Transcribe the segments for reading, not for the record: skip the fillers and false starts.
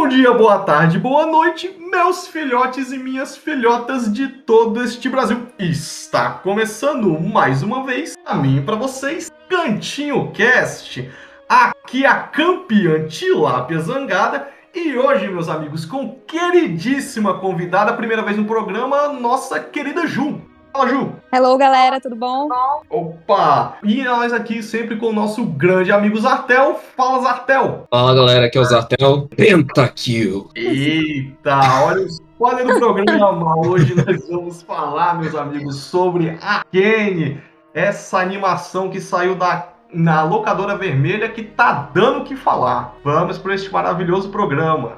Bom dia, boa tarde, boa noite, meus filhotes e minhas filhotas de todo este Brasil. Está começando mais uma vez, a mim para vocês, Cantinho Cast. Aqui a campeã Tilápia Zangada. E hoje, meus amigos, com queridíssima convidada, primeira vez no programa, nossa querida Ju. Fala, Ju. Hello, galera, tudo bom? Opa! E nós aqui sempre com o nosso grande amigo Zartel. Fala, Zartel. Fala, galera, aqui é o Zartel. Pentakill. Eita, olha o spoiler do programa. Hoje nós vamos falar, meus amigos, sobre Arcane, essa animação que saiu na locadora vermelha que tá dando o que falar. Vamos para este maravilhoso programa.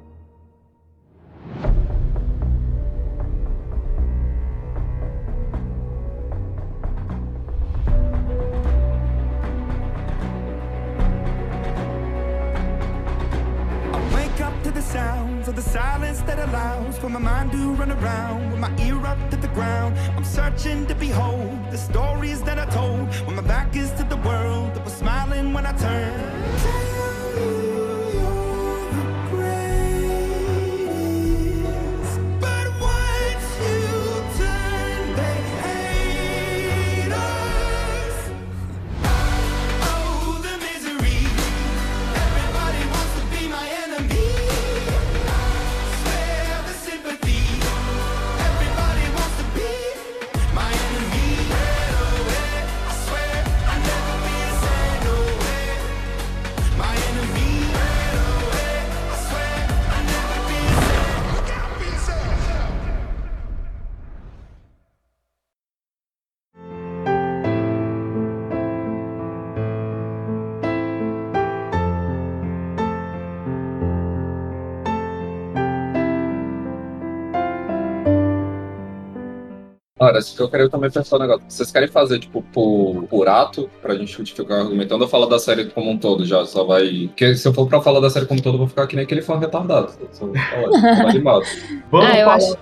Sounds of the silence that allows for my mind to run around with my ear up to the ground. I'm searching to behold the stories that I told when my back is to the world that was smiling when I turned. Olha, acho que eu queria também pensar um negócio. Vocês querem fazer, tipo, por ato, pra gente justificar argumentando, ou falar da série como um todo já? Só vai... Porque se eu for pra falar da série como um todo, eu vou ficar que nem aquele fã retardado. Só vou falar, tô animado. Vamos falar acho...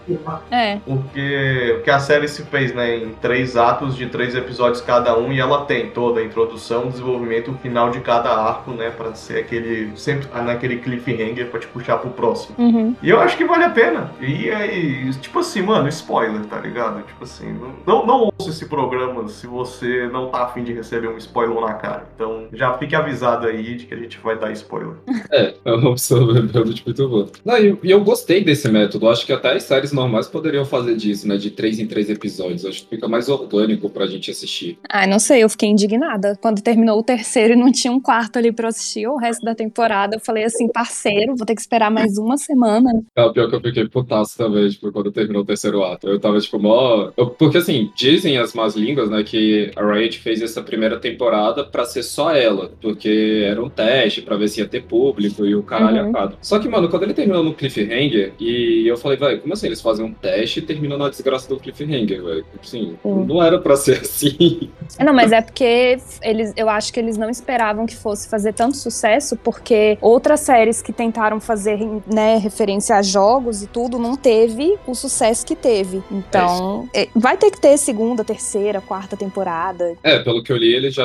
porque a série se fez, né, em 3 atos de 3 episódios cada um, e ela tem toda a introdução, o desenvolvimento, o final de cada arco, né, pra ser aquele, sempre naquele cliffhanger pra te puxar pro próximo. Uhum. E eu acho que vale a pena. E aí, tipo assim, mano, spoiler, tá ligado? Tipo assim, não ouça esse programa se você não tá afim de receber um spoiler na cara. Então, já fique avisado aí de que a gente vai dar spoiler. É uma opção realmente muito boa. Não, e eu gostei desse método. Acho que até as séries normais poderiam fazer disso, né? De 3 em 3 episódios. Acho que fica mais orgânico pra gente assistir. Ah, não sei, eu fiquei indignada. Quando terminou o terceiro e não tinha um quarto ali pra assistir o resto da temporada, eu falei assim, parceiro, vou ter que esperar mais uma semana. Pior que eu fiquei putaço também, tipo, quando terminou o terceiro ato. Eu tava, tipo, Porque, assim, dizem as más línguas, né, que a Riot fez essa primeira temporada pra ser só ela, porque era um teste pra ver se ia ter público e o caralho acaba. Só que, mano, quando ele terminou no cliffhanger, e eu falei, velho, como assim eles fazem um teste e terminam na desgraça do cliffhanger, velho? Assim, não era pra ser assim. Não, mas é porque eu acho que eles não esperavam que fosse fazer tanto sucesso, porque outras séries que tentaram fazer, né, referência a jogos e tudo, não teve o sucesso que teve. Então, vai ter que ter segunda, terceira, quarta temporada. Pelo que eu li, eles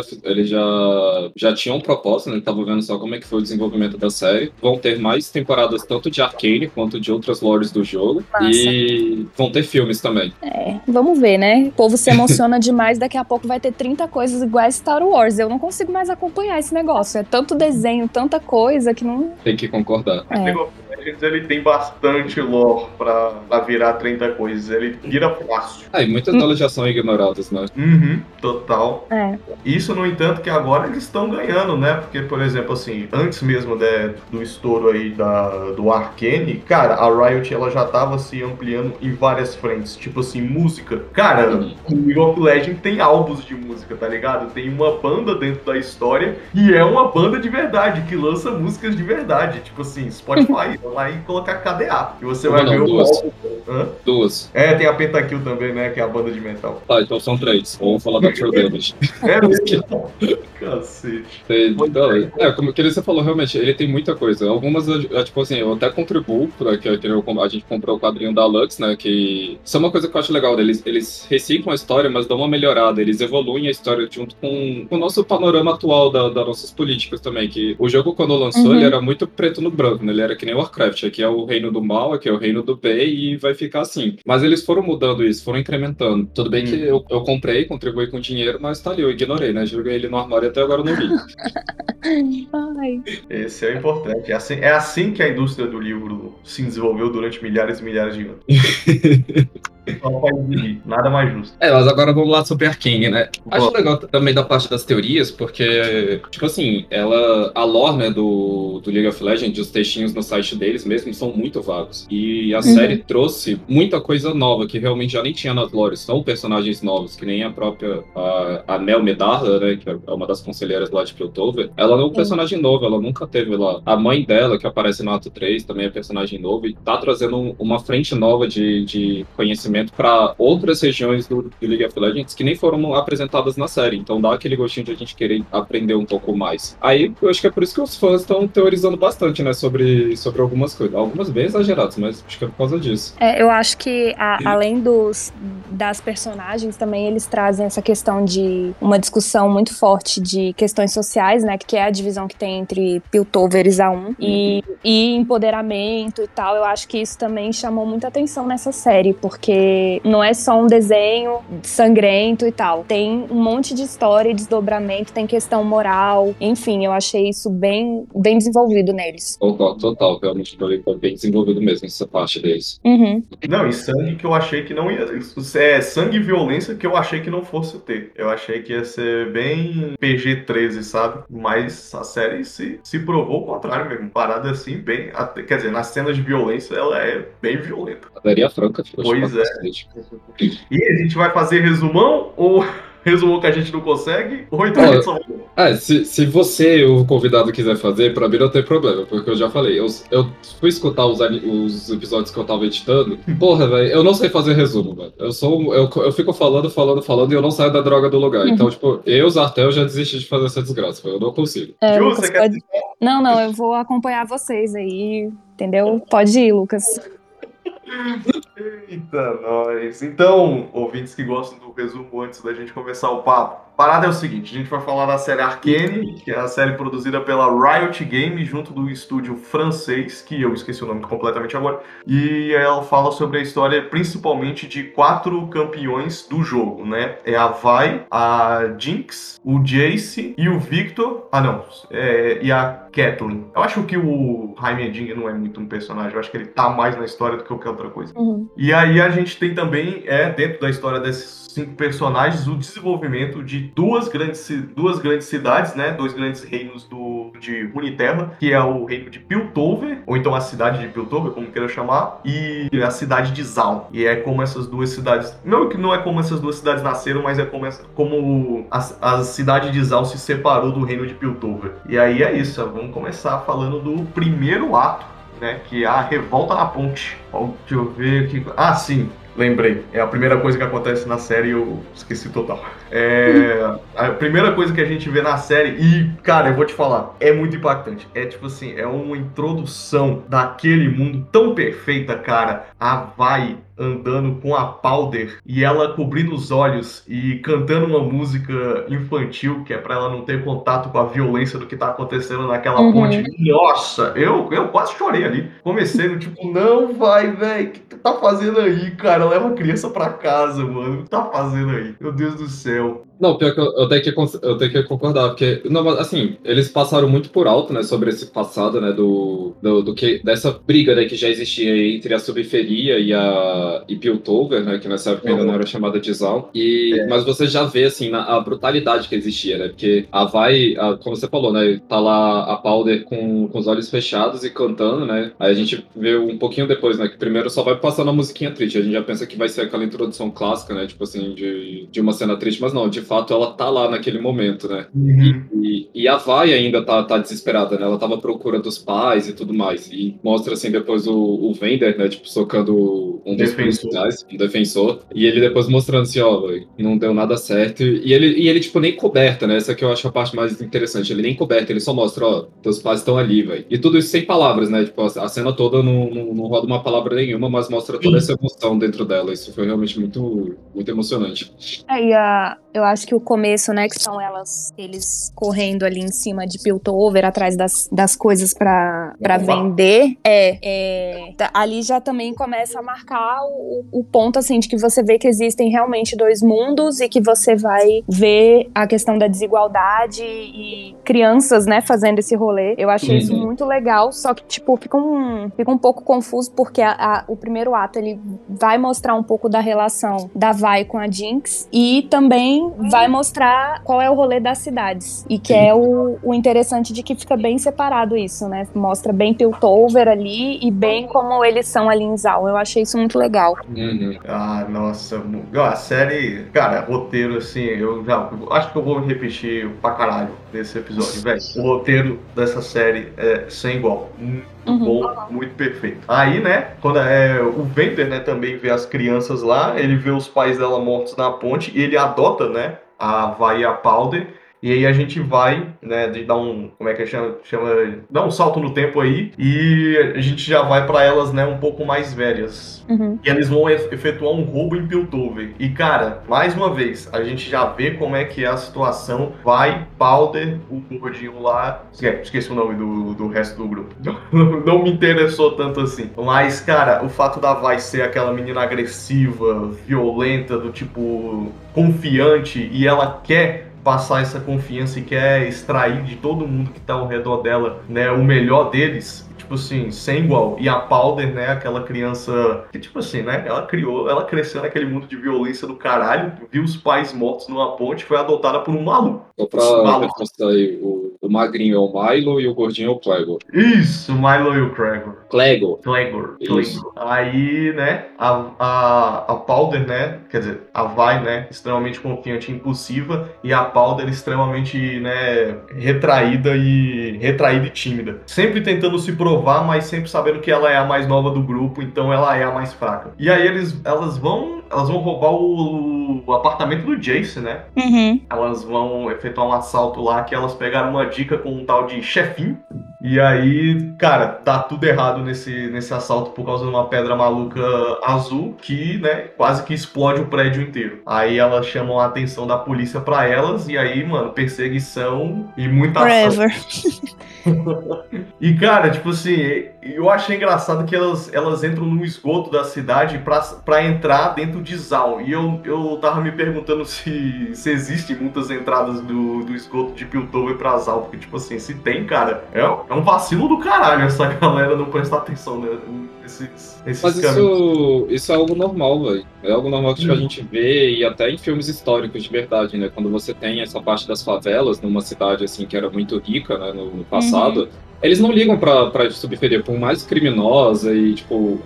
já tinham um propósito, né? Estavam vendo só como é que foi o desenvolvimento da série. Vão ter mais temporadas tanto de Arcane quanto de outras lores do jogo. Massa. E vão ter filmes também. Vamos ver, né? O povo se emociona demais, daqui a pouco vai ter 30 coisas iguais Star Wars. Eu não consigo mais acompanhar esse negócio. É tanto desenho, tanta coisa que não... Tem que concordar. Ele tem bastante lore pra virar 30 coisas. Ele vira fácil. E muitas delas já são ignoradas, né? Total. Isso, no entanto, que agora eles estão ganhando, né? Porque, por exemplo, assim, antes mesmo do estouro aí do Arcane, cara, a Riot, ela já tava se ampliando em várias frentes. Tipo assim, música. Cara, o League of Legends tem álbuns de música, tá ligado? Tem uma banda dentro da história e é uma banda de verdade, que lança músicas de verdade. Tipo assim, Spotify, lá e colocar KDA. E você vai ver o álbum. Duas. Tem a Pentakill também, né? Que é a banda de metal. Então são 3. Vamos falar da True Damage. Cacete. Como que você falou, realmente, ele tem muita coisa. Algumas, tipo assim, eu até contribuo pra que a gente comprou o quadrinho da Lux, né? Que isso é uma coisa que eu acho legal. Eles reciclam a história, mas dão uma melhorada. Eles evoluem a história junto com o nosso panorama atual das nossas políticas também. Que o jogo, quando lançou, ele era muito preto no branco, né? Ele era que nem Warcraft. Warcraft. Aqui é o reino do mal, aqui é o reino do bem e vai ficar assim. Mas eles foram mudando isso, foram incrementando. Tudo bem que eu comprei, contribuí com dinheiro, mas tá ali, eu ignorei, né? Joguei ele no armário e até agora eu não li. Ai. Esse é o importante. É assim que a indústria do livro se desenvolveu durante milhares e milhares de anos. Só faz rir, nada mais justo. Mas agora vamos lá sobre Arcane, né? Acho Vamos. legal também da parte das teorias, porque, tipo assim, a lore, né, do League of Legends, os textinhos no site deles mesmo, são muito vagos. E a série trouxe muita coisa nova, que realmente já nem tinha nas lores. São personagens novos, que nem a própria a Mel Medarda, né, que é uma das conselheiras lá de Piltover. Ela não é um personagem novo, ela nunca teve lá. A mãe dela, que aparece no Ato 3, também é personagem novo, e tá trazendo uma frente nova de conhecimento para outras regiões do League of Legends que nem foram apresentadas na série. Então dá aquele gostinho de a gente querer aprender um pouco mais. Aí eu acho que é por isso que os fãs estão teorizando bastante, né, sobre algumas coisas. Algumas bem exageradas, mas acho que é por causa disso. Eu acho que além das personagens, também eles trazem essa questão de uma discussão muito forte de questões sociais, né, que é a divisão que tem entre Piltover e Zaun, e empoderamento e tal. Eu acho que isso também chamou muita atenção nessa série, porque não é só um desenho sangrento e tal. Tem um monte de história e desdobramento, tem questão moral. Enfim, eu achei isso bem, bem desenvolvido neles. Total. Realmente foi bem desenvolvido mesmo essa parte deles. Não, e sangue que eu achei que não ia... É sangue e violência que eu achei que não fosse ter. Eu achei que ia ser bem PG-13, sabe? Mas a série se provou o contrário mesmo. Parada assim, bem... Quer dizer, nas cenas de violência, ela é bem violenta. Daria franca. Pois é. E a gente vai fazer resumão ou resumão que a gente não consegue? Ou então a gente só... se você, o convidado, quiser fazer, pra mim não tem problema, porque eu já falei, eu fui escutar os episódios que eu tava editando, porra, velho, eu não sei fazer resumo, velho. Eu fico falando e eu não saio da droga do lugar. Então, tipo, Zartel, já desisti de fazer essa desgraça, eu não consigo. Lucas, pode... Não, eu vou acompanhar vocês aí, entendeu? Pode ir, Lucas. Eita, nós. Então, ouvintes que gostam do resumo antes da gente começar o papo, a parada é o seguinte, a gente vai falar da série Arcane, que é a série produzida pela Riot Games, junto do estúdio francês, que eu esqueci o nome completamente agora, e ela fala sobre a história principalmente de 4 campeões do jogo, né? É a Vi, a Jinx, o Jace e o Victor, e a Caitlyn. Eu acho que o Heimerdinger não é muito um personagem, eu acho que ele tá mais na história do que qualquer outra coisa. E aí a gente tem também, dentro da história desses 5 personagens, o desenvolvimento de duas grandes cidades, né? 2 grandes reinos de Runeterra, que é o reino de Piltover, ou então a cidade de Piltover, como queira chamar, e a cidade de Zaun. E é como essas duas cidades... Não é como essas duas cidades nasceram, mas é como a cidade de Zaun se separou do reino de Piltover. E aí é isso, vamos começar falando do primeiro ato, né? Que é a Revolta na Ponte. Deixa eu ver aqui... sim! Lembrei, é a primeira coisa que acontece na série e eu esqueci total. A primeira coisa que a gente vê na série, e, cara, eu vou te falar, é muito impactante. É tipo assim, é uma introdução daquele mundo tão perfeita, cara. A Vi andando com a Powder e ela cobrindo os olhos e cantando uma música infantil, que é pra ela não ter contato com a violência do que tá acontecendo naquela ponte. Nossa, eu quase chorei ali. Comecei no tipo, não vai, velho, o que tu tá fazendo aí, cara? Leva a criança pra casa, mano. O que tá fazendo aí? Meu Deus do céu. Não, pior que eu tenho que concordar, porque, não, assim, eles passaram muito por alto, né, sobre esse passado, né, dessa briga, né, que já existia entre a Subferia e Piltover, né, que nessa época ainda não era chamada de Zaun, mas você já vê, assim, a brutalidade que existia, né, porque a Vi, como você falou, né, tá lá a Powder com os olhos fechados e cantando, né, aí a gente vê um pouquinho depois, né, que primeiro só vai passando a musiquinha triste, a gente já pensa que vai ser aquela introdução clássica, né, tipo assim, de uma cena triste, mas não, de fato ela tá lá naquele momento, né? E a Vi ainda tá desesperada, né? Ela tava à procura dos pais e tudo mais. E mostra, assim, depois o Vander, né? Tipo, socando um dos policiais, um defensor. E ele depois mostrando assim, ó, não deu nada certo. E ele, tipo, nem coberta, né? Essa que eu acho a parte mais interessante. Ele nem coberta, ele só mostra, ó, teus pais estão ali, velho. E tudo isso sem palavras, né? Tipo, a cena toda não roda uma palavra nenhuma, mas mostra toda essa emoção dentro dela. Isso foi realmente muito, muito emocionante. Eu acho que o começo, né, que são eles correndo ali em cima de Piltover, atrás das coisas pra vender, ali já também começa a marcar o ponto, assim, de que você vê que existem realmente dois mundos e que você vai ver a questão da desigualdade e crianças, né, fazendo esse rolê. Eu achei isso muito legal, só que, tipo, fica um pouco confuso porque o primeiro ato, ele vai mostrar um pouco da relação da Vi com a Jinx e também vai mostrar qual é o rolê das cidades. E que é o interessante de que fica bem separado isso, né? Mostra bem Piltover ali e bem como eles são ali em Zal. Eu achei isso muito legal. Ah, nossa. A série, cara, roteiro, assim, eu acho que eu vou repetir pra caralho nesse episódio, velho. O roteiro dessa série é sem igual. Muito bom, muito perfeito. Aí, né, quando o Venter, né, também vê as crianças lá, ele vê os pais dela mortos na ponte e ele adota, né, a Vi e a Powder. E aí a gente vai, né, de dar como é que chama, dar um salto no tempo aí, e a gente já vai pra elas, né, um pouco mais velhas. E eles vão efetuar um roubo em Piltover. E, cara, mais uma vez, a gente já vê como é que é a situação. Vai, Powder, o gordinho lá... Esqueci o nome do resto do grupo. Não me interessou tanto assim. Mas, cara, o fato da Vi ser aquela menina agressiva, violenta, do tipo... confiante, e ela quer passar essa confiança e quer extrair de todo mundo que tá ao redor dela, né, o melhor deles, tipo assim, sem igual. E a Powder, né, aquela criança que, tipo assim, né, ela cresceu naquele mundo de violência do caralho, viu os pais mortos numa ponte, foi adotada por um maluco. Só pra mostrar aí, o magrinho é o Milo e o gordinho é o Clegor. Isso, o Milo e o Clegor. Clegor. Aí, né, a Powder, né, quer dizer, a Vi, né, extremamente confiante e impulsiva, e a Powder extremamente, né, retraída e tímida. Sempre tentando se provar, mas sempre sabendo que ela é a mais nova do grupo, então ela é a mais fraca. E aí elas vão roubar o apartamento do Jace, né? Elas vão efetuar um assalto lá, que elas pegaram uma dica com um tal de chefinho. E aí, cara, dá tudo errado nesse assalto por causa de uma pedra maluca azul que, né, quase que explode o prédio inteiro. Aí elas chamam a atenção da polícia pra elas e aí, mano, perseguição e muita ação. E, cara, tipo assim, eu achei engraçado que elas entram no esgoto da cidade pra entrar dentro de Zal. E eu tava me perguntando se existem muitas entradas do esgoto de Piltover pra Zal. Porque, tipo assim, se tem, cara, é um vacilo do caralho essa galera não prestar atenção nesses Mas caminhos. Isso é algo normal, velho. É algo normal que tipo, a gente vê, e até em filmes históricos de verdade, né? Quando você tem essa parte das favelas numa cidade, assim, que era muito rica, né, no passado, eles não ligam pra subferia, por mais criminosa e, tipo,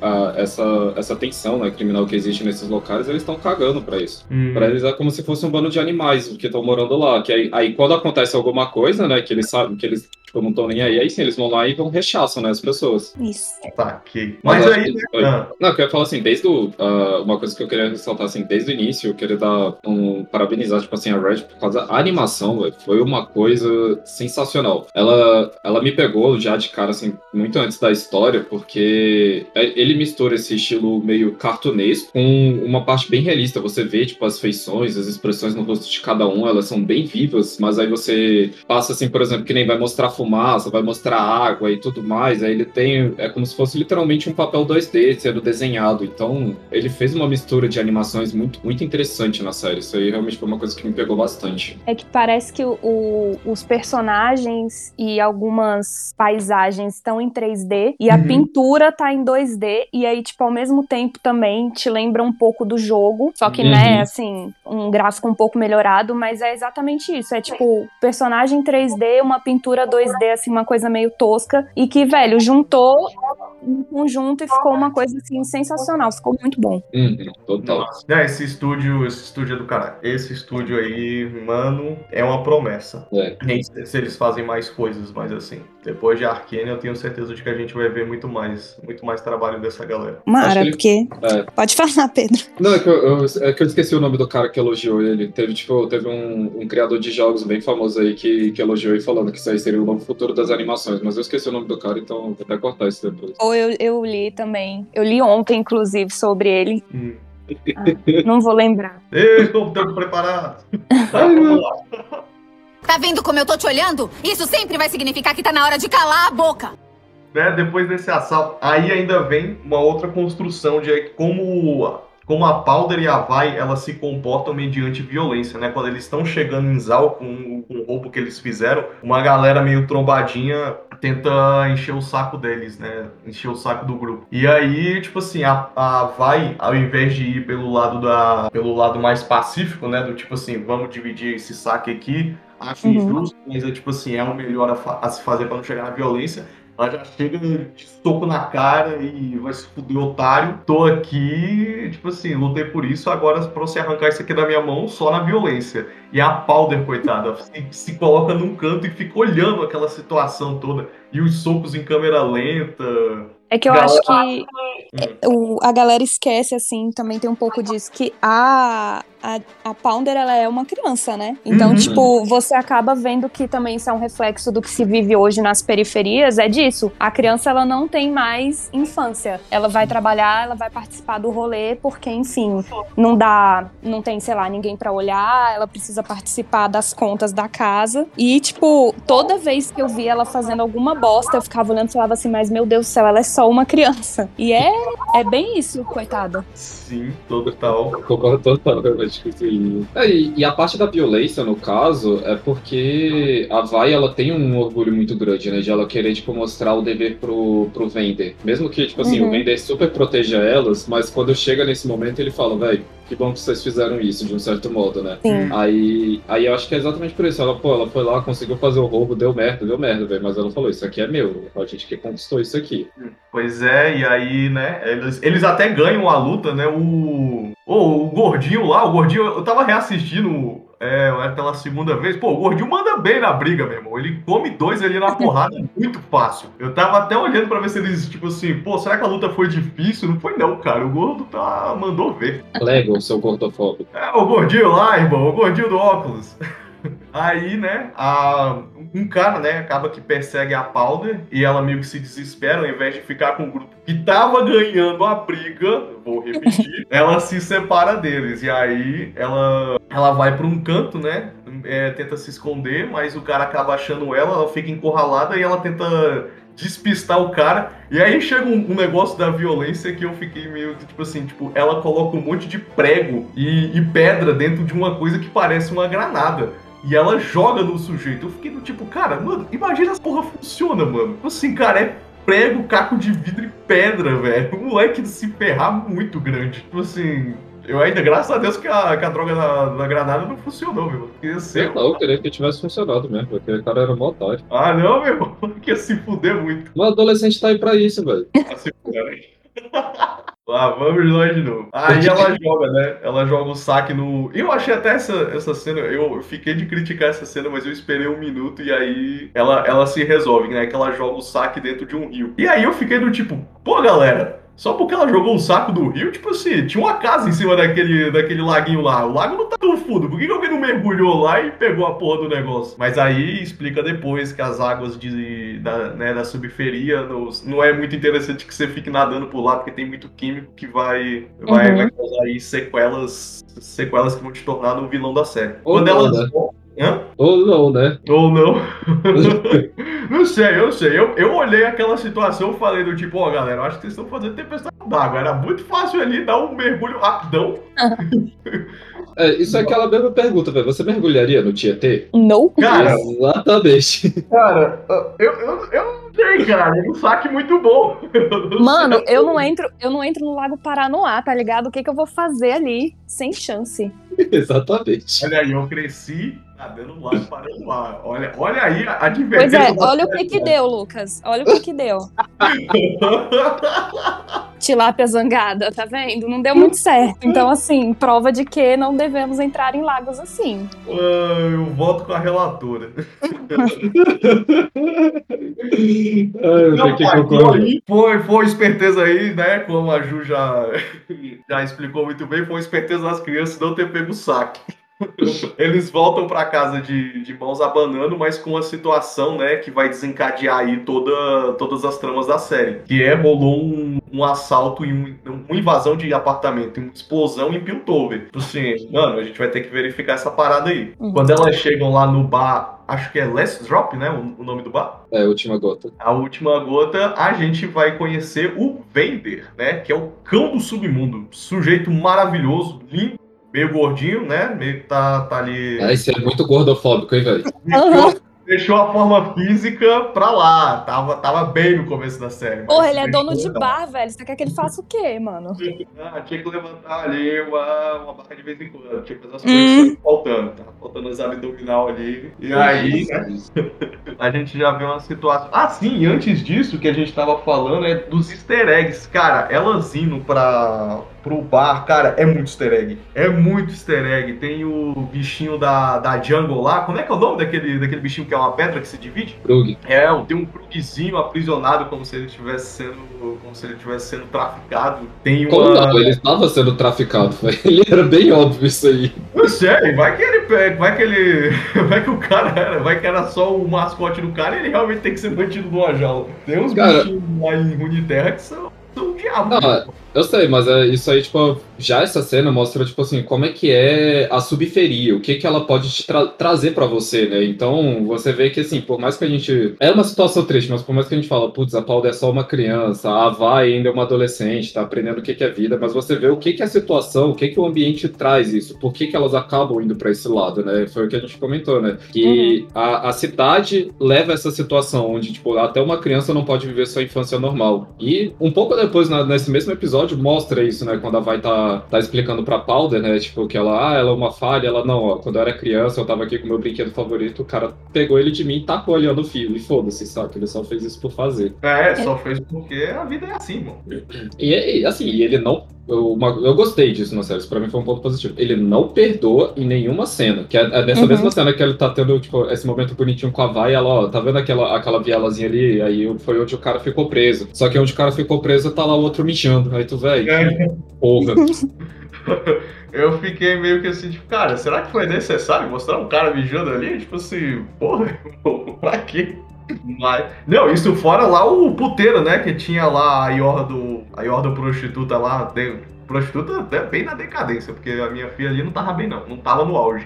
essa tensão, né, criminal que existe nesses locais, eles estão cagando pra isso. Pra eles é como se fosse um bando de animais que estão morando lá. Que aí quando acontece alguma coisa, né, que eles sabem que eles tipo, não estão nem aí sim, eles vão lá e vão rechaçam, né, as pessoas. Isso. Tá, ok. Mas aí... Não, eu queria falar assim, uma coisa que eu queria ressaltar, assim, desde o início, eu queria parabenizar, tipo assim, a Red, por causa da animação, véio, foi uma coisa sensacional. Ela me pegou já de cara, assim, muito antes da história, porque ele mistura esse estilo meio cartunesco com uma parte bem realista. Você vê, tipo, as feições, as expressões no rosto de cada um, elas são bem vivas, mas aí você passa, assim, por exemplo, que nem vai mostrar fumaça, vai mostrar água e tudo mais, aí ele tem, é como se fosse literalmente um papel 2D sendo desenhado. Então, ele fez uma mistura de animações muito, muito interessante na série. Isso aí realmente foi uma coisa que me pegou bastante. É que parece que os personagens e algumas paisagens estão em 3D e a pintura tá em 2D, e aí, tipo, ao mesmo tempo também te lembra um pouco do jogo, só que, né, assim, um gráfico um pouco melhorado, mas é exatamente isso. É tipo, personagem 3D, uma pintura 2D, assim, uma coisa meio tosca, e que, velho, juntou um conjunto e ficou uma coisa, assim, sensacional. Ficou muito bom. Total. Esse estúdio é do caralho. Esse estúdio aí, mano, é uma promessa. Nem sei se eles fazem mais coisas, mas assim, depois de Arcane, eu tenho certeza de que a gente vai ver muito mais trabalho dessa galera. Mara, porque... Pode falar, Pedro. Não, é que eu esqueci o nome do cara que elogiou ele. Teve um criador de jogos bem famoso aí que elogiou ele falando que isso aí seria o novo futuro das animações, mas eu esqueci o nome do cara, então vou até cortar isso depois. Ou eu li também. Eu li ontem, inclusive, sobre ele. Não vou lembrar. Ei, como estamos preparados? Tá, vamos lá. Tá vendo como eu tô te olhando? Isso sempre vai significar que tá na hora de calar a boca. Né, depois desse assalto, aí ainda vem uma outra construção de como a Powder e a Vi, elas se comportam mediante violência, né? Quando eles estão chegando em Zal com o roubo que eles fizeram, uma galera meio trombadinha tenta encher o saco deles, né? Encher o saco do grupo. E aí, tipo assim, a Vi, ao invés de ir pelo lado mais pacífico, né? Do tipo assim, vamos dividir esse saque aqui, acho injusto, mas é tipo assim, é o melhor a se fazer para não chegar na violência. Ela já chega de soco na cara e vai se fuder, otário. Tô aqui, tipo assim, lutei por isso, agora pra você arrancar isso aqui da minha mão só na violência. E a Powder, coitada, se coloca num canto e fica olhando aquela situação toda. E os socos em câmera lenta. É que eu acho que a galera esquece, assim, também tem um pouco disso, que a Pounder, ela é uma criança, né? Então, tipo, você acaba vendo que também isso é um reflexo do que se vive hoje nas periferias, é disso. A criança, ela não tem mais infância. Ela vai trabalhar, ela vai participar do rolê, porque, enfim, não tem, sei lá, ninguém pra olhar, ela precisa participar das contas da casa. E, tipo, toda vez que eu vi ela fazendo alguma bosta, eu ficava olhando e falava assim, mas, meu Deus do céu, ela é só uma criança. E é bem isso, coitada. Sim, total. Concordo total, eu acho que sim. E a parte da violência, no caso, é porque a Vi, ela tem um orgulho muito grande, né? De ela querer, tipo, mostrar o dever pro Vander. Mesmo que, tipo assim, o Vander super proteja elas, mas quando chega nesse momento, ele fala, velho, que bom que vocês fizeram isso, de um certo modo, né? Sim. Aí eu acho que é exatamente por isso. Ela foi lá, conseguiu fazer o roubo, deu merda, velho. Mas ela falou, isso aqui é meu, a gente que conquistou isso aqui. Pois é, e aí, né, eles até ganham a luta, né, o gordinho lá, eu tava reassistindo pela segunda vez, pô, o gordinho manda bem na briga, meu irmão, ele come 2 ali na porrada muito fácil. Eu tava até olhando pra ver se eles, tipo assim, pô, será que a luta foi difícil? Não foi não, cara, o gordo mandou ver. Lego, seu gordofóbico. O gordinho lá, irmão, o gordinho do óculos. Aí, né, um cara, né, acaba que persegue a Powder e ela meio que se desespera, ao invés de ficar com o grupo que tava ganhando a briga, vou repetir, ela se separa deles. E aí ela vai pra um canto, né, tenta se esconder, mas o cara acaba achando ela fica encurralada e ela tenta despistar o cara. E aí chega um negócio da violência que eu fiquei meio tipo assim, tipo, ela coloca um monte de prego e pedra dentro de uma coisa que parece uma granada. E ela joga no sujeito. Eu fiquei do tipo, cara, mano, imagina essa porra funciona, mano. Tipo assim, cara, é prego, caco de vidro e pedra, velho. O moleque se ferrar muito grande. Tipo assim, eu ainda, graças a Deus, que a droga da granada não funcionou, meu. Eu queria que tivesse funcionado mesmo, porque o cara era mó otário. Ah, não, meu irmão, que ia se fuder muito. Um adolescente tá aí pra isso, velho. Ah, se fuder, hein? Lá, vamos nós de novo. Aí ela joga, né? Ela joga o saque no... Eu achei até essa cena... Eu fiquei de criticar essa cena, mas eu esperei 1 minuto e aí ela se resolve, né? Que ela joga o saque dentro de um rio. E aí eu fiquei do tipo... Pô, galera... Só porque ela jogou o saco do rio, tipo assim, tinha uma casa em cima daquele laguinho lá. O lago não tá tão fundo. Por que alguém não mergulhou lá e pegou a porra do negócio? Mas aí explica depois que as águas da subferia não é muito interessante que você fique nadando por lá, porque tem muito químico que vai causar aí sequelas que vão te tornar no vilão da série. Ou não, né? Ou não, né? Ou não. Não sei. Eu olhei aquela situação e falei do tipo, ó, galera, eu acho que vocês estão fazendo tempestade d'água. Era muito fácil ali dar um mergulho rapidão. Isso é aquela mesma pergunta, velho. Você mergulharia no Tietê? Não. Cara, exatamente. Cara, eu não sei, cara. É um saque muito bom. Mano, eu não entro no Lago Paranoá, tá ligado? O que eu vou fazer ali? Sem chance. Exatamente. Olha aí, eu cresci nadando no Lago Paranoá. Olha aí a divergência. Pois é, olha o que deu, Lucas. Olha o que deu. Tilápia zangada, tá vendo? Não deu muito certo. Então, assim, prova de que não devemos entrar em lagos assim. Eu volto com a relatora. Não, pai, foi esperteza aí, né? Como a Ju já explicou muito bem, foi esperteza das crianças não ter pego o saque. Eles voltam pra casa de mãos abanando, mas com a situação, né, que vai desencadear aí todas as tramas da série. Que rolou um assalto em uma invasão de apartamento, uma explosão em Piltover. Tipo assim, mano, a gente vai ter que verificar essa parada aí. Quando elas chegam lá no bar, acho que é Last Drop, né, o nome do bar? É, Última Gota. A Última Gota, a gente vai conhecer o Vader, né, que é o cão do submundo. Sujeito maravilhoso, lindo, meio gordinho, né, meio que tá ali... Esse é muito gordofóbico, hein, velho? Deixou a forma física pra lá. Tava bem no começo da série. Porra, ele é dono de bar, velho. Você quer que ele faça o quê, mano? Tinha que levantar ali uma barra de vez em quando. Tinha que fazer as coisas faltando. Tava faltando os abdominal ali. E aí, né, a gente já vê uma situação... Ah, sim, e antes disso, que a gente tava falando é dos easter eggs. Cara, elas indo pro bar, cara, é muito easter egg. É muito easter egg. Tem o bichinho da Jungle lá. Como é que é o nome daquele bichinho que é uma pedra que se divide? Krug. Tem um Krugzinho aprisionado como se ele estivesse sendo traficado. Tem uma... Como não? Ele estava sendo traficado, velho. Ele era bem óbvio isso aí. Não sei, vai que o cara era só o mascote do cara e ele realmente tem que ser mantido numa jaula. Tem uns bichinhos lá em Runeterra que são o diabo. Não, eu sei, mas isso aí, tipo, já essa cena mostra, tipo assim, como é que é a subferia, o que que ela pode te trazer pra você, né? Então, você vê que, assim, por mais que a gente... É uma situação triste, mas por mais que a gente fala, putz, a Powder é só uma criança, a Vai ainda é uma adolescente, tá aprendendo o que que é vida, mas você vê o que que é a situação, o que que o ambiente traz isso, por que que elas acabam indo pra esse lado, né? Foi o que a gente comentou, né? Que a cidade leva essa situação onde, tipo, até uma criança não pode viver sua infância normal. E um pouco depois, nesse mesmo episódio, mostra isso, né? Quando a Vai tá explicando pra Powder, né? Tipo, que ela é uma falha. Ela, não, ó, quando eu era criança, eu tava aqui com o meu brinquedo favorito, o cara pegou ele de mim e tacou ali no fio. E foda-se, saca? Ele só fez isso por fazer. Só fez porque a vida é assim, mano. E assim, ele não... Eu gostei disso na série, isso pra mim foi um ponto positivo. Ele não perdoa em nenhuma cena, que é nessa mesma cena que ele tá tendo, tipo, esse momento bonitinho com a Vai, ela, ó, tá vendo aquela vielazinha ali? Aí foi onde o cara ficou preso. Só que onde o cara ficou preso tá lá o outro mijando. Aí tu, velho, porra. Eu fiquei meio que assim, tipo, cara, será que foi necessário mostrar um cara mijando ali? Tipo assim, porra, pra quê? Mas, não, isso fora lá o puteiro, né? Que tinha lá a Yorda prostituta lá, prostituta até bem na decadência, porque a minha filha ali não tava bem não tava no auge.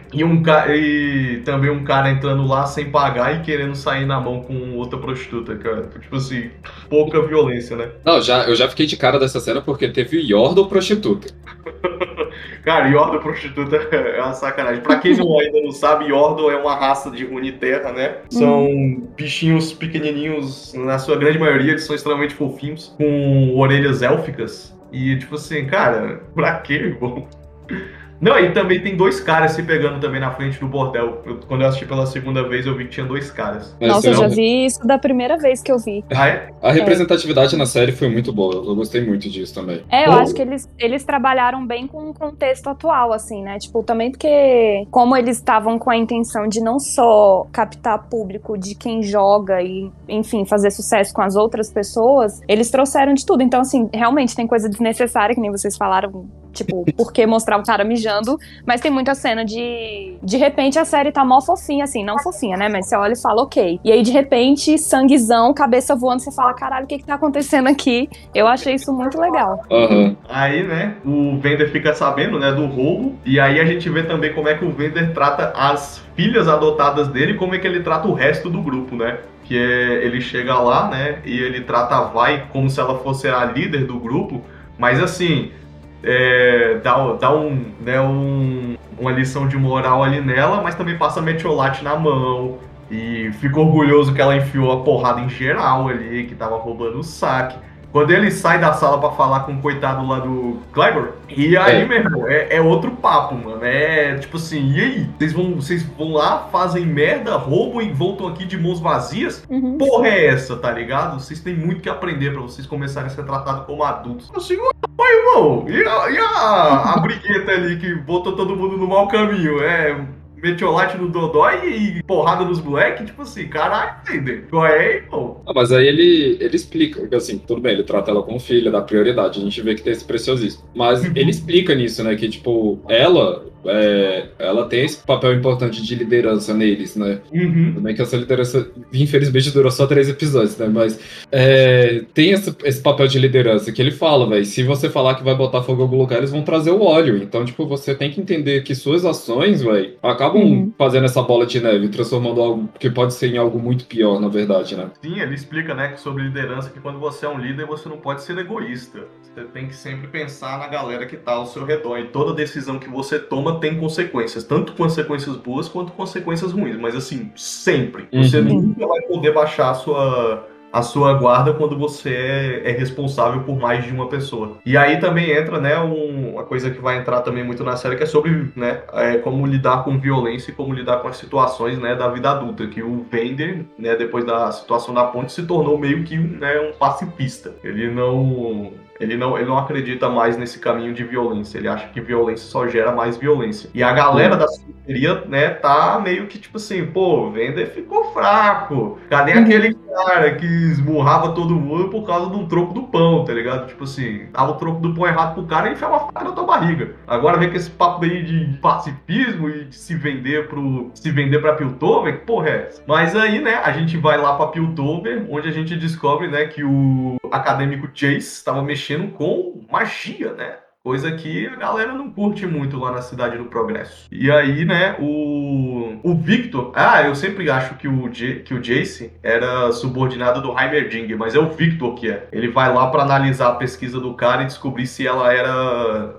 E também um cara entrando lá sem pagar e querendo sair na mão com outra prostituta, cara. Tipo assim, pouca violência, né? Não, eu já fiquei de cara dessa cena porque teve Yorda prostituta. Cara, Yordle prostituta é uma sacanagem. Pra quem ainda não sabe, Yordle é uma raça de Runeterra, né? São bichinhos pequenininhos, na sua grande maioria, eles são extremamente fofinhos, com orelhas élficas. E, tipo assim, cara, pra quê, irmão? Não, e também tem dois caras se pegando também na frente do bordel. Quando eu assisti pela segunda vez, eu vi que tinha dois caras. Nossa, eu já vi isso da primeira vez que eu vi. Ah, é? A representatividade na série foi muito boa. Eu gostei muito disso também. Eu acho que eles trabalharam bem com o contexto atual, assim, né? Tipo, também porque como eles estavam com a intenção de não só captar público de quem joga e, enfim, fazer sucesso com as outras pessoas, eles trouxeram de tudo. Então, assim, realmente tem coisa desnecessária, que nem vocês falaram, tipo, por que mostrar o cara mijando, mas tem muita cena de repente a série tá mó fofinha, assim, não fofinha, né, mas você olha e fala, ok. E aí, de repente, sanguezão, cabeça voando, você fala, caralho, o que tá acontecendo aqui? Eu achei isso muito legal. Aí, né, o Vader fica sabendo, né, do roubo, e aí a gente vê também como é que o Vader trata as filhas adotadas dele e como é que ele trata o resto do grupo, né? Que ele chega lá, né, e ele trata a Vai como se ela fosse a líder do grupo, mas assim... dá uma lição de moral ali nela, mas também passa metiolate na mão e fica orgulhoso que ela enfiou a porrada em geral ali, que tava roubando o saque. Quando ele sai da sala pra falar com o coitado lá do Cleber, e aí, meu irmão, é outro papo, mano. É tipo assim, e aí? Vocês vão lá, fazem merda, roubam e voltam aqui de mãos vazias? Porra é essa, tá ligado? Vocês têm muito que aprender pra vocês começarem a ser tratados como adultos. Assim, irmão, e a brigueta ali que botou todo mundo no mau caminho? Metiolate no Dodói e porrada nos moleques, tipo assim, caralho, entendeu? Qual é, irmão? Mas aí ele explica, assim, tudo bem, ele trata ela como filha, dá prioridade, a gente vê que tem esse preciosismo. Mas ele explica nisso, né, que, tipo, ela ela tem esse papel importante de liderança neles, né? Também que essa liderança, infelizmente, durou só 3 episódios, né? Mas tem esse papel de liderança que ele fala, velho, se você falar que vai botar fogo em algum lugar, eles vão trazer o óleo. Então, tipo, você tem que entender que suas ações, velho, acabam fazendo essa bola de neve, transformando algo que pode ser em algo muito pior, na verdade, né? Sim, ele explica, né, sobre liderança, que quando você é um líder, você não pode ser egoísta. Você tem que sempre pensar na galera que tá ao seu redor. E toda decisão que você toma tem consequências. Tanto consequências boas quanto consequências ruins. Mas assim, sempre. Você nunca vai poder baixar a sua guarda quando você é responsável por mais de uma pessoa. E aí também entra, né, uma coisa que vai entrar também muito na série, que é sobre, né, como lidar com violência e como lidar com as situações, né, da vida adulta, que o Vander, né, depois da situação da ponte, se tornou meio que um pacifista. Ele não acredita mais nesse caminho de violência. Ele acha que violência só gera mais violência. E a galera da periferia, né, tá meio que tipo assim, pô, o Vander ficou fraco. Cadê aquele cara que esmurrava todo mundo por causa do troco do pão, tá ligado? Tipo assim, dava o troco do pão errado pro cara e enfiava uma faca na tua barriga. Agora vem com esse papo aí de pacifismo e de se vender pra Piltover, que porra é essa? Mas aí, né, a gente vai lá pra Piltover, onde a gente descobre, né, que o acadêmico Chase estava mexendo com magia, né? Coisa que a galera não curte muito lá na Cidade do Progresso. E aí, né, o Victor... eu sempre acho que o Jace era subordinado do Heimerdinger, mas é o Victor que é. Ele vai lá pra analisar a pesquisa do cara e descobrir se era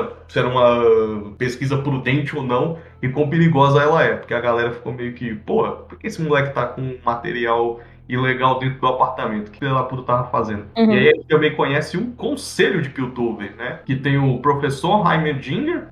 uma pesquisa prudente ou não e quão perigosa ela é. Porque a galera ficou meio que, porra, por que esse moleque tá com material ilegal dentro do apartamento? Que ela puta tava fazendo? E aí a gente também conhece o Conselho de Piltover, né? Que tem o professor Heimerdinger,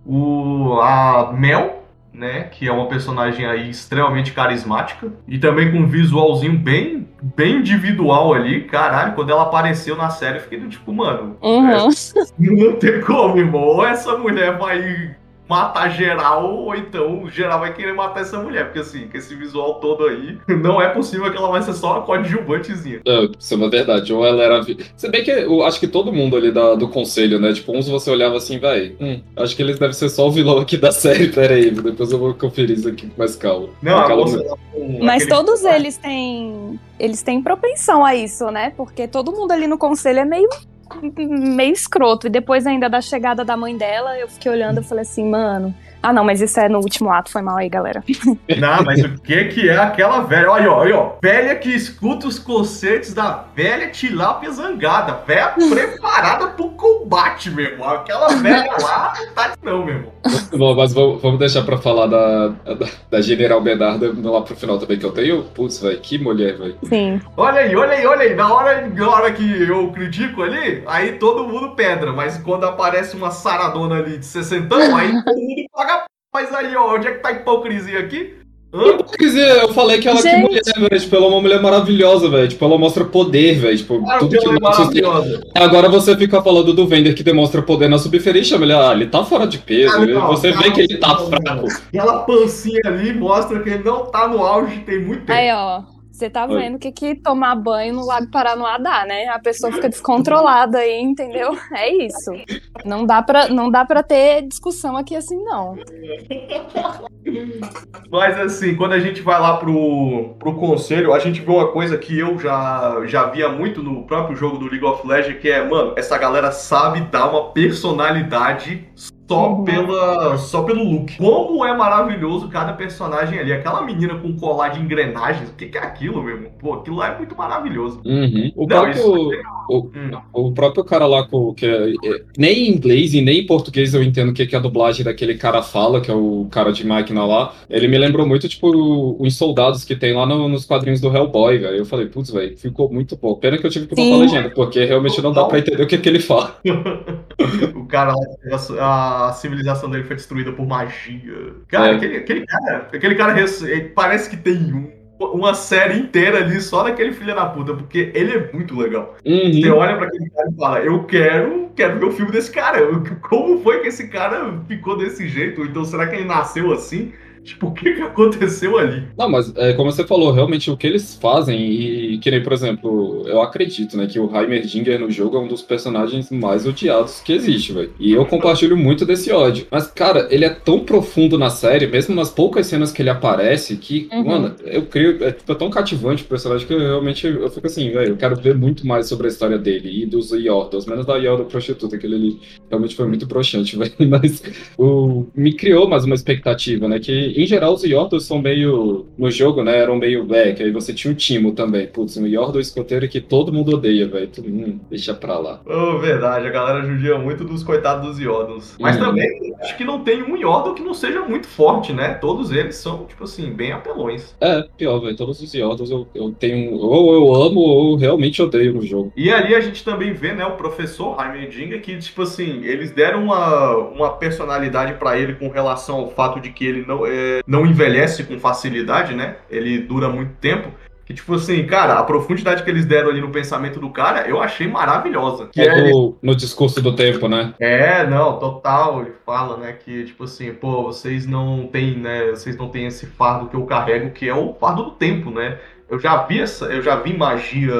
a Mel, né? Que é uma personagem aí extremamente carismática e também com um visualzinho bem individual ali. Caralho, quando ela apareceu na série, eu fiquei do tipo, mano, não tem como, irmão. Ou essa mulher vai matar geral, ou então geral vai querer matar essa mulher, porque assim, com esse visual todo aí, não é possível que ela vai ser só uma coadjuvantezinha. Isso é uma verdade, ou ela era... Se bem que eu acho que todo mundo ali do conselho, né, tipo, uns você olhava assim, acho que eles devem ser só o vilão aqui da série, pera aí, depois eu vou conferir isso aqui com mais calma. Não, mas todos eles têm propensão a isso, né, porque todo mundo ali no conselho é meio escroto. E depois ainda da chegada da mãe dela, eu fiquei olhando e falei assim, mano... não, mas isso é no último ato, foi mal aí, galera. Não, mas o que é aquela velha? Olha, ó. Velha que escuta os concertos da velha tilápia zangada. Velha preparada pro combate, meu irmão. Aquela velha lá não tá não, meu irmão. Bom, mas vamos deixar pra falar da General Bernarda lá pro final também, que eu tenho. Putz, velho, que mulher, velho. Sim. Olha aí. Na hora que eu critico ali, aí todo mundo pedra. Mas quando aparece uma saradona ali de 60, aí todo mundo paga. Mas aí, ó, onde é que tá a hipocrisia aqui? Hipocrisia, eu falei que ela é mulher, velho. Tipo, ela é uma mulher maravilhosa, velho. Tipo, ela mostra poder, velho. Tipo, tudo que ela é maravilhosa. Agora você fica falando do Vander que demonstra poder na Subferência, ele tá fora de peso. Você vê que ele tá fraco. Aquela pancinha ali mostra que ele não tá no auge tem muito tempo. Aí, ó. Você tá vendo que tomar banho no Lago Paranoá dá, né? A pessoa fica descontrolada aí, entendeu? É isso. Não dá pra ter discussão aqui assim, não. Mas assim, quando a gente vai lá pro conselho, a gente vê uma coisa que eu já via muito no próprio jogo do League of Legends, que é, mano, essa galera sabe dar uma personalidade só pelo look. Como é maravilhoso cada personagem ali. Aquela menina com colar de engrenagens, o que é aquilo, meu irmão? Pô, aquilo lá é muito maravilhoso. O próprio cara lá, nem em inglês e nem em português eu entendo o que a dublagem daquele cara fala, que é o cara de máquina lá. Ele me lembrou muito, tipo, os soldados que tem lá nos quadrinhos do Hellboy, velho. Eu falei, putz, velho, ficou muito bom. Pena que eu tive que botar a legenda, porque realmente não dá pra entender o que ele fala. O cara lá, a civilização dele foi destruída por magia. Cara, aquele cara parece que tem uma série inteira ali só daquele filho da puta, porque ele é muito legal. Você olha pra aquele cara e fala, eu quero ver o filme desse cara. Como foi que esse cara ficou desse jeito? Então será que ele nasceu assim? Tipo, o que aconteceu ali? Não, mas como você falou, realmente o que eles fazem, e que nem, por exemplo, eu acredito, né, que o Heimerdinger no jogo é um dos personagens mais odiados que existe, velho. E eu compartilho muito desse ódio. Mas, cara, ele é tão profundo na série, mesmo nas poucas cenas que ele aparece, que, mano, eu creio, é tão cativante o personagem que eu fico assim, velho, eu quero ver muito mais sobre a história dele e dos Yordles, menos da Yorda prostituta, que ele realmente foi muito broxante, velho. Mas me criou mais uma expectativa, né, que, em geral, os Yordles são meio, no jogo, né, eram meio, que aí você tinha um Timo também, putz, um Yordle escoteiro que todo mundo odeia, velho, deixa pra lá. Oh, verdade, a galera judia muito dos coitados dos Yordles. Mas também, acho que não tem um Yordle que não seja muito forte, né? Todos eles são, tipo assim, bem apelões. Pior, velho, todos os Yordles eu tenho, ou eu amo ou eu realmente odeio no jogo. E ali a gente também vê, né, o professor Heimerdinger, que, tipo assim, eles deram uma personalidade pra ele com relação ao fato de que ele não envelhece com facilidade, né? Ele dura muito tempo. Que, tipo assim, cara, a profundidade que eles deram ali no pensamento do cara, eu achei maravilhosa. Que no discurso do tempo, né? Não, total. Ele fala, né, que, tipo assim, pô, vocês não têm, né, vocês não têm esse fardo que eu carrego, que é o fardo do tempo, né? Eu já vi magia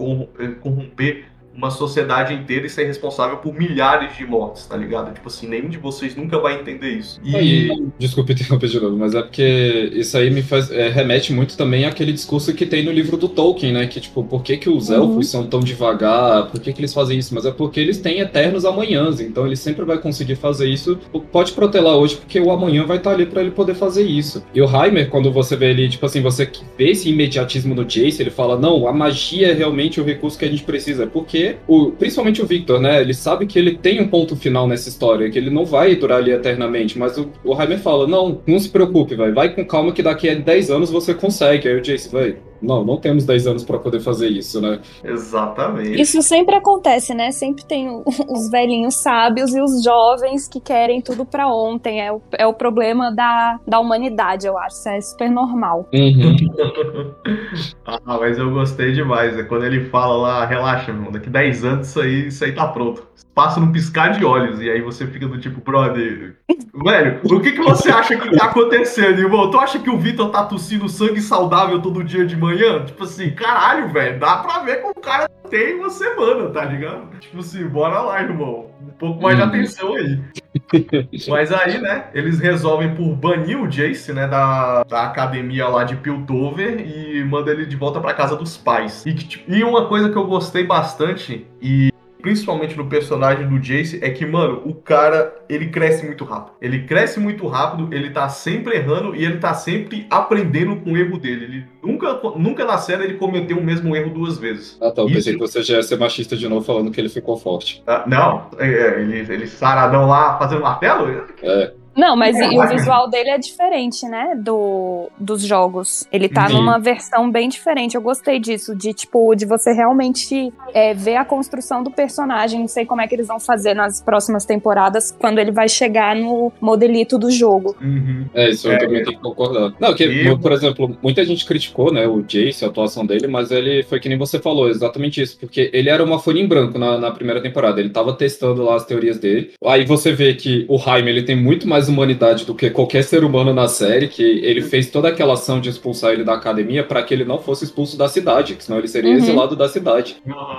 corromper uma sociedade inteira e ser responsável por milhares de mortes, tá ligado? Tipo assim, nenhum de vocês nunca vai entender isso. Desculpe interromper de novo, mas é porque isso aí me faz remete muito também àquele discurso que tem no livro do Tolkien, né? Que, tipo, por que os elfos são tão devagar? Por que eles fazem isso? Mas é porque eles têm eternos amanhãs, então ele sempre vai conseguir fazer isso. Pode protelar hoje, porque o amanhã vai estar ali pra ele poder fazer isso. E o Heimer, quando você vê ele, tipo assim, você vê esse imediatismo no Jace, ele fala, não, a magia é realmente o recurso que a gente precisa. Porque principalmente o Victor, né? Ele sabe que ele tem um ponto final nessa história, que ele não vai durar ali eternamente, mas o Heimer fala, não se preocupe, vai com calma que daqui a 10 anos você consegue. Aí o Jace, não temos 10 anos pra poder fazer isso, né? Exatamente. Isso sempre acontece, né? Sempre tem os velhinhos sábios e os jovens que querem tudo pra ontem. É o problema da humanidade, eu acho. Isso é super normal. Mas eu gostei demais. É quando ele fala lá, relaxa, meu, daqui 10 anos isso aí tá pronto. Passa num piscar de olhos. E aí você fica do tipo, brother, velho, o que você acha que tá acontecendo, irmão? Tu acha que o Victor tá tossindo sangue saudável todo dia de manhã? Tipo assim, caralho, velho, dá pra ver que o cara tem uma semana, tá ligado? Tipo assim, bora lá, irmão. Um pouco mais de atenção aí. Mas aí, né, eles resolvem por banir o Jace, né, da academia lá de Piltover e manda ele de volta pra casa dos pais. E uma coisa que eu gostei bastante, e principalmente no personagem do Jace, é que, mano, o cara, ele cresce muito rápido. Ele cresce muito rápido, ele tá sempre errando e ele tá sempre aprendendo com o erro dele. Ele nunca na série ele cometeu o mesmo erro 2 vezes. Eu pensei que você já ia ser machista de novo falando que ele ficou forte. Não, ele saradão lá fazendo martelo? Não, mas e o visual dele é diferente, né, dos jogos. Ele tá numa versão bem diferente. Eu gostei disso, de você realmente ver a construção do personagem. Não sei como é que eles vão fazer nas próximas temporadas, quando ele vai chegar no modelito do jogo. Isso eu também tenho que concordar. Não, por exemplo, muita gente criticou, né, o Jace, a atuação dele, mas ele foi que nem você falou, exatamente isso, porque ele era uma folha em branco na primeira temporada. Ele tava testando lá as teorias dele. Aí você vê que o Jaime, ele tem muito mais humanidade do que qualquer ser humano na série, que ele fez toda aquela ação de expulsar ele da academia para que ele não fosse expulso da cidade, que senão ele seria exilado da cidade.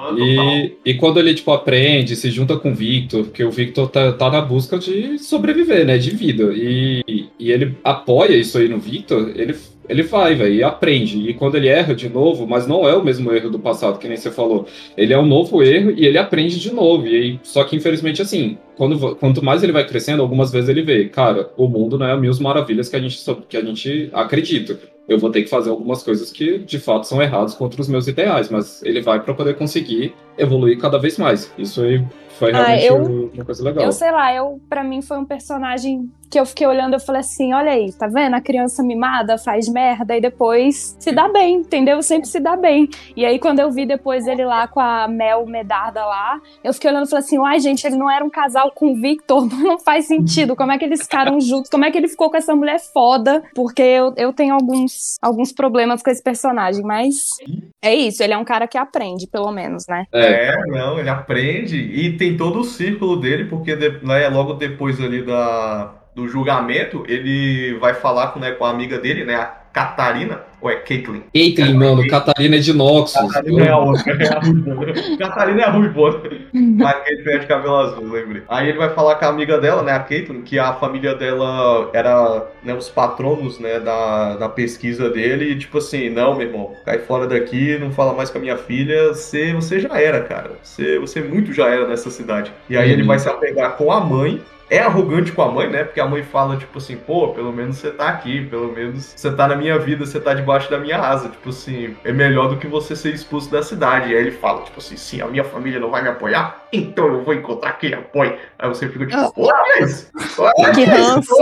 E quando ele, aprende, se junta com o Victor, porque o Victor tá na busca de sobreviver, né, de vida, e ele apoia isso aí no Victor, ele vai, velho, e aprende. E quando ele erra de novo, mas não é o mesmo erro do passado, que nem você falou. Ele é um novo erro e ele aprende de novo. E aí, só que, infelizmente, assim, quanto mais ele vai crescendo, algumas vezes ele vê, cara, o mundo não é a mil maravilhas que a gente acredita. Eu vou ter que fazer algumas coisas que, de fato, são erradas contra os meus ideais. Mas ele vai para poder conseguir evoluir cada vez mais. Isso aí foi realmente uma coisa legal. Eu sei lá, pra mim foi um personagem que eu fiquei olhando, eu falei assim, olha aí, tá vendo? A criança mimada faz merda e depois se dá bem, entendeu? Sempre se dá bem. E aí, quando eu vi depois ele lá com a Mel Medarda lá, eu fiquei olhando e falei assim, uai, gente, ele não era um casal com o Victor, não faz sentido. Como é que eles ficaram juntos? Como é que ele ficou com essa mulher foda? Porque eu tenho alguns problemas com esse personagem, mas é isso, ele é um cara que aprende, pelo menos, né? Ele aprende e tem todo o círculo dele, porque logo depois ali do julgamento, ele vai falar com a amiga dele, né, a Catarina, ou é Caitlyn? Caitlyn, mano, Catarina é de Noxus. Catarina é a outra, é a ruiva. Catarina é a ruiva. Mas Caitlyn é de cabelo azul, lembrei. Aí ele vai falar com a amiga dela, né, a Caitlyn, que a família dela era, né, os patronos, né, da pesquisa dele, e tipo assim, não, meu irmão, cai fora daqui, não fala mais com a minha filha, você já era, cara. Você muito já era nessa cidade. E aí ele vai se apegar com a mãe. É arrogante com a mãe, né? Porque a mãe fala, tipo assim, pô, pelo menos você tá aqui, pelo menos você tá na minha vida, você tá debaixo da minha asa. Tipo assim, é melhor do que você ser expulso da cidade. E aí ele fala, tipo assim, sim, a minha família não vai me apoiar, então eu vou encontrar quem apoia. Aí você fica tipo, olha isso! Que ranço!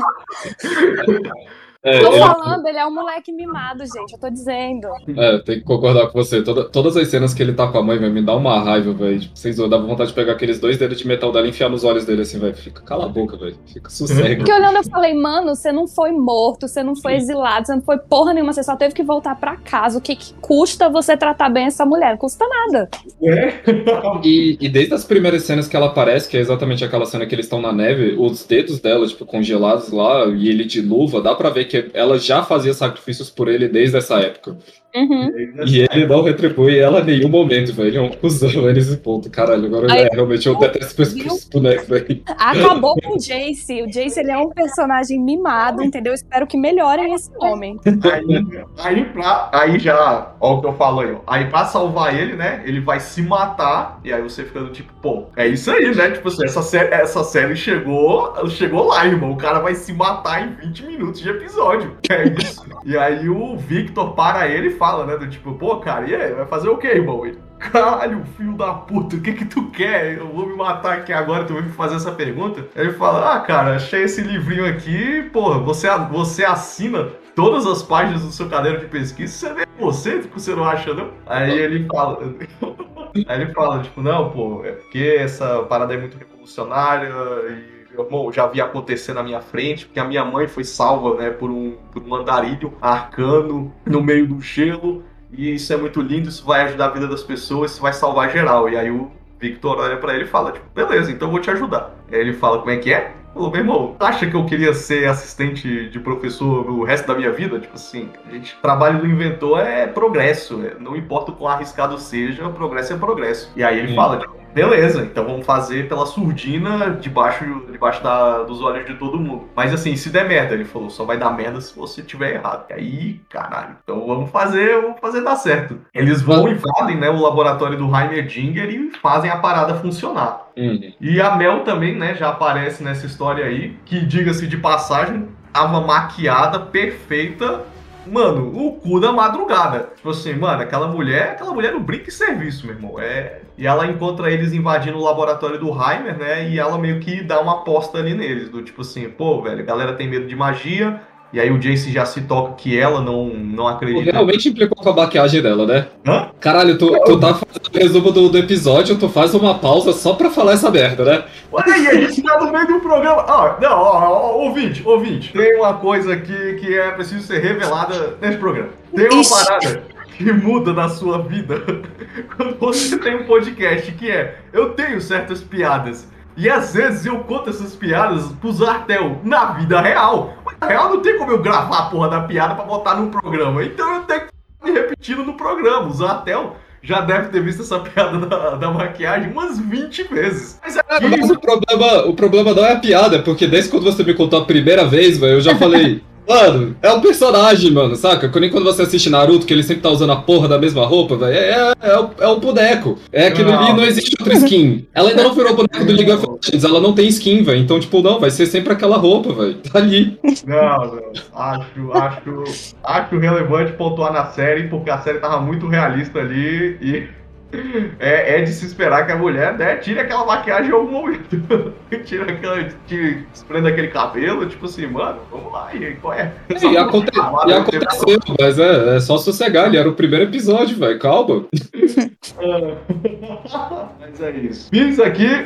Tô Ele- falando, ele é um moleque mimado, gente, eu tô dizendo. Tem que concordar com você. Todas as cenas que ele tá com a mãe, velho, me dá uma raiva, velho. Tipo, vocês dá vontade de pegar aqueles 2 dedos de metal dela e enfiar nos olhos dele assim, velho. Fica, cala a boca, velho. Fica sossego. Porque olhando eu falei, mano, você não foi morto, você não foi exilado, você não foi porra nenhuma, você só teve que voltar pra casa. O que custa você tratar bem essa mulher? Não custa nada. E desde as primeiras cenas que ela aparece, que é exatamente aquela cena que eles estão na neve, os dedos dela, tipo, congelados lá, e ele de luva, dá pra ver que ela já fazia sacrifícios por ele desde essa época. Uhum. E ele não retribui ela em nenhum momento, velho. Ele é um cuzão nesse ponto. Caralho, agora realmente eu detesto esse boneco, velho. Acabou com o Jace. O Jace, ele é um personagem mimado, entendeu? Eu espero que melhorem esse homem. Aí já, ó o que eu falo aí, ó. Aí pra salvar ele, né, ele vai se matar, e aí você fica do tipo, pô, é isso aí, né? Tipo assim, essa série chegou lá, irmão. O cara vai se matar em 20 minutos de episódio. É isso. E aí o Victor para ele e fala, né, do tipo, pô, cara, e aí, vai fazer o quê, irmão? Ele, caralho, filho da puta, o que tu quer? Eu vou me matar aqui agora, tu vai me fazer essa pergunta? Aí ele fala, cara, achei esse livrinho aqui, porra, você assina todas as páginas do seu caderno de pesquisa, você vê você não acha, não? Aí ele fala, tipo, não, pô, é porque essa parada é muito revolucionária e meu irmão, já vi acontecer na minha frente, porque a minha mãe foi salva, né, por um andarilho arcano no meio do gelo, e isso é muito lindo, isso vai ajudar a vida das pessoas, isso vai salvar geral. E aí o Victor olha pra ele e fala, tipo, beleza, então eu vou te ajudar. Aí ele fala, como é que é? Falou, meu irmão, acha que eu queria ser assistente de professor no resto da minha vida? Tipo assim, o trabalho do inventor é progresso, não importa o quão arriscado seja, progresso é progresso. E aí ele fala, tipo, beleza, então vamos fazer pela surdina debaixo dos olhos de todo mundo. Mas assim, se der merda, ele falou, só vai dar merda se você tiver errado. E aí, caralho, então vamos fazer dar certo. Eles vão e invadem, né, o laboratório do Heimerdinger e fazem a parada funcionar. E a Mel também, né, já aparece nessa história aí, que, diga-se de passagem, tava maquiada, perfeita, mano, o cu da madrugada. Tipo assim, mano, aquela mulher não brinca em serviço, meu irmão. E ela encontra eles invadindo o laboratório do Heimer, né, e ela meio que dá uma aposta ali neles, do tipo assim, pô, velho, a galera tem medo de magia. E aí o Jace já se toca que ela não acredita. Realmente implicou com a maquiagem dela, né? Hã? Caralho, tu tá fazendo o resumo do episódio, tu faz uma pausa só pra falar essa merda, né? Olha aí, a gente tá no meio do programa. Ouvinte. Tem uma coisa aqui que é preciso ser revelada nesse programa. Tem uma parada que muda na sua vida quando você tem um podcast, que é, eu tenho certas piadas. E às vezes eu conto essas piadas pro Zartel na vida real. Mas na real não tem como eu gravar a porra da piada pra botar no programa. Então eu tenho que me repetindo no programa. O Zartel já deve ter visto essa piada da maquiagem umas 20 vezes. Mas Mas o problema não é a piada, porque desde quando você me contou a primeira vez, velho, eu já falei... Mano, é um personagem, mano, saca? Nem quando você assiste Naruto, que ele sempre tá usando a porra da mesma roupa, velho. É um boneco. É aquilo ali, não existe outra skin. Ela ainda não virou boneco do League of Legends, ela não tem skin, velho. Então, tipo, não, vai ser sempre aquela roupa, velho. Tá ali. Não. Acho relevante pontuar na série, porque a série tava muito realista ali e... É de se esperar que a mulher, né, tire aquela maquiagem em algum momento. Desprenda aquele cabelo, tipo assim, mano, vamos lá, e qual é? E aconteceu, mas é só sossegar, ele era o primeiro episódio, velho, calma. Mas é isso. Fiz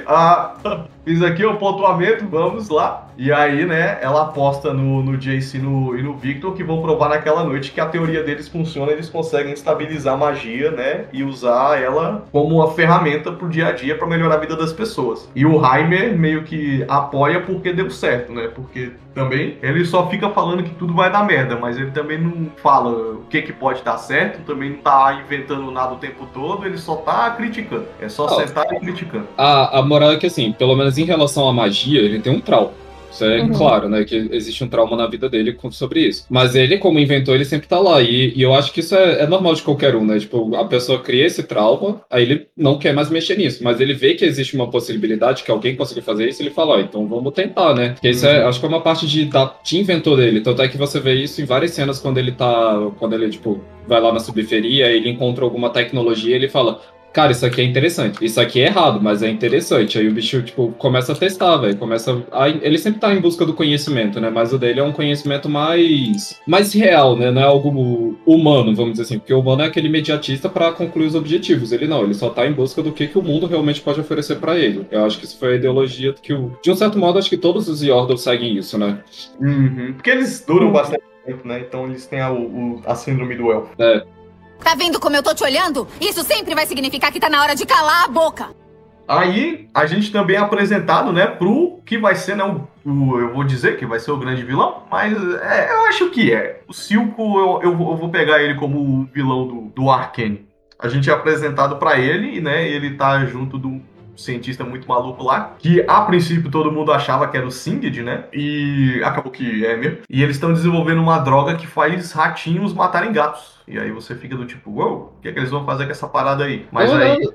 aqui o pontuamento, vamos lá. E aí, né, ela aposta no Jace e no Victor, que vão provar naquela noite que a teoria deles funciona, eles conseguem estabilizar a magia, né, e usar ela como uma ferramenta pro dia a dia pra melhorar a vida das pessoas. E o Heimer meio que apoia porque deu certo, né, porque também ele só fica falando que tudo vai dar merda, mas ele também não fala o que pode dar certo, também não tá inventando nada o tempo todo, ele só tá criticando. É só sentar e criticando. A moral é que, assim, pelo menos em relação à magia, ele tem um trauma. Isso é claro, né? Que existe um trauma na vida dele sobre isso. Mas ele, como inventor, ele sempre tá lá. E eu acho que isso é normal de qualquer um, né? Tipo, a pessoa cria esse trauma, aí ele não quer mais mexer nisso. Mas ele vê que existe uma possibilidade que alguém consiga fazer isso, ele fala, ó, então vamos tentar, né? Porque isso acho que é uma parte de inventor dele. Tanto é que você vê isso em várias cenas quando ele, tipo, vai lá na subferia, ele encontra alguma tecnologia, ele fala... Cara, isso aqui é interessante. Isso aqui é errado, mas é interessante. Aí o bicho, tipo, começa a testar, velho. Ele sempre tá em busca do conhecimento, né? Mas o dele é um conhecimento mais real, né? Não é algo humano, vamos dizer assim. Porque o humano é aquele imediatista pra concluir os objetivos. Ele não, ele só tá em busca do que o mundo realmente pode oferecer pra ele. Eu acho que isso foi a ideologia que de um certo modo, acho que todos os Yordle seguem isso, né? Porque eles duram bastante tempo, né? Então eles têm a síndrome do elfo. É. Tá vendo como eu tô te olhando? Isso sempre vai significar que tá na hora de calar a boca. Aí, a gente também é apresentado, né, pro que vai ser, né, eu vou dizer que vai ser o grande vilão, mas eu acho que é. O Silco, eu vou pegar ele como o vilão do Arcane. A gente é apresentado pra ele, né, ele tá junto do cientista muito maluco lá, que a princípio todo mundo achava que era o Singed, né? E acabou que é mesmo. E eles estão desenvolvendo uma droga que faz ratinhos matarem gatos. E aí você fica do tipo, uou, o que eles vão fazer com essa parada aí? Mas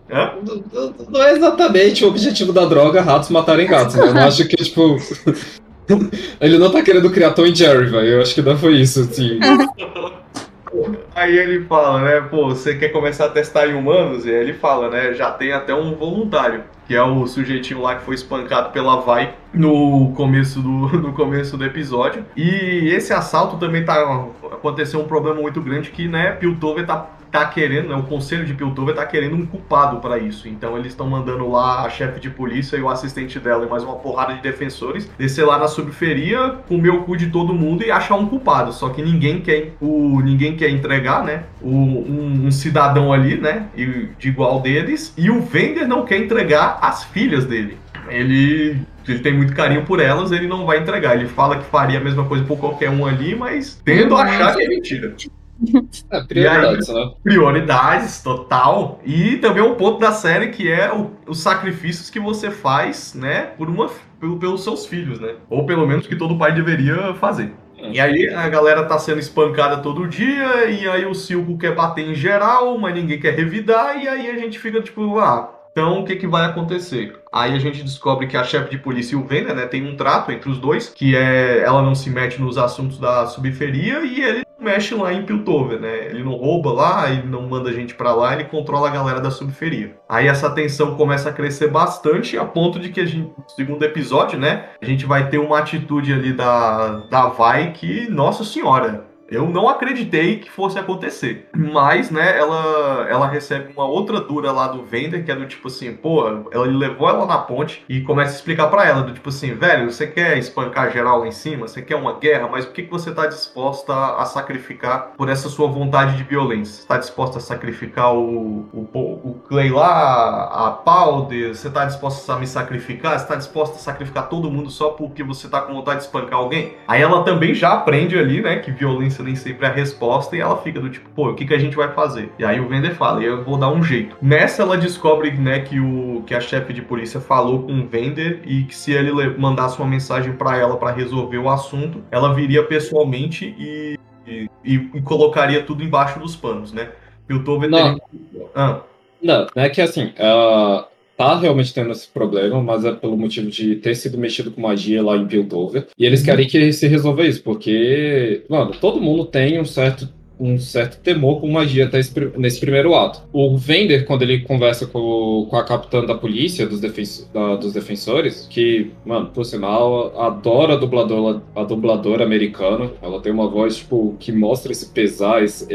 não é exatamente o objetivo da droga ratos matarem gatos, né? Eu não acho que, tipo... ele não tá querendo criar Tom e Jerry, velho. Eu acho que não foi isso, assim. Aí ele fala, né, pô, você quer começar a testar em humanos? E aí ele fala, né, já tem até um voluntário, que é o sujeitinho lá que foi espancado pela Vai no começo do episódio. E esse assalto também aconteceu um problema muito grande que, né, Piltover tá querendo, né, o conselho de Piltover tá querendo um culpado para isso. Então eles estão mandando lá a chefe de polícia e o assistente dela e mais uma porrada de defensores descer lá na subferia, comer o cu de todo mundo e achar um culpado. Só que ninguém quer entregar, né, um cidadão ali, né, de igual deles, e o Vender não quer entregar as filhas dele. Ele tem muito carinho por elas, ele não vai entregar. Ele fala que faria a mesma coisa por qualquer um ali, mas tendo a achar que é mentira. Prioridades, né? Prioridades, total. E também um ponto da série que é os sacrifícios que você faz, né, pelos seus filhos, né? Ou pelo menos que todo pai deveria fazer. E aí a galera tá sendo espancada todo dia, e aí o Silco quer bater em geral, mas ninguém quer revidar, e aí a gente fica tipo, então o que vai acontecer? Aí a gente descobre que a chefe de polícia e o Vender, né, tem um trato entre os dois, que ela não se mete nos assuntos da subferia e ele mexe lá em Piltover, né? Ele não rouba lá, ele não manda gente pra lá, ele controla a galera da subferia. Aí essa tensão começa a crescer bastante, a ponto de que no segundo episódio, né, a gente vai ter uma atitude ali da Vai que, nossa senhora, eu não acreditei que fosse acontecer. Mas, né, ela recebe uma outra dura lá do Vender, que é do tipo assim, pô, ele levou ela na ponte e começa a explicar pra ela, do tipo assim, velho, você quer espancar geral lá em cima? Você quer uma guerra? Mas por que você tá disposta a sacrificar por essa sua vontade de violência? Você tá disposta a sacrificar o Clay lá, a Powder? Você tá disposta a me sacrificar? Você tá disposta a sacrificar todo mundo só porque você tá com vontade de espancar alguém? Aí ela também já aprende ali, né, que violência nem sempre é a resposta, e ela fica do tipo, pô, o que a gente vai fazer? E aí o Vender fala, eu vou dar um jeito. Nessa ela descobre, né, que a chefe de polícia falou com o Vender e que se ele mandasse uma mensagem pra ela pra resolver o assunto, ela viria pessoalmente e colocaria tudo embaixo dos panos, né? Piltover Não, é que assim, tá realmente tendo esse problema, mas é pelo motivo de ter sido mexido com magia lá em Piltover. E eles querem que se resolva isso, porque, mano, todo mundo tem um certo um certo temor com magia até nesse primeiro ato. O Vander, quando ele conversa com a capitã da polícia, dos defensores, que, mano, por sinal, adora a dubladora americana. Ela tem uma voz, tipo, que mostra esse pesar, essa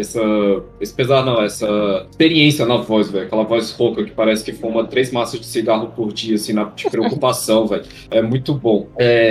experiência na voz, velho. Aquela voz rouca que parece que fuma 3 maços de cigarro por dia, assim, de preocupação, velho. É muito bom.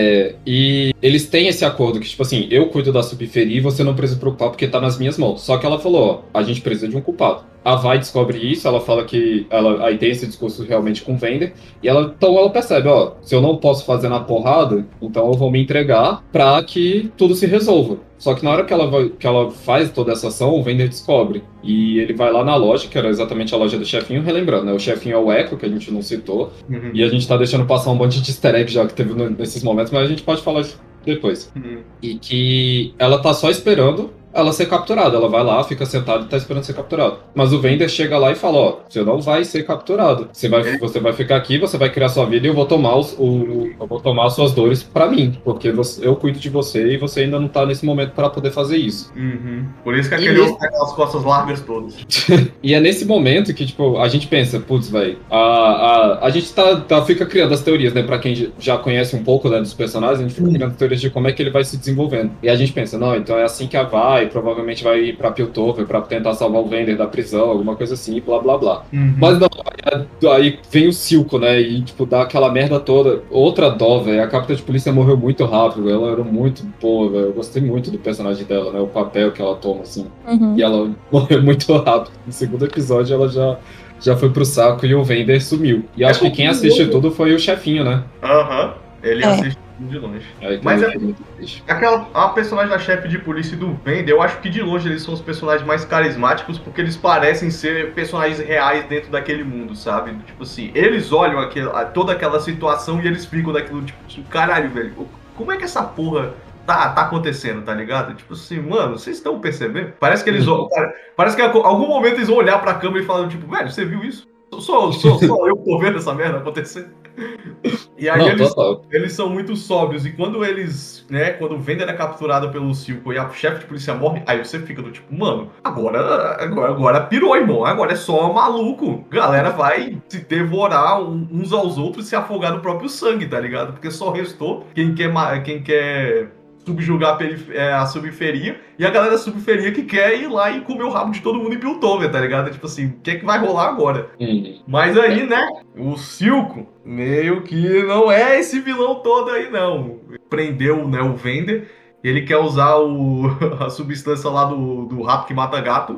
E eles têm esse acordo que, tipo assim, eu cuido da subferia e você não precisa se preocupar porque tá nas minhas mãos. Só que ela falou, ó, a gente precisa de um culpado. A Vi descobre isso, ela fala que aí tem esse discurso realmente com o Vander, e então ela percebe, ó, se eu não posso fazer na porrada, então eu vou me entregar pra que tudo se resolva. Só que na hora que ela faz toda essa ação, o Vander descobre. E ele vai lá na loja, que era exatamente a loja do chefinho, relembrando, né? O chefinho é o Echo, que a gente não citou, e a gente tá deixando passar um monte de easter egg já que teve nesses momentos, mas a gente pode falar isso depois. E que ela tá só esperando ela ser capturada. Ela vai lá, fica sentada e tá esperando ser capturada. Mas o Vander chega lá e fala, ó, você não vai ser capturado. Você vai ficar aqui, você vai criar sua vida e eu vou tomar as suas dores pra mim. Porque eu cuido de você e você ainda não tá nesse momento pra poder fazer isso. Por isso que aquele homem tá com as costas largas todas. E é nesse momento que, tipo, a gente pensa, putz, velho, a gente fica criando as teorias, né? Pra quem já conhece um pouco, né, dos personagens, a gente fica criando teorias de como é que ele vai se desenvolvendo. E a gente pensa, não, então é assim que a Vi provavelmente vai ir pra Piltover pra tentar salvar o Vander da prisão, alguma coisa assim, blá blá blá. Mas não, aí vem o Silco, né, e tipo, dá aquela merda toda. Outra dó, velho, a capitã de polícia morreu muito rápido, ela era muito boa, velho, eu gostei muito do personagem dela, né, o papel que ela toma, assim, e ela morreu muito rápido. No segundo episódio ela já foi pro saco e o Vander sumiu. E acho que quem assiste tudo foi o chefinho, né? Ele assiste de longe. Mas a personagem da chefe de polícia do Vander, eu acho que de longe eles são os personagens mais carismáticos porque eles parecem ser personagens reais dentro daquele mundo, sabe? Tipo assim, eles olham toda aquela situação e eles ficam daquilo, tipo, caralho, velho, como é que essa porra tá acontecendo, tá ligado? Tipo assim, mano, vocês estão percebendo? Parece que eles parece que em algum momento eles vão olhar pra câmera e falar, tipo, velho, você viu isso? Só eu tô vendo essa merda acontecer. E aí eles são muito sóbrios. E quando quando o Vander é capturado pelo Silco e a chefe de polícia morre, aí você fica do tipo, mano, agora pirou, irmão. Agora é só maluco. Galera vai se devorar uns aos outros e se afogar no próprio sangue, tá ligado? Porque só restou quem quer subjugar a subferia, e a galera da subferia que quer ir lá e comer o rabo de todo mundo em Piltover, tá ligado? Tipo assim, o que é que vai rolar agora? Mas aí, né, o Silco meio que não é esse vilão todo aí, não. Prendeu, né, o Vander, ele quer usar a substância lá do rato que mata gato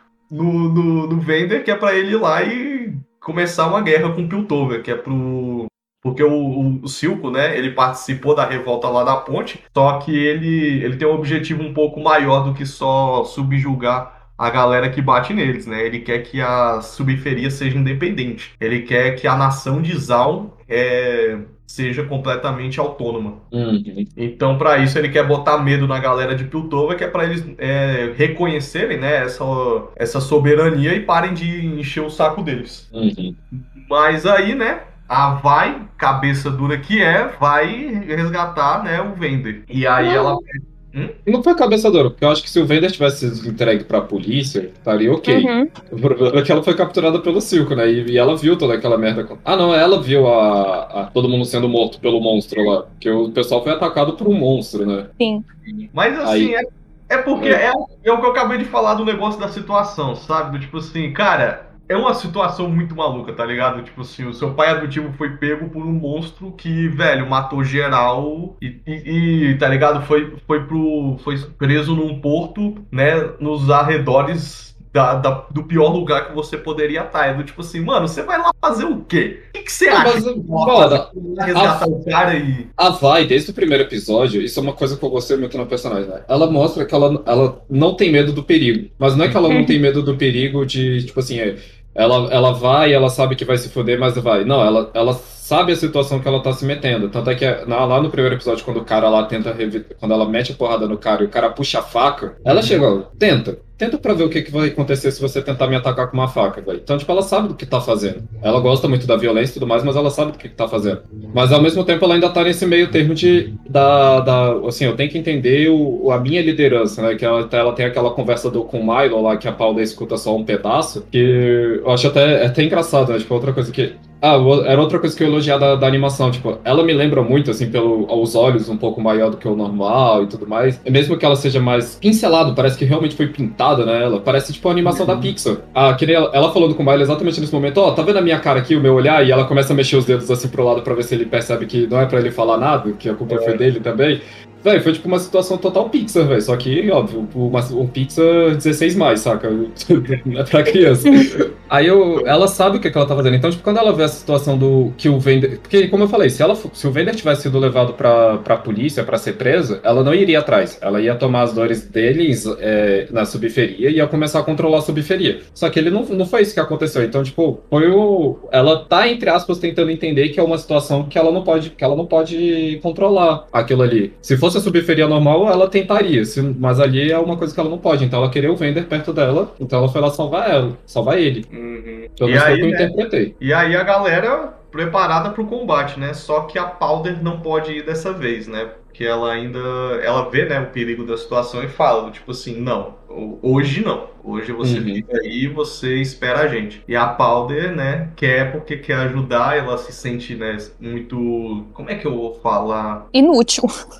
no Vander, que é pra ele ir lá e começar uma guerra com Piltover, que é porque o Silco, né, ele participou da revolta lá da ponte, só que ele tem um objetivo um pouco maior do que só subjugar a galera que bate neles, né? Ele quer que a subferia seja independente. Ele quer que a nação de Zaun seja completamente autônoma. Então, para isso, ele quer botar medo na galera de Piltover, que é para eles reconhecerem, né, essa soberania e parem de encher o saco deles. Mas aí, né, a Vi, cabeça dura que vai resgatar, né, o Vander. E aí ela... Não foi cabeça dura, porque eu acho que se o Vander tivesse sido entregue pra polícia, estaria ok. O problema é que ela foi capturada pelo Silco, né? E ela viu toda aquela merda. Não, ela viu todo mundo sendo morto pelo monstro lá. Que o pessoal foi atacado por um monstro, né? Sim. Mas assim, é porque é o que eu acabei de falar do negócio da situação, sabe? Do tipo assim, cara... É uma situação muito maluca, tá ligado? Tipo assim, o seu pai adotivo foi pego por um monstro que, velho, matou geral e tá ligado? Foi preso num porto, né, nos arredores do pior lugar que você poderia estar. É do tipo assim, mano, você vai lá fazer o quê? O que você acha? Resgatar o cara e... A Vi, desde o primeiro episódio, isso é uma coisa que eu gostei muito na personagem, né? Ela mostra que ela não tem medo do perigo. Mas não é que ela não tem medo do perigo de, tipo assim, ela vai, ela sabe que vai se foder, mas vai. Não, ela sabe a situação que ela tá se metendo. Tanto é que lá no primeiro episódio, quando o cara lá quando ela mete a porrada no cara e o cara puxa a faca, ela chega, ó, Tenta pra ver o que vai acontecer se você tentar me atacar com uma faca, velho. Então, tipo, ela sabe do que tá fazendo. Ela gosta muito da violência e tudo mais, mas ela sabe do que tá fazendo. Mas, ao mesmo tempo, ela ainda tá nesse meio termo assim, eu tenho que entender a minha liderança, né? Que ela tem aquela conversa com o Milo lá, que a Paula escuta só um pedaço, que eu acho até engraçado, né? Tipo, outra coisa que... era outra coisa que eu elogiar da animação, tipo, ela me lembra muito, assim, aos olhos um pouco maior do que o normal e tudo mais. E mesmo que ela seja mais pincelado, parece que realmente foi pintada, né? Ela parece tipo a animação da Pixar. Que nem ela falando com o Miley exatamente nesse momento, tá vendo a minha cara aqui, o meu olhar? E ela começa a mexer os dedos assim pro lado pra ver se ele percebe que não é pra ele falar nada, que a culpa foi dele também. Véi, foi tipo uma situação total Pixar, velho. Só que, óbvio, um Pixar 16 mais, saca? Não é pra criança. Aí ela sabe o que ela tá fazendo. Então, tipo, quando ela vê a situação que o Vander... Porque, como eu falei, se o Vander tivesse sido levado pra polícia, pra ser preso, ela não iria atrás. Ela ia tomar as dores deles na subferia e ia começar a controlar a subferia. Só que ele não foi isso que aconteceu. Então, tipo, ela tá, entre aspas, tentando entender que é uma situação que ela não pode controlar aquilo ali. Se fosse a subferia normal, ela tentaria, mas ali é uma coisa que ela não pode. Então ela queria o Vander perto dela, então ela foi lá salvar ele. Pelo menos foi o que eu interpretei. E aí a galera preparada pro combate, né? Só que a Powder não pode ir dessa vez, né? Porque ela vê, né, o perigo da situação e fala, tipo assim, não, hoje não. Hoje você fica aí e você espera a gente. E a Powder, né, porque quer ajudar, ela se sente, né, muito... Como é que eu vou falar? Inútil.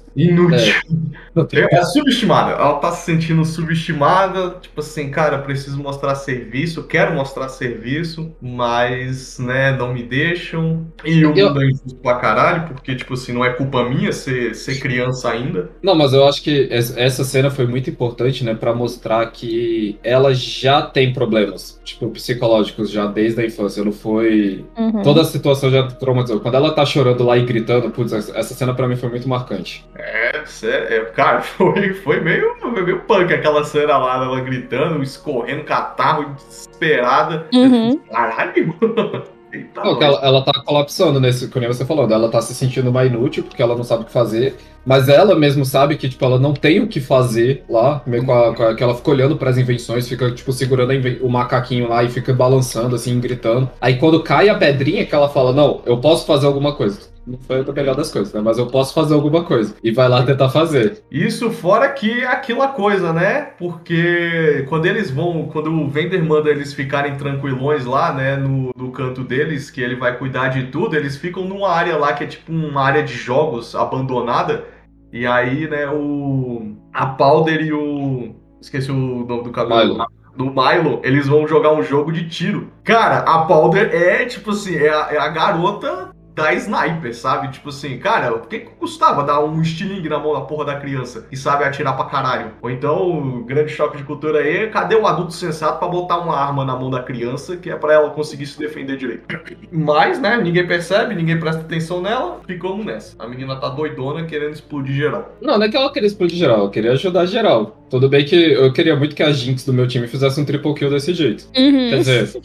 É subestimada. Ela tá se sentindo subestimada, tipo assim, cara, preciso mostrar serviço, quero mostrar serviço, mas, né, não me deixam. E o mundo é injusto pra caralho, porque, tipo assim, não é culpa minha ser criança ainda. Não, mas eu acho que essa cena foi muito importante, né, pra mostrar que ela já tem problemas, tipo, psicológicos já desde a infância. Não foi... Toda a situação já traumatizou. Quando ela tá chorando lá e gritando, putz, essa cena pra mim foi muito marcante. Cara, foi meio punk aquela cena lá, ela gritando, escorrendo catarro, desesperada. Caralho! Eita, não, ela tá colapsando nesse, como você falou, ela tá se sentindo uma inútil porque ela não sabe o que fazer, mas ela mesmo sabe que, tipo, ela não tem o que fazer lá, meio que ela fica olhando pras invenções, fica, tipo, segurando o macaquinho lá e fica balançando, assim, gritando. Aí quando cai a pedrinha que ela fala, não, eu posso fazer alguma coisa. Não foi a melhor das coisas, né? Mas eu posso fazer alguma coisa. E vai lá tentar fazer. Isso fora que é aquela coisa, né? Porque quando o Vander manda eles ficarem tranquilões lá, né? No canto deles, que ele vai cuidar de tudo, eles ficam numa área lá que é tipo uma área de jogos abandonada. E aí, né, a Powder e esqueci o nome do cabelo. Do Milo, eles vão jogar um jogo de tiro. Cara, a Powder é, tipo assim, é a garota da sniper, sabe? Tipo assim, cara, por que custava dar um estilingue na mão da porra da criança e sabe atirar pra caralho? Ou então, grande choque de cultura aí, cadê o adulto sensato pra botar uma arma na mão da criança que é pra ela conseguir se defender direito? Mas, né, ninguém percebe, ninguém presta atenção nela, ficamos nessa. A menina tá doidona querendo explodir geral. Não é que ela queria explodir geral, ela queria ajudar geral. Tudo bem que eu queria muito que a Jinx do meu time fizesse um triple kill desse jeito. Quer dizer...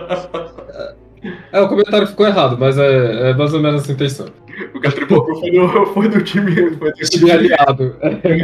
o comentário ficou errado, mas é mais ou menos essa intenção. Porque a triple kill foi do time aliado.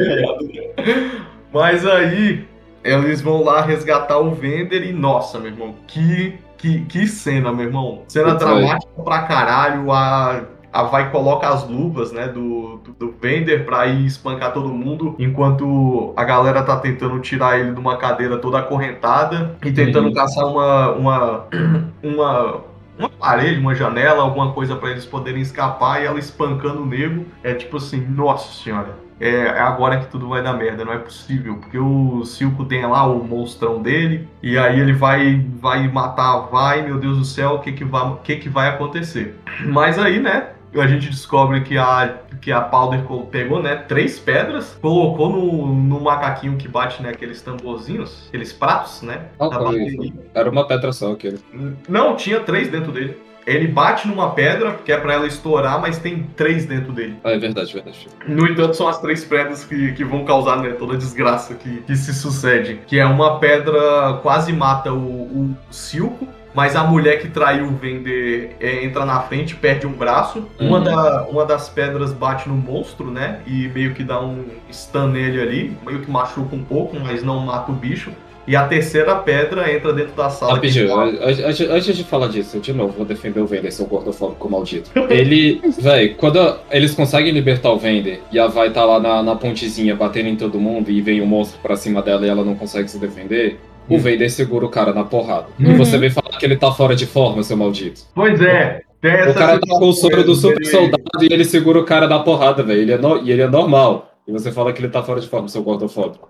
Mas aí, eles vão lá resgatar o Vander e, nossa, meu irmão, que cena, meu irmão. Cena dramática pra caralho, a Vai coloca as luvas, né, do Vander pra ir espancar todo mundo, enquanto a galera tá tentando tirar ele de uma cadeira toda acorrentada e tentando caçar uma parede, uma janela, alguma coisa pra eles poderem escapar, e ela espancando o nego. É tipo assim, nossa senhora, é agora que tudo vai dar merda, não é possível, porque o Silco tem lá o monstrão dele, e aí ele vai matar, meu Deus do céu, o que vai acontecer? Mas aí, né, a gente descobre que a Powder pegou, né, 3 pedras, colocou no macaquinho que bate, né, aqueles tamborzinhos, aqueles pratos, né? Era uma pedra só aquele. Não, tinha 3 dentro dele. Ele bate numa pedra, que é pra ela estourar, mas tem 3 dentro dele. É verdade. No entanto, são as 3 pedras que vão causar, né, toda a desgraça que se sucede. Que é uma pedra quase mata o Silco, mas a mulher que traiu o Vader entra na frente, perde um braço. Uma das pedras bate no monstro, né? E meio que dá um stun nele ali, meio que machuca um pouco, mas não mata o bicho. E a terceira pedra entra dentro da sala. Rapidinho, antes de falar disso, de novo, vou defender o Vader, seu gordofóbico maldito. Ele, véi, quando eles conseguem libertar o Vader e a Vai tá lá na pontezinha batendo em todo mundo e vem um monstro pra cima dela e ela não consegue se defender, o Vader segura o cara na porrada. E você vem falar que ele tá fora de forma, seu maldito. Pois é. O cara tá com o soro do super soldado e ele segura o cara na porrada, velho. Ele é normal. E você fala que ele tá fora de forma, seu gordofóbico.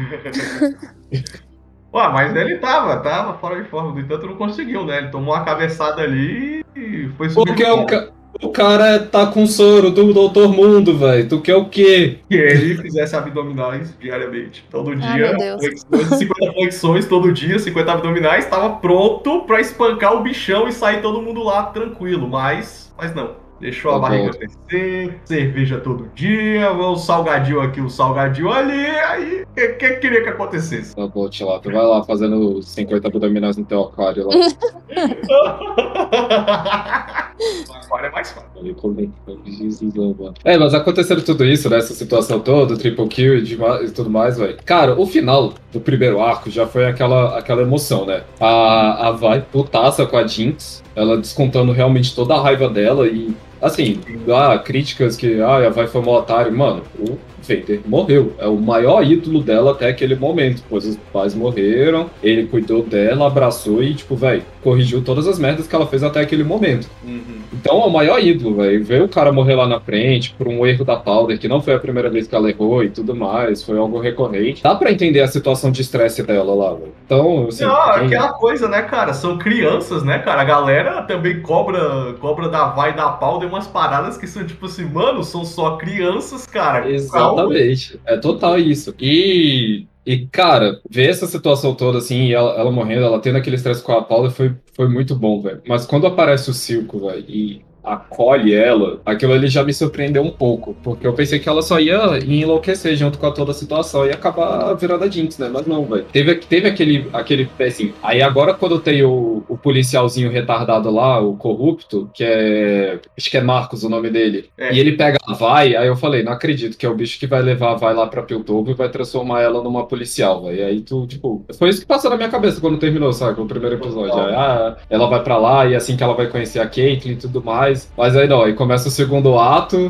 Ué, mas ele tava fora de forma, no entanto não conseguiu, né? Ele tomou uma cabeçada ali e foi subir. Porque o cara tá com soro do Doutor Mundo, velho. Tu quer o quê? Que ele fizesse abdominais diariamente. Todo dia, 50 flexões todo dia, 50 abdominais, tava pronto pra espancar o bichão e sair todo mundo lá tranquilo, mas não. Deixou a barriga crescer, cerveja todo dia, o salgadinho aqui, o salgadinho ali, aí o que queria que acontecesse? Tá bom, Tila, tu vai lá fazendo 50 abdominais no teu aquário lá. Agora é mais fácil. Mas acontecendo tudo isso, né? Essa situação toda, triple kill e tudo mais, velho. Cara, o final do primeiro arco já foi aquela emoção, né? A Vai putaça com a Jinx, ela descontando realmente toda a raiva dela e, assim, críticas que a Vai foi um otário. Mano, o Vader morreu. É o maior ídolo dela até aquele momento, pois os pais morreram, ele cuidou dela, abraçou e, tipo, velho, corrigiu todas as merdas que ela fez até aquele momento. Então é o maior ídolo, velho. Ver o cara morrer lá na frente por um erro da Powder, que não foi a primeira vez que ela errou e tudo mais, foi algo recorrente. Dá pra entender a situação de estresse dela lá, velho. Então, assim... aquela coisa, né, cara? São crianças, né, cara? A galera também cobra da Vai e da Powder umas paradas que são, tipo assim, mano, são só crianças, cara. Exatamente. É total isso. E, cara, ver essa situação toda, assim, e ela morrendo, ela tendo aquele estresse com a Paula, foi muito bom, velho. Mas quando aparece o Silco, velho, e acolhe ela, aquilo ali já me surpreendeu um pouco, porque eu pensei que ela só ia enlouquecer junto com toda a situação e acabar virando a Jinx, né? Mas não, velho. Teve aquele assim. Aí agora quando tem o policialzinho retardado lá, o corrupto, acho que é Marcos o nome dele, e ele pega a Vai, aí eu falei, não acredito que é o bicho que vai levar a Vai lá pra Piltover e vai transformar ela numa policial, velho. E aí tu, tipo, foi isso que passou na minha cabeça quando terminou, sabe, o primeiro episódio. Aí, ela vai pra lá e assim que ela vai conhecer a Caitlyn e tudo mais. Mas aí não, aí começa o segundo ato,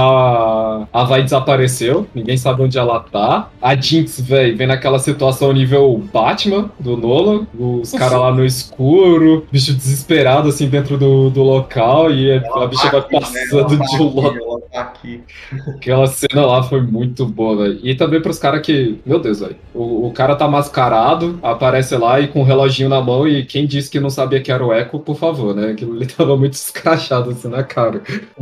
a Vai desapareceu, ninguém sabe onde ela tá. A Jinx, velho, vem naquela situação nível Batman, do Nolan, os caras lá no escuro, bicho desesperado, assim, dentro do local, e a bicha vai passando de um local. Aquela cena lá foi muito boa, velho. E também pros caras que, meu Deus, velho, o cara tá mascarado, aparece lá e com um reloginho na mão, e quem disse que não sabia que era o Echo, por favor, né? Aquilo ele tava muito escrachado assim na cara.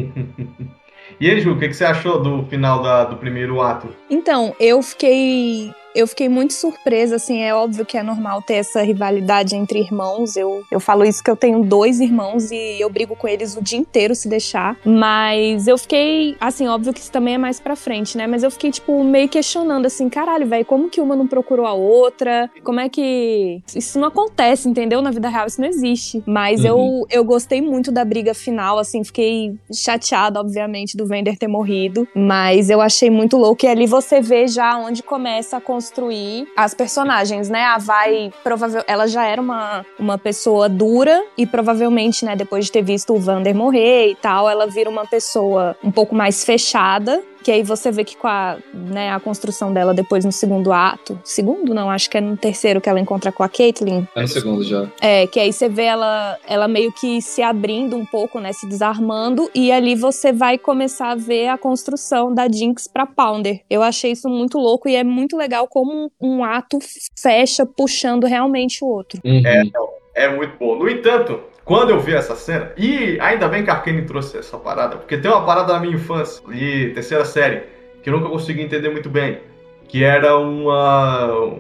E aí, Ju, o que você achou do final do primeiro ato? Então, eu fiquei muito surpresa, assim, é óbvio que é normal ter essa rivalidade entre irmãos, eu falo isso que eu tenho 2 irmãos e eu brigo com eles o dia inteiro se deixar, mas eu fiquei, assim, óbvio que isso também é mais pra frente, né, mas eu fiquei, tipo, meio questionando, assim, caralho, velho, como que uma não procurou a outra, como é que... Isso não acontece, entendeu? Na vida real isso não existe, mas eu gostei muito da briga final, assim, fiquei chateada, obviamente, do Vader ter morrido, mas eu achei muito louco e ali você vê já onde começa a construir as personagens, né? A Vai, ela já era uma pessoa dura e provavelmente, né, depois de ter visto o Vander morrer e tal, ela vira uma pessoa um pouco mais fechada, que aí você vê que com a construção dela depois no segundo ato, segundo não, acho que é no terceiro que ela encontra com a Caitlyn. É no segundo já. Que aí você vê ela meio que se abrindo um pouco, né, se desarmando, e ali você vai começar a ver a construção da Jinx pra Powder. Eu achei isso muito louco e é muito legal como um ato fecha puxando realmente o outro. É muito bom. No entanto, quando eu vi essa cena, e ainda bem que a Arkane trouxe essa parada, porque tem uma parada na minha infância, de terceira série, que eu nunca consegui entender muito bem, que era uma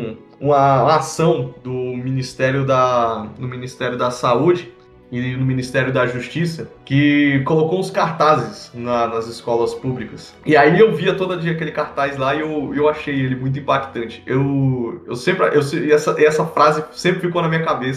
ação do Ministério da Saúde e no Ministério da Justiça, que colocou uns cartazes nas escolas públicas. E aí eu via todo dia aquele cartaz lá e eu achei ele muito impactante. Essa frase sempre ficou na minha cabeça,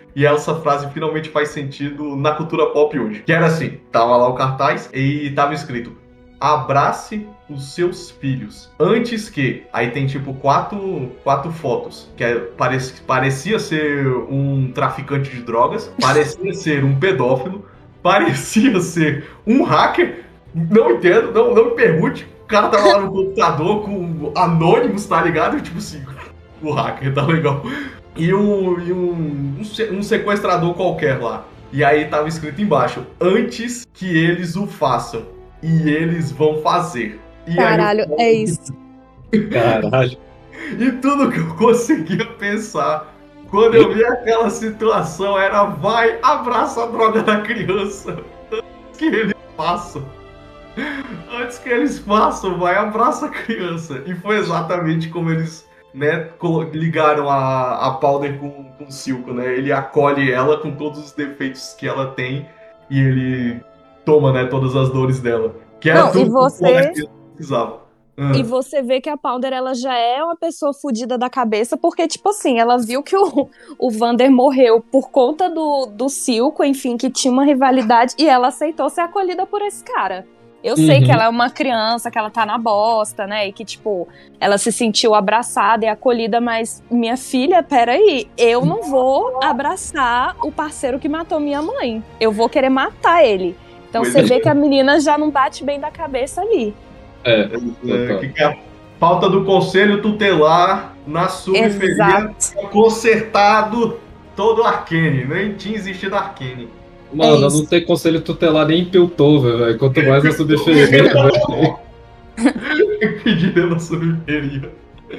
E essa frase finalmente faz sentido na cultura pop hoje. Que era assim, tava lá o cartaz e tava escrito: abrace os seus filhos. Antes que... Aí tem tipo quatro fotos. Que parecia ser um traficante de drogas. Parecia ser um pedófilo. Parecia ser um hacker. Não entendo, não me pergunte. O cara tava lá no computador com anônimos, tá ligado? Tipo assim, o hacker, tá legal. E um sequestrador qualquer lá. E aí tava escrito embaixo: antes que eles o façam. E eles vão fazer. E caralho, aí é isso. Caralho. E tudo que eu conseguia pensar quando eu vi aquela situação era: vai, abraça a droga da criança. Antes que eles façam. Antes que eles façam, vai, abraça a criança. E foi exatamente como eles, né, ligaram a Powder com o Silco, né? Ele acolhe ela com todos os defeitos que ela tem e ele toma, né, todas as dores dela. Que era tudo que ela precisava. E você vê que a Powder, ela já é uma pessoa fodida da cabeça, porque, tipo assim, ela viu que o Vander morreu por conta do Silco, enfim, que tinha uma rivalidade, e ela aceitou ser acolhida por esse cara. Eu sei que ela é uma criança, que ela tá na bosta, né? E que, tipo, ela se sentiu abraçada e acolhida, mas, minha filha, peraí, eu não vou abraçar o parceiro que matou minha mãe. Eu vou querer matar ele. Então você vê que a menina já não bate bem da cabeça ali. Que a falta do conselho tutelar na subferia consertado todo o Arcane. Nem tinha existido Arcane. Mano, não tem conselho tutelar nem em Piltover, velho. Quanto mais a subferia, velho. Pedindo na subferia.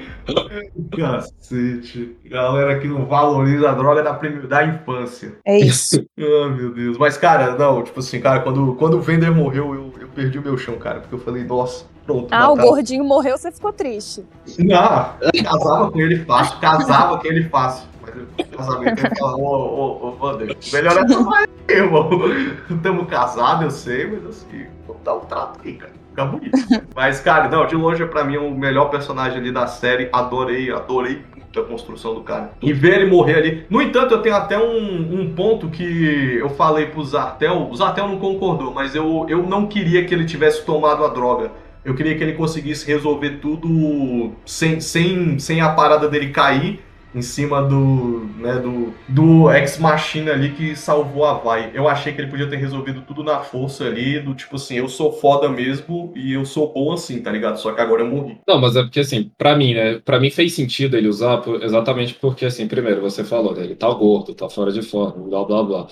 Cacete. Galera que não valoriza a droga da infância. É isso. Meu Deus. Mas, cara, não, tipo assim, cara, quando o Vander morreu, eu perdi o meu chão, cara. Porque eu falei, nossa, pronto. O gordinho morreu, você ficou triste. Não, casava com ele fácil. Mas o casamento ele fala: ô, Vander, melhor é tomar aí, irmão. Estamos casados, eu sei, mas assim, vamos dar um trato aí, cara. Fica bonito. Mas, cara, não, de longe, pra mim, é o melhor personagem ali da série. Adorei muito a construção do cara. E ver ele morrer ali. No entanto, eu tenho até um ponto que eu falei pro Zartel. O Zartel não concordou, mas eu não queria que ele tivesse tomado a droga. Eu queria que ele conseguisse resolver tudo sem a parada dele cair em cima do Ex Machina ali que salvou a Vai. Eu achei que ele podia ter resolvido tudo na força ali, do tipo assim, eu sou foda mesmo e eu sou bom assim, tá ligado? Só que agora eu morri. Não, mas é porque assim, pra mim, né, pra mim fez sentido ele usar exatamente porque, assim, primeiro, você falou, né, ele tá gordo, tá fora de forma, blá, blá, blá.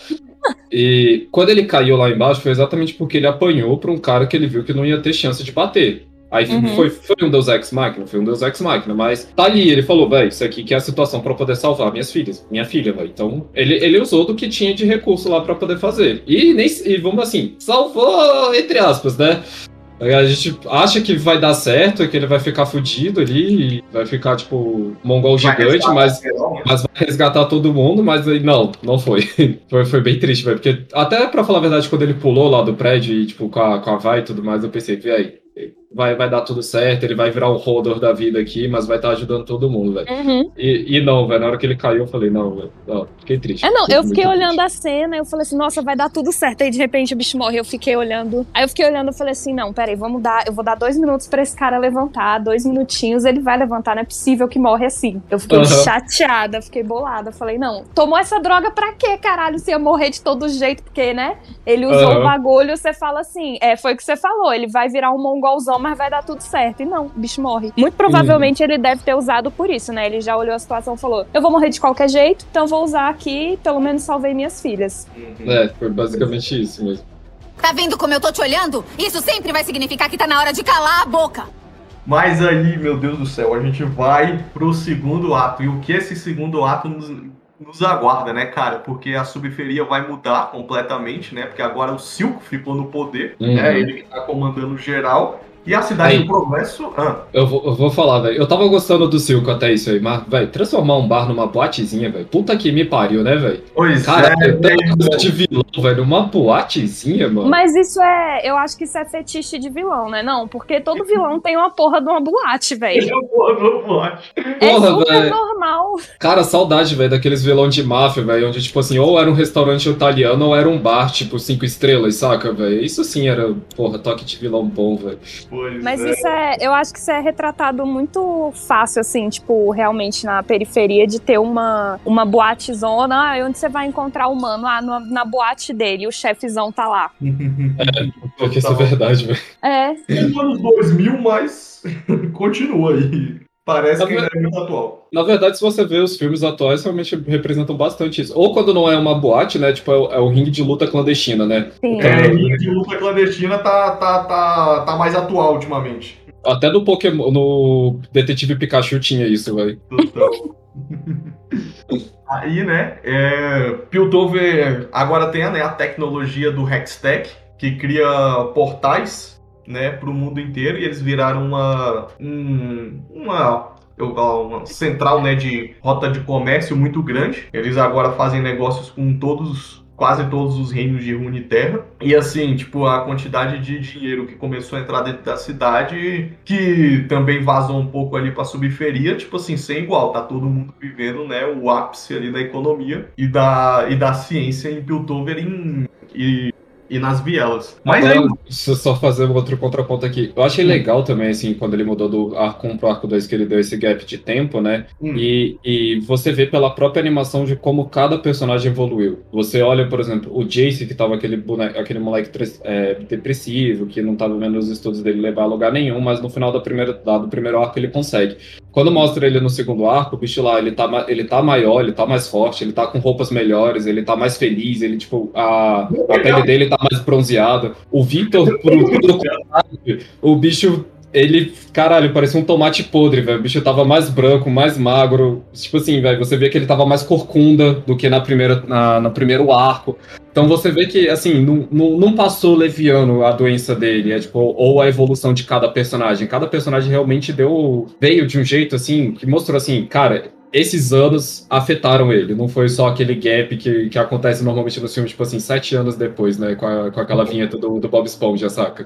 E quando ele caiu lá embaixo foi exatamente porque ele apanhou pra um cara que ele viu que não ia ter chance de bater. Aí foi um Deus Ex Machina, mas tá ali, ele falou, velho, isso aqui que é a situação pra poder salvar minha filha, velho. Então, ele usou do que tinha de recurso lá pra poder fazer. E vamos assim, salvou, entre aspas, né? A gente acha que vai dar certo, que ele vai ficar fudido ali, vai ficar, tipo, mongol gigante, mas vai resgatar todo mundo, mas não foi. Foi bem triste, velho, porque até pra falar a verdade, quando ele pulou lá do prédio e, tipo, com a Vai e tudo mais, eu pensei, véi, vai dar tudo certo, ele vai virar um Hodor da vida aqui, mas vai estar ajudando todo mundo, velho. E não, velho, na hora que ele caiu, eu falei, não, velho, fiquei triste. Eu fiquei olhando a cena, eu falei assim, nossa, vai dar tudo certo, aí de repente o bicho morre, eu fiquei olhando, e falei assim, não, peraí, eu vou dar 2 minutos pra esse cara levantar, 2 minutinhos, ele vai levantar, não é possível que morre assim. Eu fiquei chateada, fiquei bolada, falei, não, tomou essa droga pra quê, caralho, se ia morrer de todo jeito, porque, né, ele usou o bagulho, você fala assim, foi o que você falou, ele vai virar um mongolzão, mas vai dar tudo certo. E não, o bicho morre. Muito provavelmente ele deve ter usado por isso, né? Ele já olhou a situação e falou, eu vou morrer de qualquer jeito, então vou usar aqui, pelo menos salvei minhas filhas. Foi basicamente isso mesmo. Tá vendo como eu tô te olhando? Isso sempre vai significar que tá na hora de calar a boca. Mas aí, meu Deus do céu, a gente vai pro segundo ato. E o que esse segundo ato nos aguarda, né, cara? Porque a subferia vai mudar completamente, né? Porque agora o Silco ficou no poder, né? Ele que tá comandando geral. E a Cidade do Progresso... Eu vou falar, velho. Eu tava gostando do Silco até isso aí, mas, velho, transformar um bar numa boatezinha, velho. Puta que me pariu, né, velho? Pois cara, é tanta coisa de vilão, velho. Uma boatezinha, mano. Mas isso eu acho que isso é fetiche de vilão, né? Não, porque todo vilão tem uma porra de uma boate, velho. Tem uma porra de uma boate. É super normal mal. Cara, saudade, velho, daqueles vilões de máfia, velho, onde, tipo assim, ou era um restaurante italiano ou era um bar, tipo, 5 estrelas, saca, velho? Isso sim era, porra, toque de vilão bom, velho. Mas isso eu acho que isso é retratado muito fácil, assim, tipo, realmente na periferia, de ter uma boatezona, onde você vai encontrar o mano, na boate dele, e o chefezão tá lá. Porque isso é verdade, velho. Nos anos 2000, mas continua aí. Parece que ainda é muito atual. Na verdade, se você vê os filmes atuais, realmente representam bastante isso. Ou quando não é uma boate, né? Tipo, é o ringue de luta clandestina, né? Sim. O ringue de luta clandestina tá mais atual ultimamente. Até no Pokémon, no Detetive Pikachu tinha isso, velho. Então. Aí, né, Piltover agora tem a tecnologia do Hextech, que cria portais, né, para o mundo inteiro, e eles viraram uma central, né, de rota de comércio muito grande. Eles agora fazem negócios com quase todos os reinos de Runeterra. E assim, tipo, a quantidade de dinheiro que começou a entrar dentro da cidade, que também vazou um pouco ali pra subferia, tipo assim, sem igual. Tá todo mundo vivendo, né, o ápice ali da economia e da ciência em Piltover e nas vielas. Mas agora, aí... deixa eu só fazer um outro contraponto aqui. Eu achei legal também, assim, quando ele mudou do arco 1 pro arco 2, que ele deu esse gap de tempo, né? E você vê pela própria animação de como cada personagem evoluiu. Você olha, por exemplo, o Jace, que tava aquele moleque depressivo, que não tava vendo os estudos dele levar a lugar nenhum, mas no final do primeiro arco ele consegue. Quando mostra ele no segundo arco, o bicho lá, ele tá maior, ele tá mais forte, ele tá com roupas melhores, ele tá mais feliz, ele, tipo, a pele dele tá mais bronzeada. O Victor, o bicho, ele, caralho, parecia um tomate podre, velho. O bicho tava mais branco, mais magro. Tipo assim, velho, você vê que ele tava mais corcunda do que no primeiro arco. Então você vê que, assim, não passou leviano a doença dele, tipo, ou a evolução de cada personagem. Cada personagem realmente veio de um jeito, assim, que mostrou, assim, cara, esses anos afetaram ele. Não foi só aquele gap que acontece normalmente nos filmes, tipo assim, 7 anos depois, né, com aquela vinheta do Bob Esponja, saca?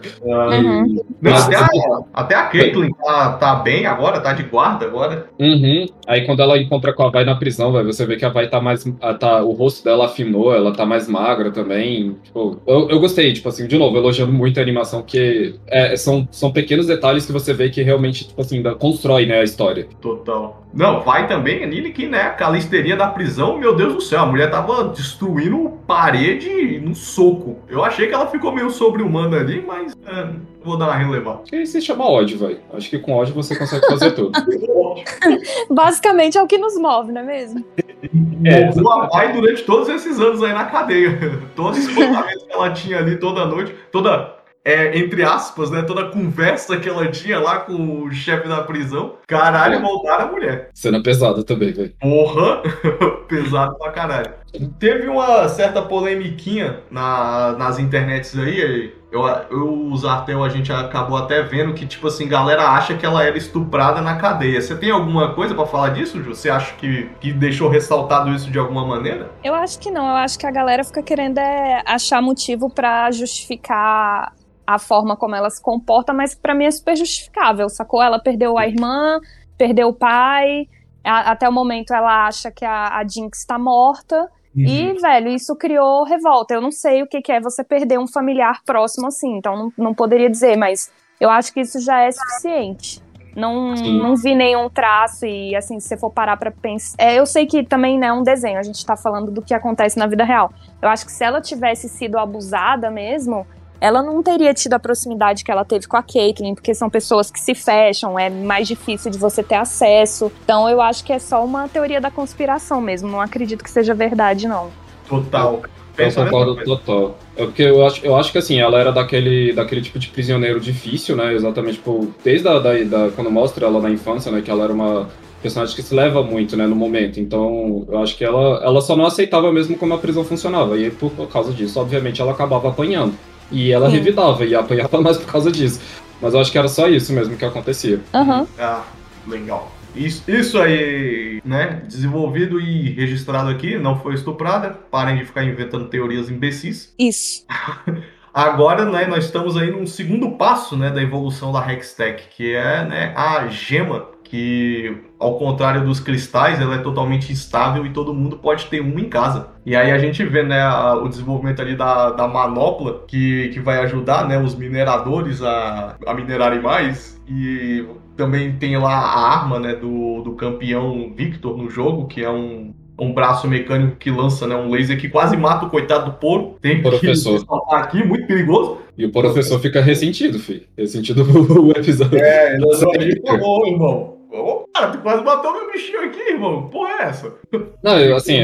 Mas até a Caitlyn tá bem agora, tá de guarda agora. Aí quando ela encontra com a Vai na prisão, véio, você vê que a Vai tá mais... o rosto dela afinou, ela tá mais magra também. Tipo, eu gostei, tipo assim, de novo, elogiando muito a animação, porque são pequenos detalhes que você vê que realmente, tipo assim, constrói, né, a história. Total. Não, vai também, Nili, que, né, aquela histeria da prisão, meu Deus do céu, a mulher tava destruindo parede no soco. Eu achei que ela ficou meio sobre-humana ali, mas vou dar uma relevada. Acho que isso se chama ódio, velho. Acho que com ódio você consegue fazer tudo. Basicamente é o que nos move, não é mesmo? Moveu a Vai durante todos esses anos aí na cadeia. Todos os comportamentos que ela tinha ali toda noite, entre aspas, né, toda a conversa que ela tinha lá com o chefe da prisão, caralho, moldaram a mulher. Cena pesada também, velho. Porra, pesado pra caralho. Teve uma certa polemiquinha nas internets aí, o Zartel, a gente acabou até vendo que, tipo assim, galera acha que ela era estuprada na cadeia. Você tem alguma coisa pra falar disso, Ju? Você acha que deixou ressaltado isso de alguma maneira? Eu acho que não, eu acho que a galera fica querendo achar motivo pra justificar a forma como ela se comporta, mas pra mim é super justificável, sacou? Ela perdeu a irmã, perdeu o pai, até o momento ela acha que a Jinx tá morta, e, velho, isso criou revolta. Eu não sei o que é você perder um familiar próximo assim, então não poderia dizer, mas eu acho que isso já é suficiente. Não vi nenhum traço e, assim, se você for parar pra pensar... eu sei que também não é um desenho, a gente tá falando do que acontece na vida real. Eu acho que se ela tivesse sido abusada mesmo, ela não teria tido a proximidade que ela teve com a Caitlyn, porque são pessoas que se fecham, é mais difícil de você ter acesso. Então eu acho que é só uma teoria da conspiração mesmo, não acredito que seja verdade, não. Total. Eu concordo total. Porque eu acho que assim, ela era daquele tipo de prisioneiro difícil, né? Exatamente, tipo, desde quando mostra ela na infância, né? Que ela era uma personagem que se leva muito, né, no momento. Então, eu acho que ela só não aceitava mesmo como a prisão funcionava. E por causa disso, obviamente, ela acabava apanhando. E ela revidava e apanhava mais por causa disso. Mas eu acho que era só isso mesmo que acontecia. Ah, legal. Isso aí, né, desenvolvido e registrado aqui, não foi estuprada. Parem de ficar inventando teorias imbecis. Isso. Agora, né, nós estamos aí num segundo passo, né, da evolução da Hextech, que é, né, a gema que, ao contrário dos cristais, ela é totalmente estável e todo mundo pode ter um em casa. E aí a gente vê, né, o desenvolvimento ali da manopla, que vai ajudar, né, os mineradores a minerarem mais. E também tem lá a arma, né, do campeão Victor no jogo, que é um braço mecânico que lança, né, um laser que quase mata o coitado do Poro. Tem que ressaltar aqui, muito perigoso. E o professor fica ressentido, filho. Ressentido o episódio. Ele falou, irmão. Cara, tu quase matou meu bichinho aqui, irmão. Porra é essa? Não, assim,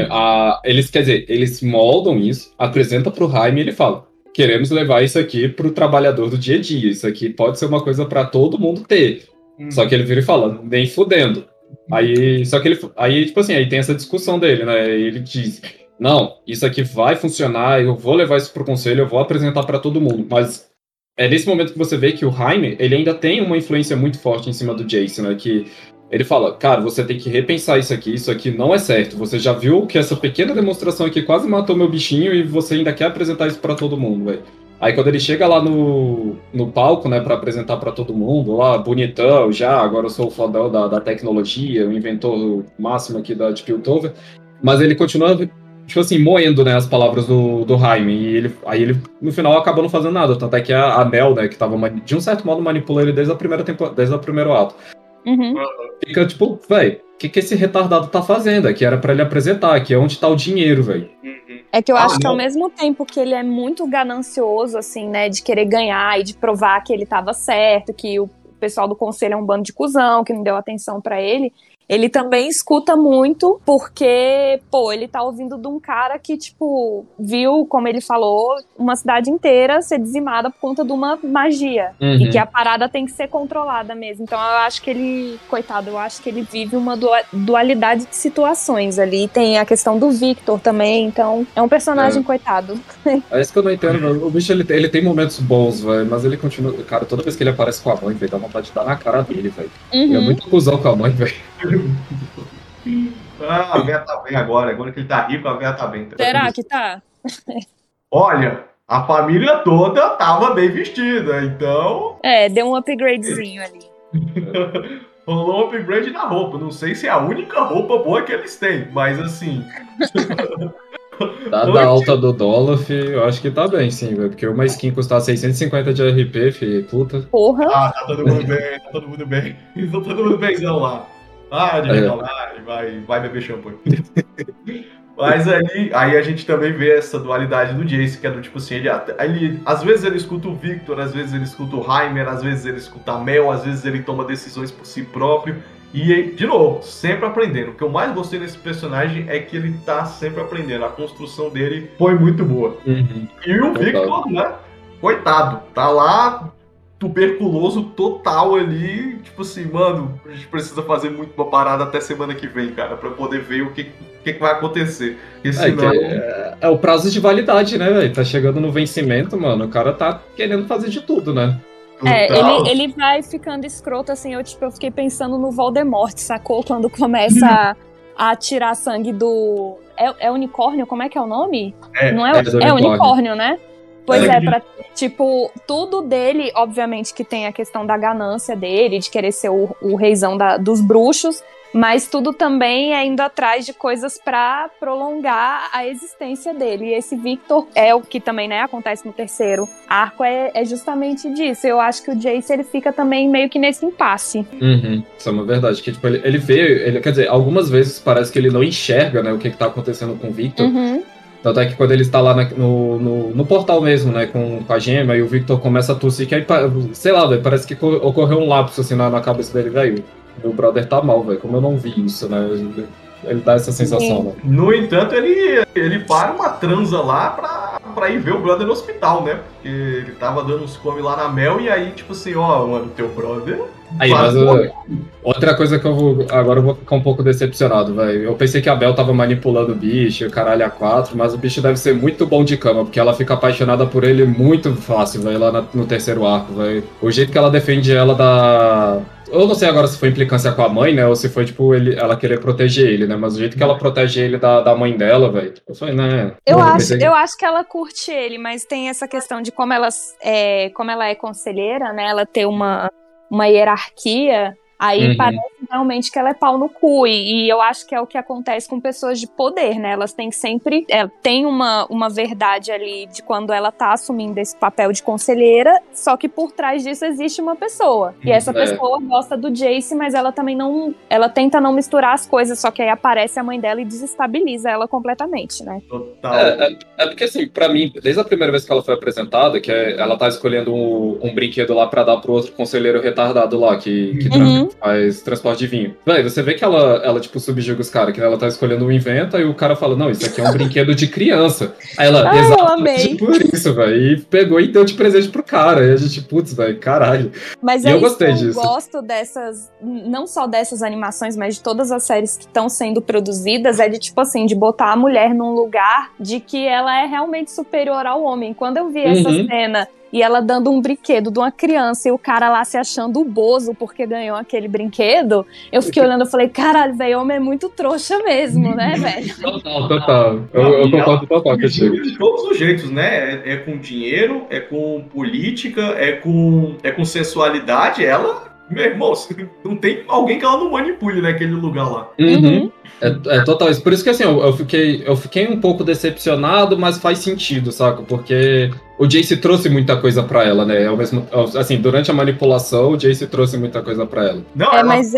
eles moldam isso, apresentam pro Jaime e ele fala: queremos levar isso aqui pro trabalhador do dia a dia. Isso aqui pode ser uma coisa pra todo mundo ter. Só que ele vira e fala: nem fudendo. Aí, só que aí, tipo assim, aí tem essa discussão dele, né? Ele diz: não, isso aqui vai funcionar, eu vou levar isso pro conselho, eu vou apresentar pra todo mundo. Mas é nesse momento que você vê que o Jaime, ele ainda tem uma influência muito forte em cima do Jace, né? Que ele fala: cara, você tem que repensar isso aqui não é certo. Você já viu que essa pequena demonstração aqui quase matou meu bichinho e você ainda quer apresentar isso pra todo mundo, velho. Aí quando ele chega lá no palco, né, pra apresentar pra todo mundo, lá, bonitão, já, agora eu sou o fodão da tecnologia, o inventor máximo aqui da Deep Piltover, mas ele continua, tipo assim, moendo, né, as palavras do Jaime, e ele, no final, acabou não fazendo nada, tanto é que a Mel, né, que tava, de um certo modo, manipulando ele desde o primeiro ato. Fica tipo, velho, o que esse retardado tá fazendo? Aqui era pra ele apresentar, aqui é onde tá o dinheiro, velho. É que eu acho que ao mesmo tempo que ele é muito ganancioso, assim, né, de querer ganhar e de provar que ele tava certo, que o pessoal do conselho é um bando de cuzão, que não deu atenção pra ele, ele também escuta muito porque, pô, ele tá ouvindo de um cara que, tipo, viu, como ele falou, uma cidade inteira ser dizimada por conta de uma magia. E que a parada tem que ser controlada mesmo. Então eu acho que ele, coitado, eu acho que ele vive uma dualidade de situações ali. Tem a questão do Victor também, então é um personagem coitado. É isso que eu não entendo, mano. O bicho, ele tem momentos bons, velho, mas ele continua... Cara, toda vez que ele aparece com a mãe, velho, dá vontade de dar na cara dele, velho. Ele é muito cuzão com a mãe, velho. A véia tá bem agora que ele tá rico, a véia tá bem. Será que tá? Olha, a família toda tava bem vestida, então... deu um upgradezinho ali. Rolou um upgrade na roupa. Não sei se é a única roupa boa que eles têm, mas assim... Da alta do dólar, filho, eu acho que tá bem, sim, velho. Porque uma skin custar 650 de RP, filho, puta. Porra! Ah, tá todo mundo bem, tá todo mundo bem. Tá todo mundo benzão lá. De reclamar, vai beber champanhe. Mas aí a gente também vê essa dualidade do Jace, que é do tipo assim, ele às vezes ele escuta o Victor, às vezes ele escuta o Heimer, às vezes ele escuta a Mel, às vezes ele toma decisões por si próprio. E, de novo, sempre aprendendo. O que eu mais gostei desse personagem é que ele tá sempre aprendendo. A construção dele foi muito boa. E o Victor, né? Coitado, tá lá tuberculoso total ali. Tipo assim, mano, a gente precisa fazer muito uma parada até semana que vem, cara, pra poder ver o que vai acontecer. Porque senão... é o prazo de validade, né, velho? Tá chegando no vencimento, mano. O cara tá querendo fazer de tudo, né? Ele vai ficando escroto, assim, eu fiquei pensando no Voldemort, sacou? Quando começa a tirar sangue do... É unicórnio? Como é que é o nome? Não é unicórnio, né? Pois tipo, tudo dele, obviamente que tem a questão da ganância dele, de querer ser o reizão dos bruxos, mas tudo também é indo atrás de coisas pra prolongar a existência dele. E esse Victor é o que também, né, acontece no terceiro arco, é justamente disso. Eu acho que o Jace, ele fica também meio que nesse impasse. Isso é uma verdade, que tipo, ele vê, quer dizer, algumas vezes parece que ele não enxerga, né, o que tá acontecendo com o Victor. Tanto é que quando ele está lá no portal mesmo, né, com a gema, e o Victor começa a tossir, que aí, sei lá, véio, parece que ocorreu um lapso, assim, na cabeça dele, velho. Meu brother tá mal, velho, como eu não vi isso, né? Ele dá essa sensação, né? No entanto, ele para uma transa lá pra ir ver o brother no hospital, né? Porque ele tava dando uns come lá na Mel, e aí, tipo assim, ó, mano, teu brother... Aí, mas outra coisa que agora eu vou ficar um pouco decepcionado, velho. Eu pensei que a Bel tava manipulando o bicho, caralho, a 4, mas o bicho deve ser muito bom de cama, porque ela fica apaixonada por ele muito fácil, velho, lá no terceiro arco, velho. O jeito que ela defende ela da... Eu não sei agora se foi implicância com a mãe, né, ou se foi, tipo, ela querer proteger ele, né, mas o jeito que ela protege ele da mãe dela, velho, eu falei, né... Eu acho que ela curte ele, mas tem essa questão de como ela é conselheira, né, ela tem uma hierarquia, aí parece realmente que ela é pau no cu, e eu acho que é o que acontece com pessoas de poder, né? Elas têm sempre, tem uma verdade ali de quando ela tá assumindo esse papel de conselheira, só que por trás disso existe uma pessoa, e essa pessoa gosta do Jace, mas ela também não, ela tenta não misturar as coisas, só que aí aparece a mãe dela e desestabiliza ela completamente, né? Total. É porque assim, pra mim, desde a primeira vez que ela foi apresentada, que ela tá escolhendo um brinquedo lá pra dar pro outro conselheiro retardado lá, que faz transporte de vinho. Véi, você vê que ela tipo, subjuga os caras, que ela tá escolhendo um inventa e o cara fala, não, isso aqui é um brinquedo de criança. Aí ela, exatamente por isso, velho. E pegou e deu de presente pro cara. E a gente, putz, velho, caralho. Mas e eu gostei disso. Eu gosto dessas, não só dessas animações, mas de todas as séries que estão sendo produzidas, é de tipo assim, de botar a mulher num lugar de que ela é realmente superior ao homem. Quando eu vi essa cena e ela dando um brinquedo de uma criança e o cara lá se achando o bozo porque ganhou aquele brinquedo, eu fiquei olhando e falei, caralho, velho, homem é muito trouxa mesmo, né, velho? Total. Eu concordo total contigo. De todos os jeitos, né? É com dinheiro, é com política, é com sensualidade. Ela, meu irmão, não tem alguém que ela não manipule naquele lugar lá. É total isso. Por isso que assim, eu fiquei um pouco decepcionado, mas faz sentido, saca? Porque o Jace trouxe muita coisa pra ela, né? Assim, durante a manipulação, o Jace trouxe muita coisa pra ela. Mas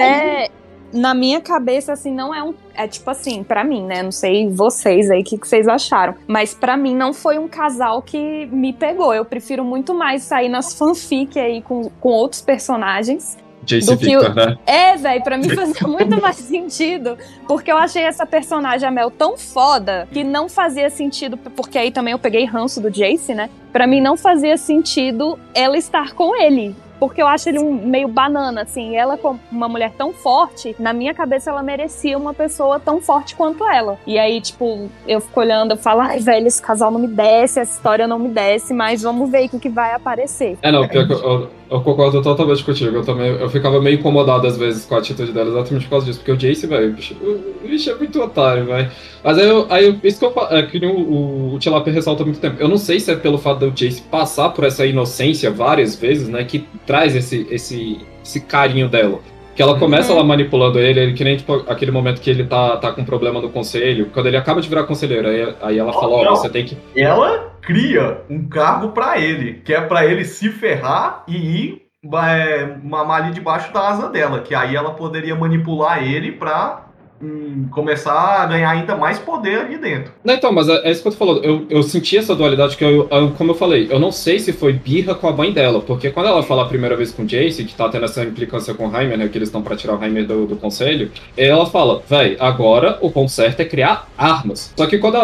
na minha cabeça, assim, não é é tipo assim, pra mim, né? Não sei vocês aí, o que vocês acharam. Mas pra mim não foi um casal que me pegou. Eu prefiro muito mais sair nas fanfic aí com outros personagens. Jace Victor, né? Velho, pra mim fazia muito mais sentido, porque eu achei essa personagem, a Mel, tão foda, que não fazia sentido, porque aí também eu peguei ranço do Jace, né? Pra mim não fazia sentido ela estar com ele, porque eu acho ele meio banana, assim. Ela, como uma mulher tão forte, na minha cabeça ela merecia uma pessoa tão forte quanto ela. E aí, tipo, eu fico olhando, eu falo, ai, velho, esse casal não me desce, essa história não me desce, mas vamos ver o que vai aparecer. Não, pior que eu concordo totalmente contigo. Eu ficava meio incomodado às vezes com a atitude dela, exatamente por causa disso, porque o Jace, velho, o bicho é muito otário, velho. Mas isso que eu falo, que o Tilápia ressalta há muito tempo. Eu não sei se é pelo fato do Jace passar por essa inocência várias vezes, né, que traz esse carinho dela. Que ela começa lá manipulando ele que nem tipo, aquele momento que ele tá com problema no conselho, quando ele acaba de virar conselheiro, aí ela fala, você tem que... Ela cria um cargo pra ele, que é pra ele se ferrar e ir mamar ali debaixo da asa dela, que aí ela poderia manipular ele pra começar a ganhar ainda mais poder ali dentro. Não, então, mas é isso que eu tô falando. Eu senti essa dualidade que como eu falei, eu não sei se foi birra com a mãe dela, porque quando ela fala a primeira vez com o Jace, que tá tendo essa implicância com o Heimer, né, que eles estão pra tirar o Heimer do conselho, ela fala, véi, agora o ponto certo é criar armas. Só que quando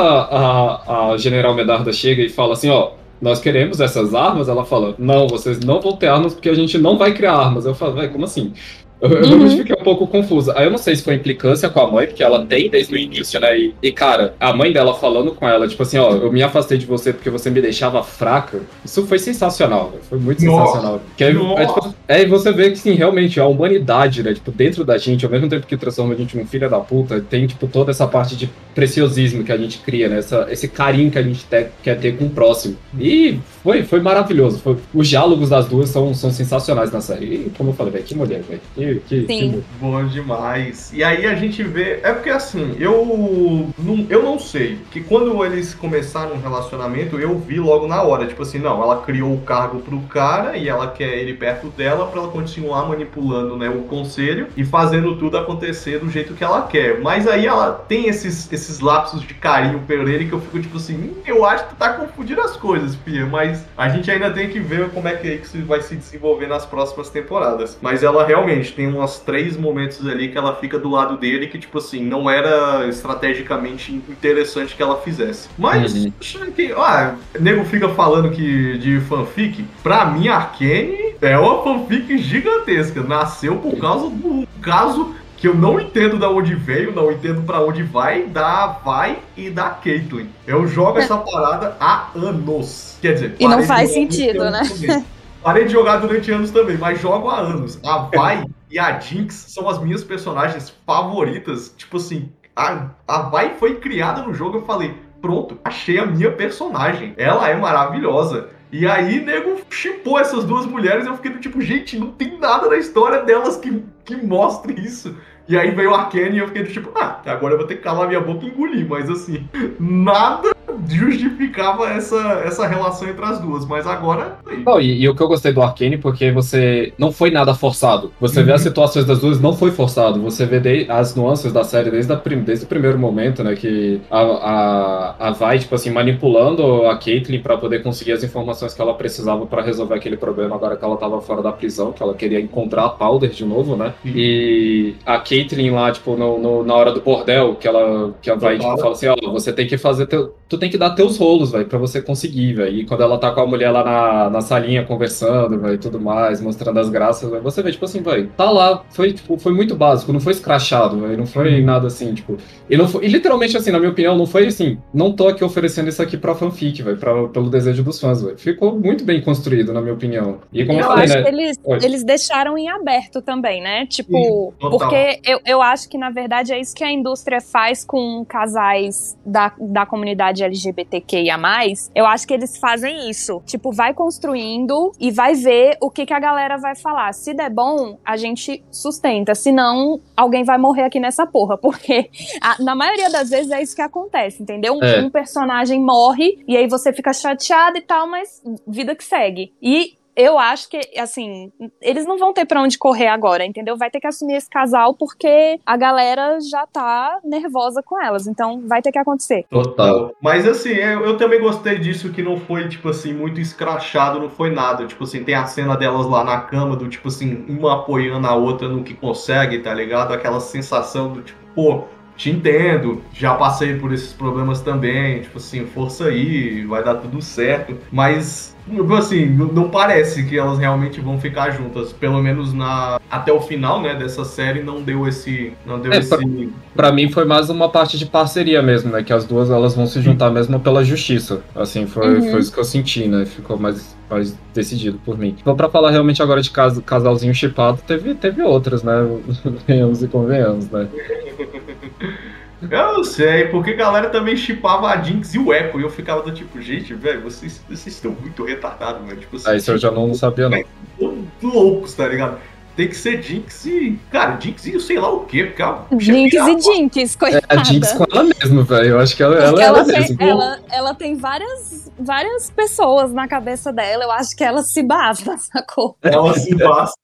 a General Medarda chega e fala assim, ó, nós queremos essas armas, ela fala, não, vocês não vão ter armas porque a gente não vai criar armas. Eu falo, véi, como assim? Eu realmente fiquei um pouco confusa. Aí eu não sei se foi implicância com a mãe, porque ela tem desde o início, né? E cara, a mãe dela falando com ela, tipo assim, ó, eu me afastei de você porque você me deixava fraca. Isso foi sensacional, véio. Foi muito sensacional. Que aí você vê que, sim, realmente, a humanidade, né? Tipo, dentro da gente, ao mesmo tempo que transforma a gente num filho da puta, tem, tipo, toda essa parte de preciosismo que a gente cria, né? Esse carinho que a gente quer ter com o próximo. E foi maravilhoso. Os diálogos das duas são sensacionais na série. E, como eu falei, velho, que mulher, velho. Sim. Bom demais. E aí a gente vê... É porque assim, eu não sei. Que quando eles começaram um relacionamento, eu vi logo na hora. Tipo assim, não, ela criou o cargo pro cara e ela quer ele perto dela pra ela continuar manipulando, né, o conselho e fazendo tudo acontecer do jeito que ela quer. Mas aí ela tem esses lapsos de carinho por ele que eu fico tipo assim, eu acho que tu tá confundindo as coisas, filha. Mas a gente ainda tem que ver como é que isso vai se desenvolver nas próximas temporadas. Mas ela realmente tem uns 3 momentos ali que ela fica do lado dele que, tipo assim, não era estrategicamente interessante que ela fizesse. Mas, o nego fica falando que de fanfic. Pra mim, Arcane é uma fanfic gigantesca. Nasceu por causa do caso que eu não entendo de onde veio, não entendo pra onde vai, da Vi e da Caitlyn. Eu jogo essa parada há anos. Quer dizer, e não faz sentido, né? Parei de jogar durante anos também, mas jogo há anos. A Vi e a Jinx são as minhas personagens favoritas. Tipo assim, a Vi foi criada no jogo, eu falei, pronto, achei a minha personagem. Ela é maravilhosa. E aí, nego shippou essas duas mulheres e eu fiquei do tipo, gente, não tem nada na história delas que mostre isso. E aí veio o Arcane e eu fiquei do tipo, agora eu vou ter que calar minha boca e engolir. Mas assim, nada justificava essa relação entre as duas. Mas agora... Não, e o que eu gostei do Arcane, porque você não foi nada forçado. Você vê as situações das duas, não foi forçado. Você vê as nuances da série desde o primeiro momento, né? Que a Vi, tipo assim, manipulando a Caitlyn pra poder conseguir as informações que ela precisava pra resolver aquele problema agora que ela tava fora da prisão, que ela queria encontrar a Powder de novo, né? E a Caitlyn lá, tipo, na hora do bordel, que a Vi, tipo, fala assim, ó, você tem que fazer tu tem que dar teus rolos, velho, pra você conseguir, velho. E quando ela tá com a mulher lá na salinha conversando, velho, e tudo mais, mostrando as graças, véio, você vê, tipo assim, velho, tá lá, foi muito básico, não foi escrachado, velho, não foi nada assim, tipo... E literalmente, assim, na minha opinião, não foi assim, não tô aqui oferecendo isso aqui pra fanfic, velho, pelo desejo dos fãs, velho. Ficou muito bem construído, na minha opinião. E como eu falei, acho né? que eles deixaram em aberto também, né? Tipo, porque eu acho que, na verdade, é isso que a indústria faz com casais da comunidade LGBTQIA+. Eu acho que eles fazem isso. Tipo, vai construindo e vai ver o que a galera vai falar. Se der bom, a gente sustenta. Se não, alguém vai morrer aqui nessa porra. Porque na maioria das vezes é isso que acontece, entendeu? Um personagem morre e aí você fica chateado e tal, mas vida que segue. E eu acho que, assim, eles não vão ter pra onde correr agora, entendeu? Vai ter que assumir esse casal porque a galera já tá nervosa com elas. Então, vai ter que acontecer. Total. Mas, assim, eu também gostei disso, que não foi, tipo assim, muito escrachado, não foi nada. Tipo assim, tem a cena delas lá na cama, do tipo assim, uma apoiando a outra no que consegue, tá ligado? Aquela sensação do tipo, pô, te entendo, já passei por esses problemas também, tipo assim, força aí, vai dar tudo certo. Mas, assim, não parece que elas realmente vão ficar juntas. Pelo menos até o final, né, dessa série não deu esse... Pra mim foi mais uma parte de parceria mesmo, né, que as duas elas vão se juntar mesmo pela justiça. Assim, foi isso que eu senti, né, ficou mais decidido por mim. Então, pra falar realmente agora de casalzinho shippado, teve outras, né, venhamos e convenhamos, né. Eu não sei, porque a galera também shippava a Jinx e o Echo, e eu ficava do tipo, gente, velho, vocês estão muito retardados, velho. Tipo, assim, isso eu já não sabia, não. Muito loucos, tá ligado? Tem que ser Jinx e... Cara, Jinx e sei lá o quê, porque a Jinx e Jinx, coitada. A Jinx com ela mesma, velho. Eu acho que ela mesma. Ela tem várias pessoas na cabeça dela. Eu acho que ela se basta, sacou? Ela se basta.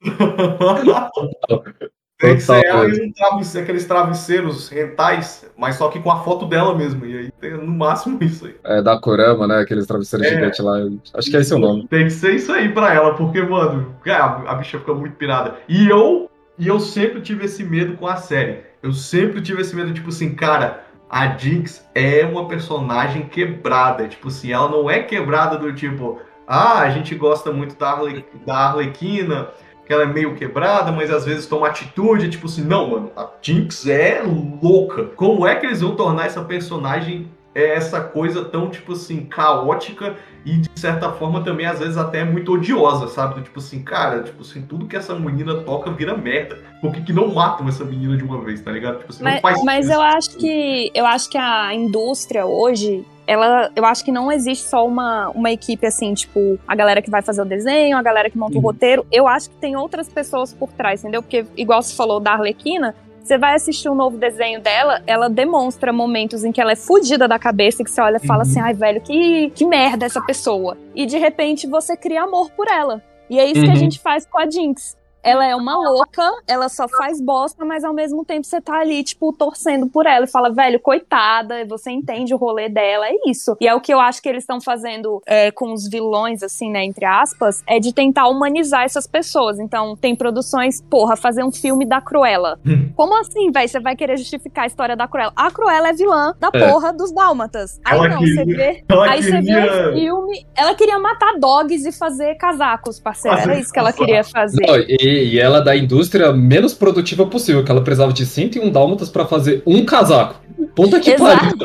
Tem que ser ela e aqueles travesseiros rentais, mas só que com a foto dela mesmo. E aí tem no máximo isso aí. É, da Kurama, né? Aqueles travesseiros gigantes lá. Acho que é esse o nome. Tem que ser isso aí pra ela, porque, mano, a bicha fica muito pirada. E eu sempre tive esse medo com a série. Eu sempre tive esse medo, tipo assim, cara, a Jinx é uma personagem quebrada. Tipo assim, ela não é quebrada do tipo, a gente gosta muito da Arlequina, que ela é meio quebrada, mas às vezes toma atitude, tipo assim, não, mano, a Jinx é louca. Como é que eles vão tornar essa personagem essa coisa tão, tipo assim, caótica e, de certa forma, também, às vezes, até muito odiosa, sabe? Tipo assim, cara, tipo assim, tudo que essa menina toca vira merda. Por que não matam essa menina de uma vez, tá ligado? Tipo assim, mas eu acho que a indústria hoje... eu acho que não existe só uma equipe assim, tipo, a galera que vai fazer o desenho, a galera que monta o roteiro. Eu acho que tem outras pessoas por trás, entendeu? Porque, igual você falou da Arlequina, você vai assistir um novo desenho dela, ela demonstra momentos em que ela é fodida da cabeça e que você olha e fala assim, ai, velho, que merda essa pessoa. E, de repente, você cria amor por ela. E é isso que a gente faz com a Jinx. Ela é uma louca, ela só faz bosta, mas ao mesmo tempo você tá ali, tipo, torcendo por ela. E fala, velho, coitada, você entende o rolê dela, é isso. E é o que eu acho que eles estão fazendo com os vilões, assim, né, entre aspas, é de tentar humanizar essas pessoas. Então, tem produções, porra, fazer um filme da Cruella. Como assim, velho, você vai querer justificar a história da Cruella? A Cruella é vilã da porra dos Dálmatas. Aí você vê o filme, ela queria matar dogs e fazer casacos, parceiro. Era isso que ela queria fazer. Não, e ela é da indústria menos produtiva possível, que ela precisava de 101 dálmatas pra fazer um casaco. Puta que pariu.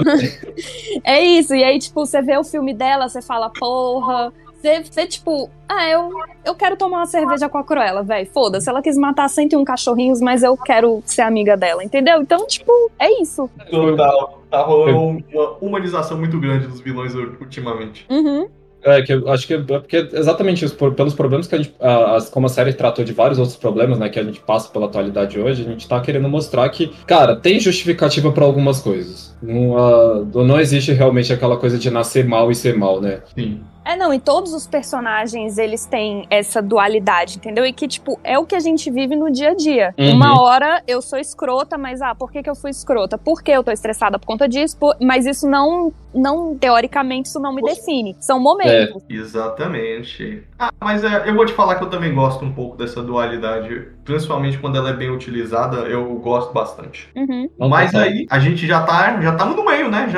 É isso, e aí, tipo, você vê o filme dela, você fala, porra... Você tipo, eu quero tomar uma cerveja com a Cruella, velho, foda-se, ela quis matar 101 cachorrinhos, mas eu quero ser amiga dela, entendeu? Então, tipo, é isso. Total, tá rolando uma humanização muito grande dos vilões ultimamente. Que eu acho que é porque exatamente isso, pelos problemas que a gente, como a série tratou de vários outros problemas, né, que a gente passa pela atualidade hoje, a gente tá querendo mostrar que, cara, tem justificativa pra algumas coisas. Não existe realmente aquela coisa de nascer mal e ser mal, né? Sim. Não, e todos os personagens, eles têm essa dualidade, entendeu? E que, tipo, é o que a gente vive no dia a dia. Uhum. Uma hora eu sou escrota, mas, por que eu fui escrota? Porque eu tô estressada por conta disso, mas isso não, teoricamente, isso não me define. São momentos. Exatamente. Mas eu vou te falar que eu também gosto um pouco dessa dualidade, principalmente quando ela é bem utilizada, eu gosto bastante. Uhum. Mas aí, a gente já tá no meio, né?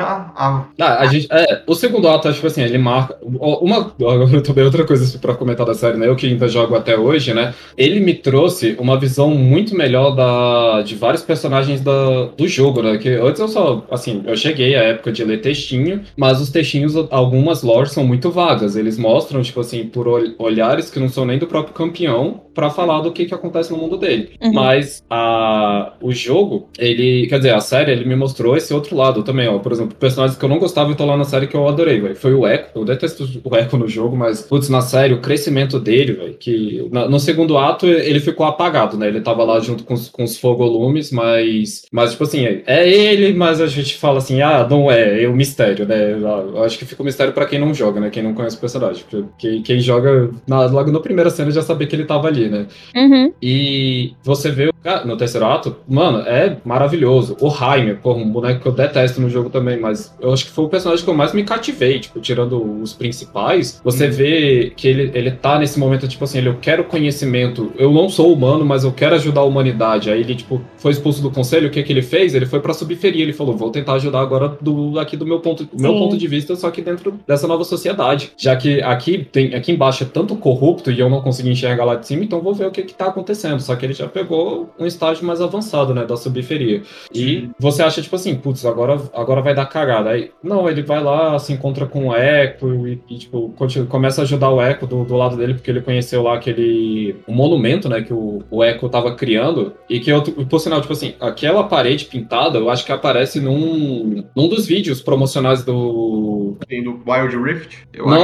O segundo ato, acho que assim, ele marca... Também outra coisa pra comentar da série, né? Eu que ainda jogo até hoje, né? Ele me trouxe uma visão muito melhor de vários personagens do jogo, né? Que antes eu cheguei à época de ler textinho, mas os textinhos, algumas lores são muito vagas. Eles mostram, tipo assim, por olhares que não são nem do próprio campeão, pra falar do que acontece no mundo dele. Uhum. Mas o jogo, a série, ele me mostrou esse outro lado também, ó. Por exemplo, personagens que eu não gostava e tô lá na série que eu adorei, velho. Foi o Echo. Eu detesto o Echo no jogo, mas, putz, na série, o crescimento dele, velho, que no segundo ato ele ficou apagado, né? Ele tava lá junto com os Fogolumes, mas tipo assim, é ele, mas a gente fala assim, não é o mistério, né? Eu acho que fica um mistério pra quem não joga, né? Quem não conhece o personagem. Porque quem joga, logo na primeira cena já sabia que ele tava ali, né? Uhum. E você vê no terceiro ato, mano, é maravilhoso. O Jaime, um boneco que eu detesto no jogo também, mas eu acho que foi o personagem que eu mais me cativei, tipo, tirando os principais, você vê que ele tá nesse momento, tipo assim, eu quero conhecimento, eu não sou humano, mas eu quero ajudar a humanidade. Aí ele, tipo, foi expulso do conselho, o que ele fez? Ele foi pra subferir, ele falou, vou tentar ajudar agora aqui do meu ponto de vista, só que dentro dessa nova sociedade. Já que aqui embaixo é tanto corrupto e eu não consegui enxergar lá de cima, então vou ver o que tá acontecendo. Só que ele já pegou um estágio mais avançado, né, da subferia. E você acha, tipo assim, putz, agora vai dar cagada. Aí, não, ele vai lá, se encontra com o Echo e tipo, começa a ajudar o Echo do lado dele, porque ele conheceu lá um monumento, né, que o Echo tava criando, e que, por sinal, tipo assim, aquela parede pintada, eu acho que aparece num dos vídeos promocionais do Wild Rift?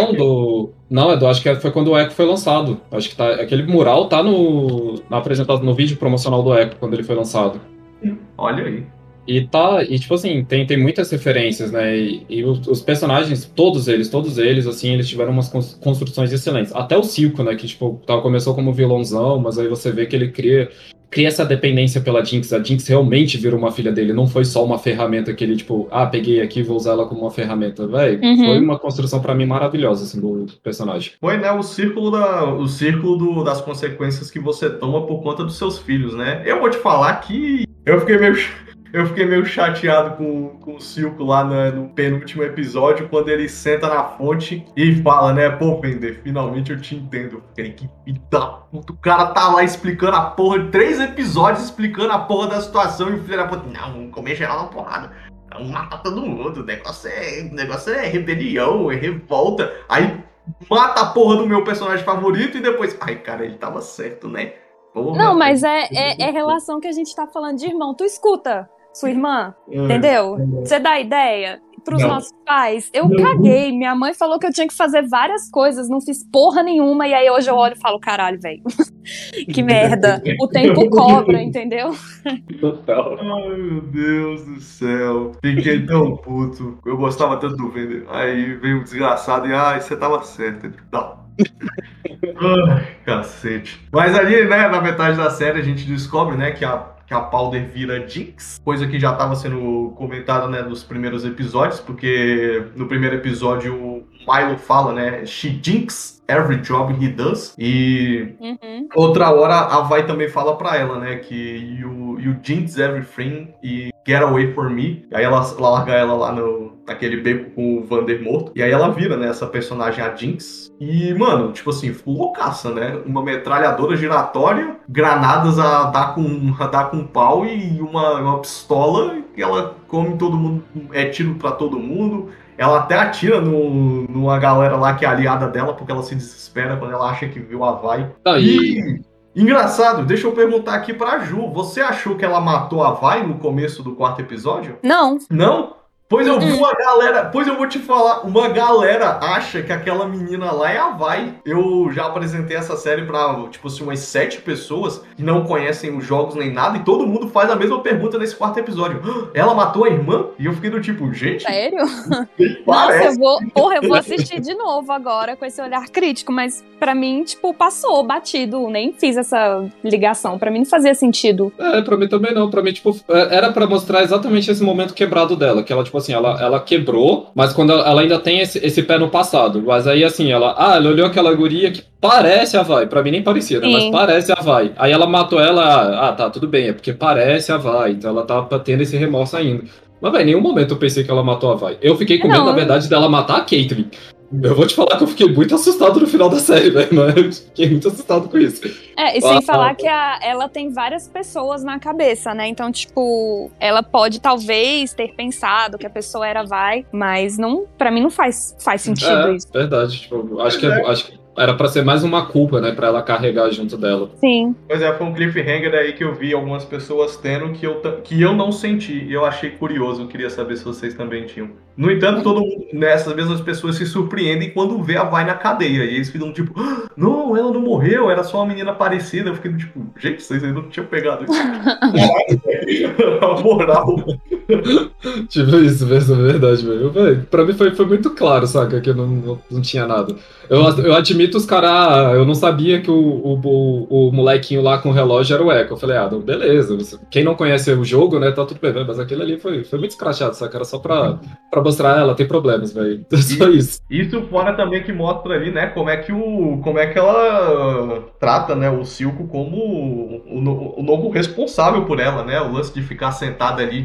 Acho que foi quando o Echo foi lançado. Acho que aquele mural tá no vídeo promocional do Echo, quando ele foi lançado. Olha aí. E tipo assim, tem muitas referências, né? E os personagens, todos eles, assim, eles tiveram umas construções excelentes. Até o Silco, né? Que, tipo, começou como vilãozão, mas aí você vê que ele cria essa dependência pela Jinx. A Jinx realmente virou uma filha dele, não foi só uma ferramenta que ele, tipo, peguei aqui e vou usar ela como uma ferramenta. Véi, foi uma construção pra mim maravilhosa, assim, do personagem. Foi, né, o círculo das consequências que você toma por conta dos seus filhos, né? Eu vou te falar que eu fiquei meio chateado com o Silco lá no penúltimo episódio, quando ele senta na fonte e fala, né? Pô, Vender, finalmente eu te entendo. Que filho da puta, o cara tá lá explicando a porra de 3 episódios, explicando a porra da situação, e o filho da puta, não, vamos comer geral na porrada. Vamos matar todo mundo, o negócio é rebelião, é revolta. Aí mata a porra do meu personagem favorito e depois, cara, ele tava certo, né? Porra, não, mas é relação que a gente tá falando de irmão. Tu escuta sua irmã, entendeu? Você dá ideia pros nossos pais. Eu caguei. Minha mãe falou que eu tinha que fazer várias coisas, não fiz porra nenhuma, e aí hoje eu olho e falo, caralho, velho. Que merda. O tempo cobra, entendeu? Total. Ai, meu Deus do céu. Fiquei tão puto. Eu gostava tanto do Vender. Aí veio um desgraçado e, você tava certo. Não. Ai, cacete. Mas ali, né, na metade da série a gente descobre, né, que a Powder vira Jinx, coisa que já estava sendo comentada, né, nos primeiros episódios, porque no primeiro episódio o Milo fala, né, she jinx every job he does, e outra hora a Vi também fala pra ela, né, que you jinx everything e get away from me, aí ela larga ela lá naquele beco com o Vander morto, e aí ela vira, né, essa personagem, a Jinx, e, mano, tipo assim, loucaça, né, uma metralhadora giratória, granadas a dar com pau e uma pistola, que ela come todo mundo, é tiro pra todo mundo. Ela até atira numa galera lá que é aliada dela, porque ela se desespera quando ela acha que viu a Vi. E engraçado, deixa eu perguntar aqui pra Ju. Você achou que ela matou a Vi no começo do 4º episódio? Não. Não? Pois eu vi uma galera, pois eu vou te falar, uma galera acha que aquela menina lá é a Vi. Eu já apresentei essa série pra, tipo assim, umas 7 pessoas que não conhecem os jogos nem nada, e todo mundo faz a mesma pergunta nesse 4º episódio. Ela matou a irmã? E eu fiquei do tipo, gente... Sério? Parece. Nossa, eu vou assistir de novo agora com esse olhar crítico, mas pra mim, tipo, passou batido, nem fiz essa ligação, pra mim não fazia sentido. Pra mim também não, pra mim, tipo, era pra mostrar exatamente esse momento quebrado dela, que ela, tipo assim, ela quebrou, mas quando ela ainda tem esse pé no passado, mas aí, assim, ela olhou aquela guria que parece a Vi, pra mim nem parecia, né, mas parece a Vi, aí ela matou ela, tá, tudo bem, é porque parece a Vi, então ela tá tendo esse remorso ainda. Mas, velho, em nenhum momento eu pensei que ela matou a Vi. Eu fiquei com medo, na verdade, dela matar a Caitlyn. Eu vou te falar que eu fiquei muito assustado no final da série, velho, mas fiquei muito assustado com isso. E sem falar que ela tem várias pessoas na cabeça, né? Então, tipo, ela pode talvez ter pensado que a pessoa era Vi, mas não, pra mim não faz sentido isso. Verdade, tipo, acho que era pra ser mais uma culpa, né, pra ela carregar junto dela. Sim. Pois é, foi um cliffhanger aí que eu vi algumas pessoas tendo que eu não senti. E eu achei curioso, eu queria saber se vocês também tinham. No entanto, todo mundo, essas mesmas pessoas se surpreendem quando vê a Vi na cadeia. E eles ficam tipo, não, ela não morreu, era só uma menina parecida. Eu fiquei tipo, gente, vocês ainda não tinham pegado isso. A moral. Tipo isso mesmo, é verdade, velho. Pra mim foi muito claro, saca, que não tinha nada. Eu admito os caras, eu não sabia que o molequinho lá com o relógio era o Echo. Eu falei, não, beleza. Quem não conhece o jogo, né, tá tudo bem, mas aquele ali foi muito escrachado, saca? Era só pra mostrar ela, tem problemas, velho. Só isso. Isso fora também que mostra ali, né, como é que ela trata, né, o Silco como o novo responsável por ela, né? O lance de ficar sentada ali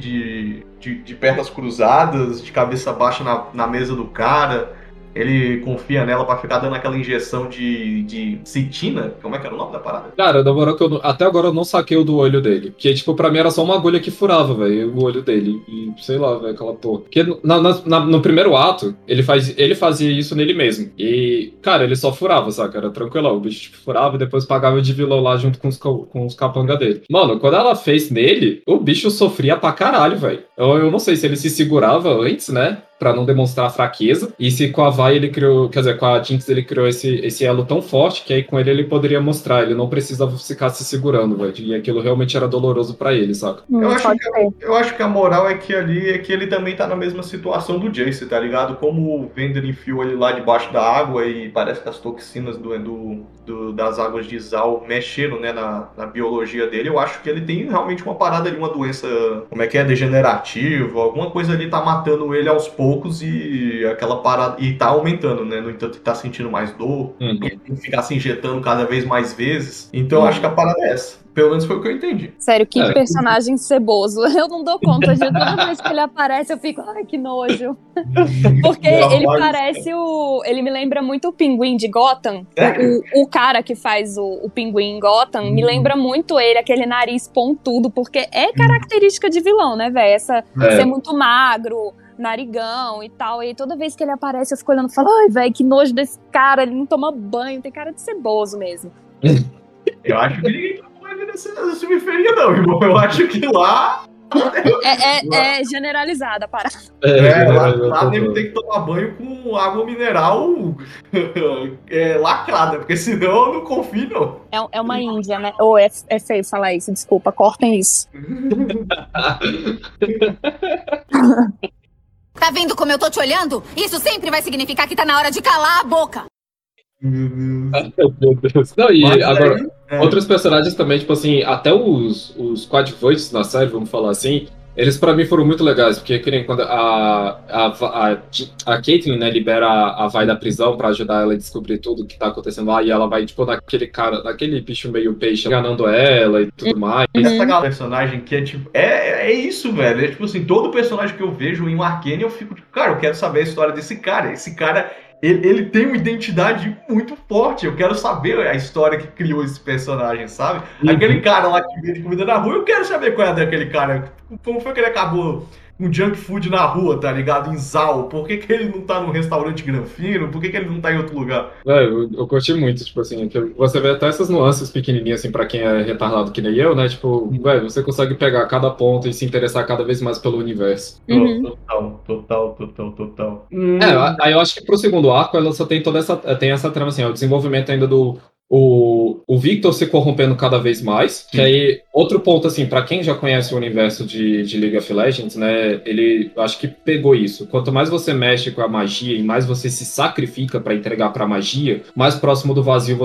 de pernas cruzadas, de cabeça baixa na mesa do cara. Ele confia nela pra ficar dando aquela injeção de citina. Como é que era o nome da parada? Cara, na moral que até agora eu não saquei o do olho dele. Porque, tipo, pra mim era só uma agulha que furava, velho, o olho dele. E sei lá, velho, aquela porra. Porque no primeiro ato, ele fazia isso nele mesmo. E, cara, ele só furava, saca? Era tranquilão. O bicho tipo, furava e depois pagava de vilão lá junto com os capanga dele. Mano, quando ela fez nele, o bicho sofria pra caralho, velho. Eu não sei se ele se segurava antes, né? Pra não demonstrar fraqueza. E se com a Vi ele criou, quer dizer, com a Jinx ele criou esse elo tão forte que aí com ele poderia mostrar. Ele não precisava ficar se segurando, velho. E aquilo realmente era doloroso pra ele, saca? Eu acho que a moral é que ele também tá na mesma situação do Jace, tá ligado? Como o Vander enfiou ele lá debaixo da água e parece que as toxinas das águas de Zal mexeram, né, na biologia dele. Eu acho que ele tem realmente uma parada ali, uma doença, como é que é, degenerativa, alguma coisa ali tá matando ele aos poucos e aquela parada, e tá aumentando, né? No entanto, tá sentindo mais dor, ficar se injetando cada vez mais vezes. Então, eu acho que a parada é essa. Pelo menos foi o que eu entendi. Sério, que personagem ceboso. Eu não dou conta de toda vez que ele aparece, eu fico, ai, que nojo. Porque ele parece ele me lembra muito o Pinguim de Gotham. O cara que faz o Pinguim em Gotham me lembra muito ele, aquele nariz pontudo, porque é característica de vilão, né, velho? Ser muito magro, narigão e tal, e toda vez que ele aparece eu fico olhando e falo, ai, velho, que nojo desse cara, ele não toma banho, tem cara de ceboso mesmo. Eu acho que ninguém toma banho nessa subferia não, irmão, eu acho que lá... É generalizada a parada. Lá deve ter que tomar banho com água mineral lacrada, porque senão eu não confio, não. É uma índia, né? Ou é feio falar isso, desculpa, cortem isso. Tá vendo como eu tô te olhando? Isso sempre vai significar que tá na hora de calar a boca. Meu Deus. Não, e agora, outros personagens também, tipo assim, até os coadjuvantes na série, vamos falar assim, eles pra mim foram muito legais, porque quando a Caitlyn, né, libera a Vi da prisão pra ajudar ela a descobrir tudo que tá acontecendo lá, e ela vai, tipo, naquele bicho meio peixe, enganando ela e tudo mais. Essa personagem que é tipo, é isso, velho, é tipo assim, todo personagem que eu vejo em Arcane, eu fico tipo, cara, eu quero saber a história desse cara, ele tem uma identidade muito forte. Eu quero saber a história que criou esse personagem, sabe? Aquele cara lá que vende comida na rua, eu quero saber qual é daquele cara. Como foi que ele acabou junk food na rua, tá ligado? Em Zal. Por que ele não tá num restaurante granfino? Por que ele não tá em outro lugar? Eu curti muito, tipo assim, que você vê até essas nuances pequenininhas, assim, pra quem é retardado que nem eu, né? Tipo, você consegue pegar cada ponto e se interessar cada vez mais pelo universo. Total. Aí eu acho que pro segundo arco ela só tem tem essa trama, assim, o desenvolvimento ainda do o Victor se corrompendo cada vez mais, que aí, outro ponto, assim, pra quem já conhece o universo de League of Legends, né, ele, acho que pegou isso. Quanto mais você mexe com a magia e mais você se sacrifica pra entregar pra magia, mais próximo do vazio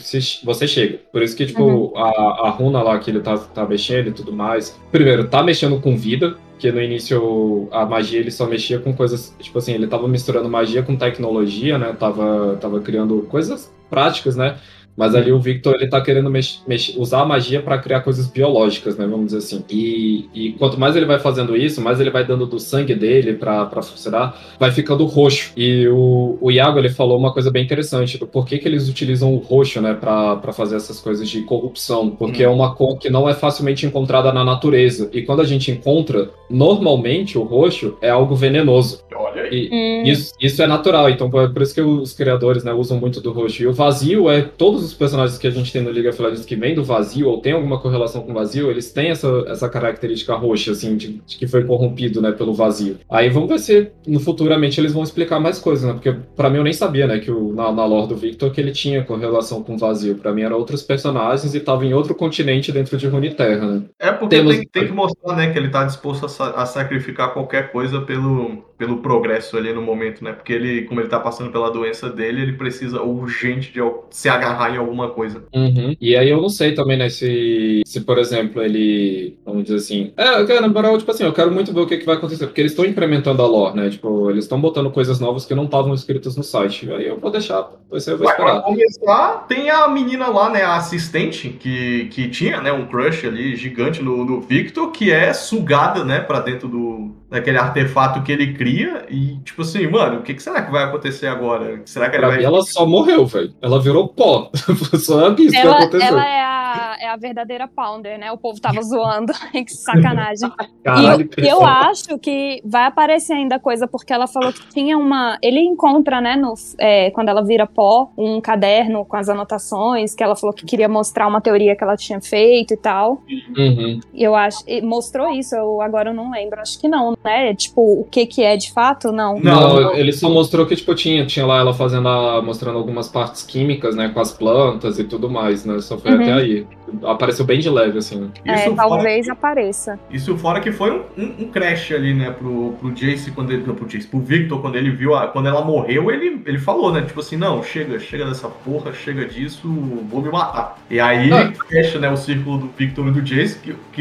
você chega. Por isso que, tipo, a runa lá que ele tá mexendo e tudo mais, primeiro, tá mexendo com vida, que no início a magia ele só mexia com coisas, tipo assim, ele tava misturando magia com tecnologia, né, tava criando coisas práticas, né, mas ali o Victor, ele tá querendo usar a magia para criar coisas biológicas, né, vamos dizer assim. E quanto mais ele vai fazendo isso, mais ele vai dando do sangue dele para funcionar, vai ficando roxo. E o Iago, ele falou uma coisa bem interessante, do porquê que eles utilizam o roxo, né, para fazer essas coisas de corrupção. Porque é uma cor que não é facilmente encontrada na natureza. E quando a gente encontra, normalmente o roxo é algo venenoso. Olha aí. E isso é natural, então por isso que os criadores, né, usam muito do roxo. E o vazio todos os personagens que a gente tem no League of Legends que vêm do vazio, ou tem alguma correlação com o vazio, eles têm essa característica roxa, assim, de que foi corrompido, né, pelo vazio. Aí vamos ver se futuramente eles vão explicar mais coisas, né, porque pra mim eu nem sabia, né, que na lore do Victor que ele tinha correlação com o vazio. Pra mim eram outros personagens e tava em outro continente dentro de Runeterra, né. É porque tem que mostrar, né, que ele tá disposto a sacrificar qualquer coisa pelo progresso ali no momento, né, porque ele, como ele tá passando pela doença dele, ele precisa urgente de se agarrar em alguma coisa. E aí eu não sei também, né, se por exemplo, ele, vamos dizer assim, na moral, tipo assim, eu quero muito ver o que vai acontecer, porque eles estão incrementando a lore, né, tipo, eles estão botando coisas novas que não estavam escritas no site, aí eu vou deixar, você eu vou esperar. Pra começar, tem a menina lá, né, a assistente, que tinha, né, um crush ali gigante no Victor, que é sugada, né, pra dentro daquele artefato que ele cria, e tipo assim, mano, o que será que vai acontecer agora? Será que ele vai... Ela só morreu, velho, ela virou pó. Só isso que aconteceu. Ela é a verdadeira Pounder, né? O povo tava zoando. Que sacanagem. Caralho, e eu acho que vai aparecer ainda coisa, porque ela falou que tinha ele encontra, né, quando ela vira pó, um caderno com as anotações, que ela falou que queria mostrar uma teoria que ela tinha feito e tal. E eu acho... Mostrou isso, agora eu não lembro. Acho que não, né? Tipo, o que é de fato, não. Não, ele só mostrou que, tipo, tinha lá ela mostrando algumas partes químicas, né, com as plantas e tudo mais, né, só foi até aí. Apareceu bem de leve, assim. Talvez apareça. Isso fora que foi um crash ali, né, pro Jace, pro Victor, quando ele viu, quando ela morreu, ele falou, né, tipo assim, não, chega dessa porra, chega disso, vou me matar. E aí fecha, né, o círculo do Victor e do Jace, que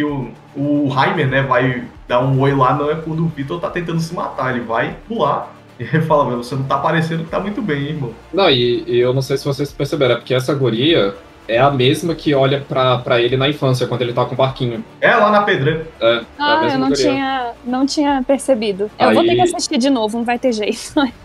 o Heimer, né, vai dar um oi lá, não é quando o Victor tá tentando se matar, ele vai pular. E ele fala, velho, você não tá parecendo que tá muito bem, hein, irmão. Não, e eu não sei se vocês perceberam, é porque essa guria é a mesma que olha pra ele na infância, quando ele tá com o barquinho. É, lá na pedreira. Eu não tinha percebido. Eu vou ter que assistir de novo, não vai ter jeito.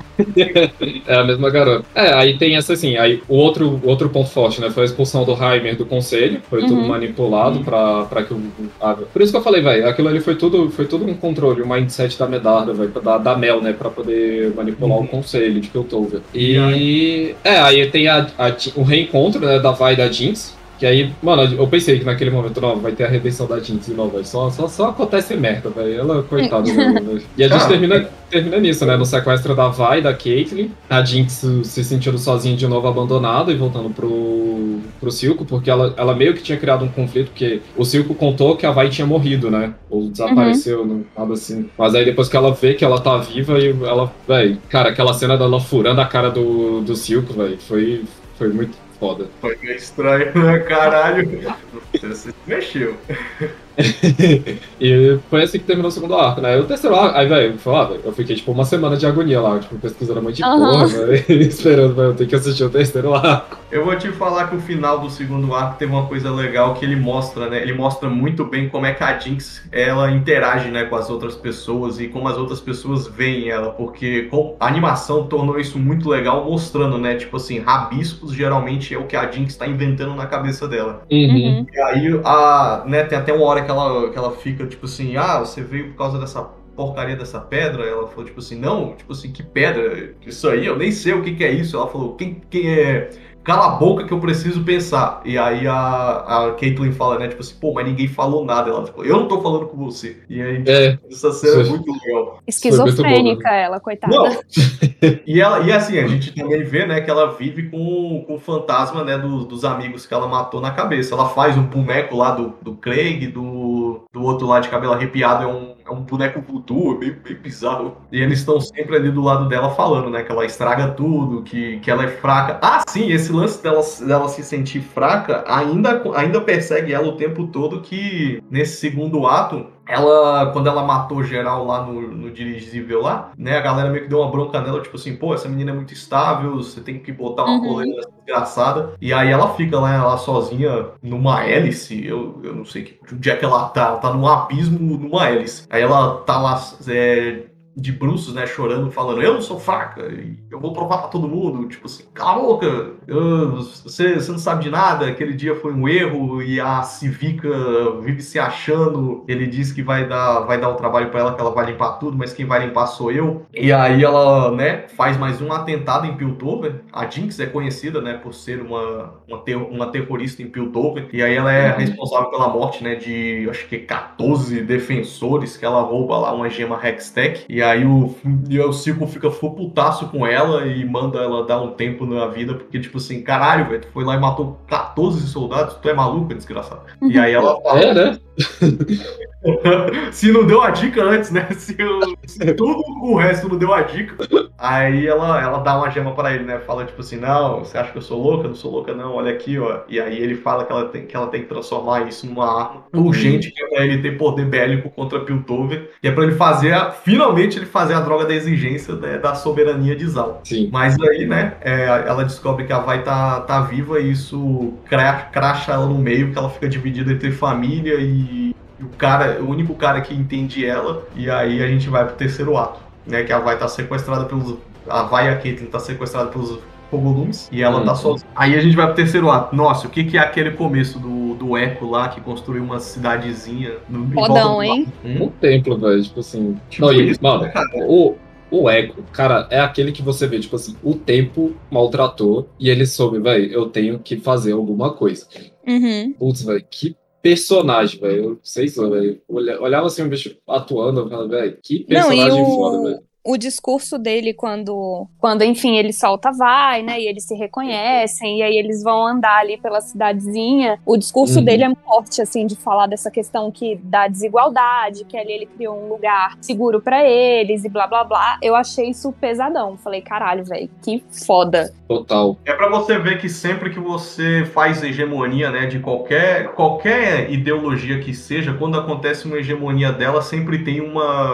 É a mesma garota. Aí tem essa assim, aí o outro ponto forte, né, foi a expulsão do Heimer do conselho, foi tudo manipulado pra que por isso que eu falei, velho, aquilo ali foi tudo um controle, o mindset da Medarda, velho, da Mel, né, pra poder manipular o conselho de Piltover. E aí tem o reencontro, né, da Vi e da Jinx. Que aí, mano, eu pensei que naquele momento, não, vai ter a redenção da Jinx de novo, velho. Só acontece merda, velho. Ela, coitada, velho. E a gente termina nisso, né? No sequestro da Vi e da Caitlyn. A Jinx se sentindo sozinha de novo, abandonada e voltando pro Silco, porque ela meio que tinha criado um conflito, porque o Silco contou que a Vi tinha morrido, né? Ou desapareceu, nada assim. Mas aí depois que ela vê que ela tá viva, e ela, velho, cara, aquela cena dela furando a cara do Silco, velho, foi muito foda. Foi meio estranho, né, caralho? Você se mexeu. E foi assim que terminou o segundo arco, né? O terceiro arco, aí, velho, eu fiquei, tipo, uma semana de agonia lá, tipo, pesquisando um monte de porra, velho, esperando, velho, eu tenho que assistir o terceiro arco. Eu vou te falar que o final do segundo arco teve uma coisa legal que ele mostra, né? Ele mostra muito bem como é que a Jinx, ela interage, né, com as outras pessoas e como as outras pessoas veem ela, porque a animação tornou isso muito legal, mostrando, né, tipo assim, rabiscos geralmente é o que a Jinx tá inventando na cabeça dela. E aí, né, tem até uma hora que ela fica, tipo assim, você veio por causa dessa porcaria dessa pedra? Ela falou, tipo assim, não, tipo assim, que pedra? Isso aí, eu nem sei o que é isso. Ela falou, quem é... Cala a boca que eu preciso pensar. E aí a Caitlyn fala, né, tipo assim, pô, mas ninguém falou nada. Ela tipo, eu não tô falando com você. E aí, essa cena é muito legal. Esquizofrênica ela, coitada. Não. E assim, a gente também vê, né, que ela vive com o fantasma, né, dos amigos que ela matou na cabeça. Ela faz um boneco lá do Craig, do outro lá de cabelo arrepiado, é um boneco voodoo, bem bizarro. E eles estão sempre ali do lado dela falando, né, que ela estraga tudo, que ela é fraca. Ah, sim, esse lance dela se sentir fraca ainda persegue ela o tempo todo, que nesse segundo ato, quando ela matou geral lá no dirigível lá, né, a galera meio que deu uma bronca nela, tipo assim, pô, essa menina é muito estável, você tem que botar uma coleira nessa desgraçada. E aí ela fica lá sozinha numa hélice, eu não sei onde é que ela tá num abismo numa hélice. Aí ela tá lá de bruços, né, chorando, falando, eu não sou fraca, eu vou provar pra todo mundo, tipo assim, cala a boca, você não sabe de nada, aquele dia foi um erro, e a Civica vive se achando, ele diz que vai dar o trabalho pra ela, que ela vai limpar tudo, mas quem vai limpar sou eu. E aí ela, né, faz mais um atentado em Piltover. A Jinx é conhecida, né, por ser uma terrorista em Piltover, e aí ela é responsável pela morte, né, de, acho que 14 defensores, que ela rouba lá uma gema Hextech, e aí o Círculo fica full putaço com ela e manda ela dar um tempo na vida, porque, tipo assim, caralho, velho, tu foi lá e matou 14 soldados, tu é maluca, desgraçado. E aí ela fala... né? Se não deu a dica antes, né? Se tudo o resto não deu a dica. Aí ela dá uma gema pra ele, né? Fala tipo assim, não, você acha que eu sou louca? Não sou louca não, olha aqui, ó. E aí ele fala que ela tem que transformar isso numa arma urgente, que é pra ele ter poder bélico contra Piltover. E é pra ele finalmente ele fazer a droga da exigência, né, da soberania de Zal. Sim. Mas aí, né, ela descobre que a Vai tá viva e isso cracha ela no meio, que ela fica dividida entre família e o único cara que entende ela. E aí a gente vai pro terceiro ato, né, que a Vai tá sequestrada a Vai e a Caitlyn tá sequestrada pelos Fogolumes e ela tá sozinha. Aí a gente vai pro terceiro ato. Nossa, o que é aquele começo do Echo lá, que construiu uma cidadezinha no Fodão, hein? Um templo, velho, tipo assim. Tipo não, isso, mano, né, cara? O Echo, cara, é aquele que você vê, tipo assim, o tempo maltratou e ele soube, velho, eu tenho que fazer alguma coisa. Putz, velho, que personagem, velho. Vocês, velho. Olhava assim um bicho atuando, eu falava, velho, que personagem foda, velho. O discurso dele quando, enfim, ele solta a Vai, né, e eles se reconhecem, e aí eles vão andar ali pela cidadezinha, o discurso dele é forte, assim, de falar dessa questão da desigualdade, que ali ele criou um lugar seguro pra eles, e blá, blá, blá. Eu achei isso pesadão. Falei, caralho, velho, que foda. Total. É pra você ver que sempre que você faz hegemonia, né, de qualquer ideologia que seja, quando acontece uma hegemonia dela, sempre tem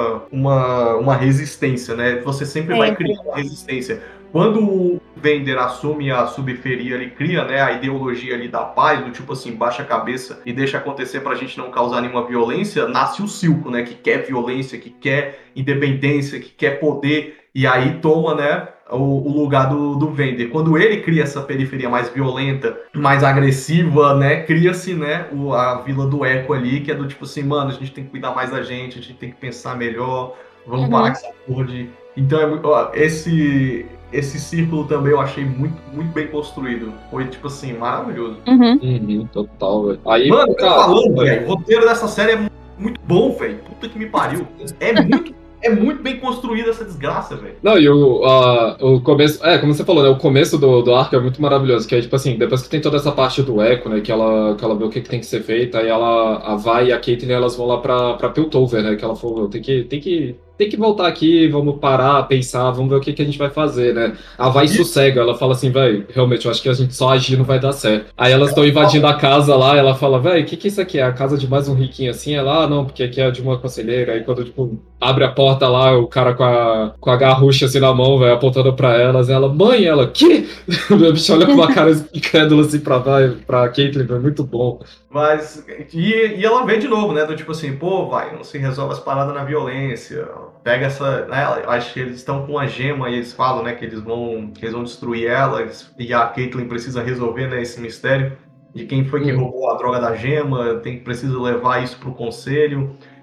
uma resistência, né? Você sempre vai criar uma resistência. Quando o Vander assume a subferia, ele cria, né, a ideologia ali da paz, do tipo assim, baixa a cabeça e deixa acontecer pra gente não causar nenhuma violência, nasce o Silco, né, que quer violência, que quer independência, que quer poder, e aí toma, né, o lugar do Vander. Quando ele cria essa periferia mais violenta, mais agressiva, né, cria-se, né, a Vila do Echo ali, que é do tipo assim, mano, a gente tem que cuidar mais da gente, a gente tem que pensar melhor, vamos parar com essa porra de... Então, esse círculo também eu achei muito, muito bem construído. Foi, tipo assim, maravilhoso. Total, velho. Aí, mano, cara, falando, velho, o roteiro dessa série é muito bom, velho. Puta que me pariu. É muito bem construída essa desgraça, velho. Não, e o começo... como você falou, né? O começo do arco é muito maravilhoso. Que é, tipo assim, depois que tem toda essa parte do Echo, né? Que ela vê o que tem que ser feito. Aí a Vai e a Caitlyn, elas vão lá pra Piltover, né? Que ela falou, tem que voltar aqui, vamos parar, pensar, vamos ver o que a gente vai fazer, né? A Vai sossega, ela fala assim, velho, realmente, eu acho que a gente só agir não vai dar certo. Aí elas estão invadindo a casa lá, ela fala, velho, o que é isso aqui? É a casa de mais um riquinho assim? Ela, não, porque aqui é de uma conselheira. Aí quando, tipo, abre a porta lá, o cara com a garrucha assim na mão, velho, apontando pra elas, ela, mãe, ela, que? O bicho olha com uma cara incrédula assim pra Caitlyn, é muito bom. Mas, e ela vê de novo, né, do tipo assim, pô, vai, não se resolve as paradas na violência, pega essa, né, acho que eles estão com a gema e eles falam, né, que eles vão destruir ela, e a Caitlyn precisa resolver, né, esse mistério de quem foi que roubou a droga da gema, precisa levar isso pro conselho,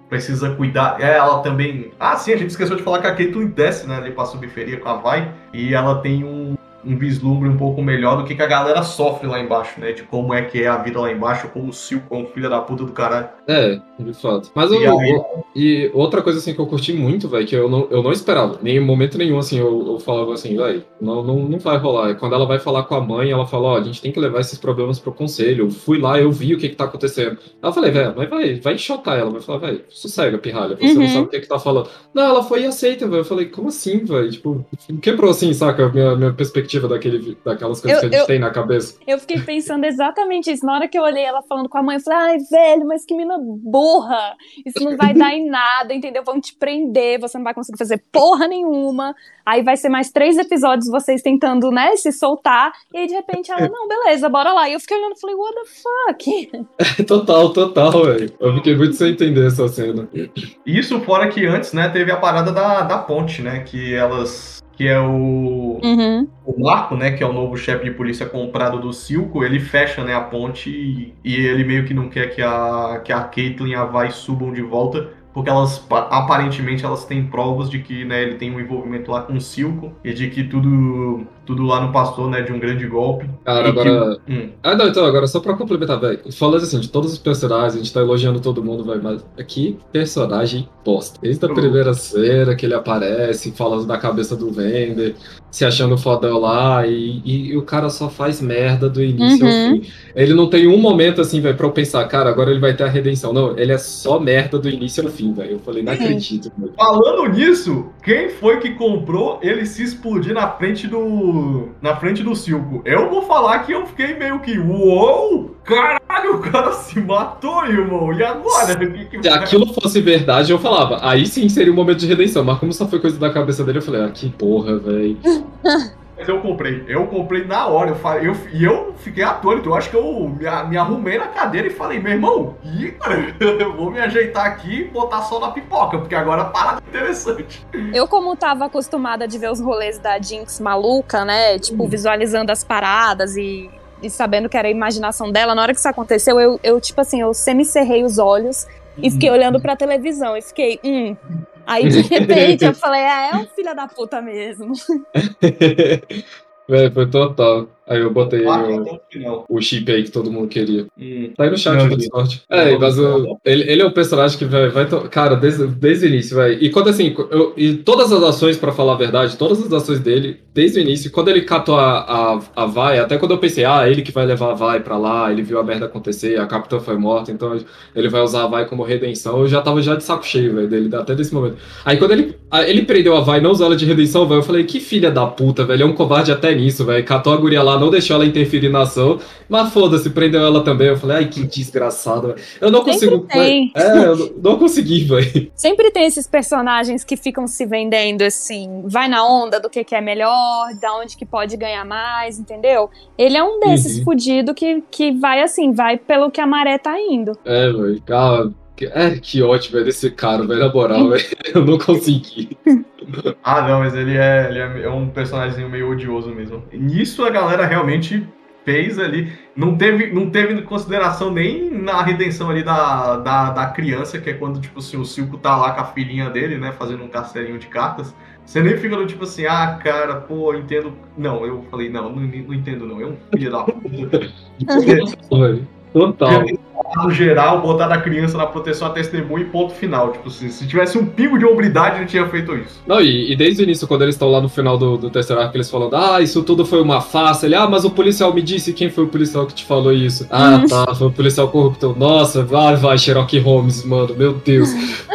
precisa cuidar. Ela também... Ah, sim, a gente esqueceu de falar que a Caitlyn desce, né, ali pra subferia com a Vi, e ela tem um vislumbre um pouco melhor do que a galera sofre lá embaixo, né? De como é que é a vida lá embaixo, como o Silco é um filho da puta do caralho. De fato. Mas E outra coisa assim que eu curti muito, velho, que eu não esperava. Nem em momento nenhum, assim, eu falava assim, velho, não vai rolar. E quando ela vai falar com a mãe, ela fala, ó, a gente tem que levar esses problemas pro conselho. Eu fui lá, eu vi o que tá acontecendo. Eu falei, velho, mas vai chocar ela. Vai falar, velho, sossega, pirralha, você não sabe o que tá falando. Não, ela foi e aceita, velho. Eu falei, como assim, velho? Tipo, quebrou assim, saca? Minha perspectiva daquelas coisas que a gente tem na cabeça. Eu fiquei pensando exatamente isso. Na hora que eu olhei ela falando com a mãe, eu falei, ai, velho, mas que mina burra. Isso não vai dar em nada, entendeu? Vão te prender, você não vai conseguir fazer porra nenhuma. Aí vai ser mais 3 episódios vocês tentando, né, se soltar. E aí, de repente, ela, não, beleza, bora lá. E eu fiquei olhando e falei, what the fuck? Total, velho. Eu fiquei muito sem entender essa cena. Isso fora que antes, né, teve a parada da ponte, né, que é o Marco, né, que é o novo chefe de polícia comprado do Silco, ele fecha, né, a ponte e ele meio que não quer que a Caitlyn e a Vi subam de volta, porque aparentemente elas têm provas de que, né, ele tem um envolvimento lá com o Silco e de que tudo lá não passou, né, de um grande golpe. Cara, agora... então, agora só pra complementar, velho, falando assim, de todos os personagens, a gente tá elogiando todo mundo, velho, mas aqui, personagem bosta. Desde a primeira cena que ele aparece, falando da cabeça do Vender, se achando fodão lá, e o cara só faz merda do início ao fim. Ele não tem um momento, assim, velho, pra eu pensar, cara, agora ele vai ter a redenção. Não, ele é só merda do início ao fim, velho. Eu falei, não acredito, velho. Falando nisso, quem foi que comprou ele se explodir na frente do Silco? Eu vou falar que eu fiquei meio que, uou! Caralho, o cara se matou, irmão. E agora? Se aquilo fosse verdade, eu falava. Aí sim seria um momento de redenção. Mas como só foi coisa da cabeça dele, eu falei, que porra, velho. Mas eu comprei na hora. Eu fiquei atônito. Eu acho que eu me arrumei na cadeira e falei, meu irmão, eu vou me ajeitar aqui e botar só na pipoca, porque agora a parada é interessante. Eu, como tava acostumada de ver os rolês da Jinx maluca, né? Tipo, visualizando as paradas e sabendo que era a imaginação dela, na hora que isso aconteceu, eu tipo assim, eu semi-cerrei os olhos e fiquei olhando pra televisão e fiquei, Aí, de repente, eu falei, é um filho da puta mesmo. Velho, foi total. Aí eu botei o chip aí que todo mundo queria. Tá aí no chat do Discord. Mas ele é um personagem que vai cara, desde o início, velho. E quando assim, e todas as ações, pra falar a verdade, todas as ações dele, desde o início, quando ele catou a Vi, até quando eu pensei, ele que vai levar a Vi pra lá, ele viu a merda acontecer, a Capitã foi morta, então ele vai usar a Vi como redenção, eu já tava de saco cheio, velho, dele, até desse momento. Aí quando ele prendeu a Vi e não usou ela de redenção, velho, eu falei, que filha da puta, velho, é um covarde até nisso, velho, catou a guria lá, não deixou ela interferir na ação, mas foda-se, prendeu ela também. Eu falei, ai, que desgraçado, velho. Eu não consigo. Eu não consegui, velho. Sempre tem esses personagens que ficam se vendendo assim, vai na onda do que é melhor, da onde que pode ganhar mais, entendeu? Ele é um desses fudido que vai assim, vai pelo que a maré tá indo. Velho, cara. Que ótimo, velho, desse cara, velho, na moral, velho. Eu não consegui. Não, mas ele é um personagem meio odioso mesmo. Nisso a galera realmente fez ali. Não teve consideração nem na redenção ali da criança, que é quando, tipo assim, o Silco tá lá com a filhinha dele, né, fazendo um castelinho de cartas. Você nem fica do tipo assim, cara, pô, eu entendo. Não, eu falei, não entendo não. É um filho da puta. Total. No geral, botar a criança na proteção à testemunha e ponto final. Tipo assim, se tivesse um pingo de hombridade, ele tinha feito isso. Não, e desde o início, quando eles estão lá no final do terceiro arco, eles falam, isso tudo foi uma farsa. Ele, mas o policial me disse quem foi o policial que te falou isso. Tá, foi o policial corrupto. Nossa, vai, Sherlock Holmes, mano, meu Deus.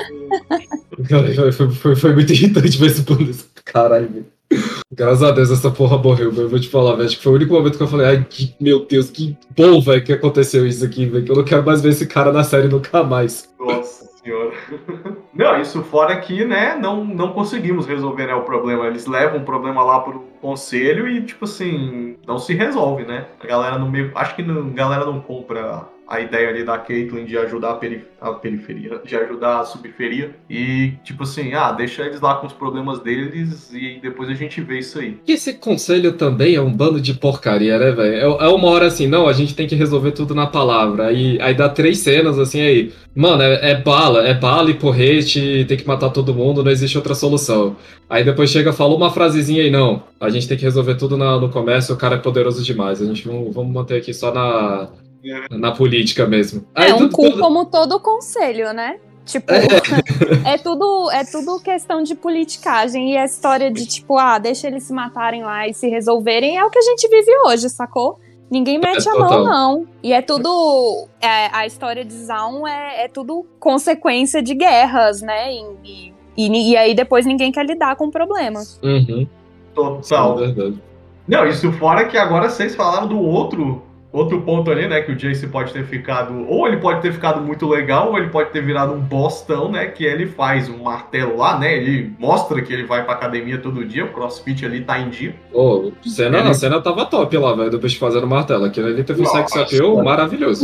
Foi muito irritante ver esse polícia. Caralho, velho. Graças a Deus essa porra morreu, velho. Eu vou te falar, velho. Acho que foi o único momento que eu falei, meu Deus, que bom, velho, que aconteceu isso aqui, velho. Que eu não quero mais ver esse cara na série nunca mais. Nossa senhora. Não, isso fora que, né, não conseguimos resolver, né, o problema. Eles levam o problema lá pro conselho e, tipo assim, não se resolve, né? A galera no meio... Acho que a galera não compra a ideia ali da Caitlyn de ajudar a periferia, de ajudar a subferia. E, tipo assim, deixa eles lá com os problemas deles e depois a gente vê isso aí. E esse conselho também é um bando de porcaria, né, velho? É uma hora assim, não, a gente tem que resolver tudo na palavra. Aí dá 3 cenas assim aí. Mano, é bala e porrete, tem que matar todo mundo, não existe outra solução. Aí depois chega, falou uma frasezinha aí, não, a gente tem que resolver tudo no comércio, o cara é poderoso demais. A gente vamos manter aqui só na política mesmo. Aí, como todo conselho, né? Tipo, é tudo questão de politicagem. E a história de, tipo, deixa eles se matarem lá e se resolverem é o que a gente vive hoje, sacou? Ninguém mete a mão, não. E é tudo... a história de Zaun é tudo consequência de guerras, né? E aí depois ninguém quer lidar com o problema. Uhum. Total. É verdade. Não, isso fora que agora vocês falaram do outro ponto ali, né, que o Jace pode ter ficado, ou ele pode ter ficado muito legal, ou ele pode ter virado um bostão, né, que ele faz um martelo lá, né, ele mostra que ele vai pra academia todo dia, o crossfit ali tá em dia. A cena tava top lá, velho, do bicho fazendo martelo, aquilo ali teve um sex appeal maravilhoso.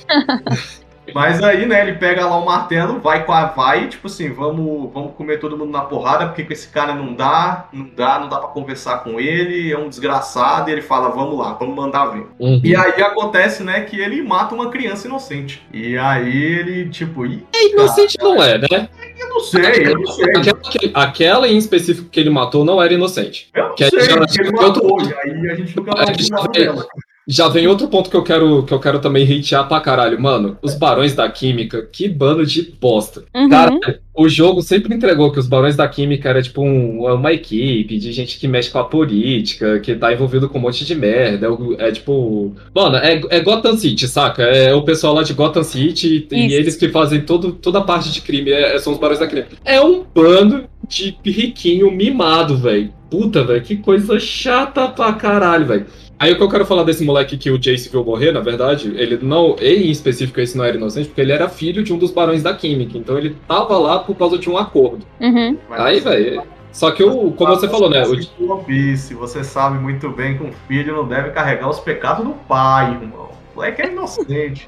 Mas aí, né, ele pega lá o martelo, vai tipo assim, vamos comer todo mundo na porrada, porque com esse cara não dá pra conversar com ele, é um desgraçado, e ele fala, vamos lá, vamos mandar ver. Uhum. E aí acontece, né, que ele mata uma criança inocente. E aí ele, tipo... inocente não é, né? Eu não sei. Aquela em específico que ele matou não era inocente. Eu não sei, que ele matou, e aí a gente nunca vai falar dela. Já vem outro ponto que eu quero também hatear pra caralho. Mano, os Barões da Química, que bando de bosta. Uhum. Cara, o jogo sempre entregou que os Barões da Química era tipo uma equipe de gente que mexe com a política, que tá envolvido com um monte de merda. É tipo... Mano, é Gotham City, saca? É o pessoal lá de Gotham City e eles que fazem toda a parte de crime. São os Barões da Química. É um bando de riquinho mimado, velho. Puta, velho, que coisa chata pra caralho, velho. Aí o que eu quero falar desse moleque que o Jace viu morrer, na verdade, ele em específico esse não era inocente, porque ele era filho de um dos Barões da Química, então ele tava lá por causa de um acordo. Uhum. Aí, velho, só que como você falou, né? Você sabe muito bem que um filho não deve carregar os pecados do pai, irmão. O moleque é inocente.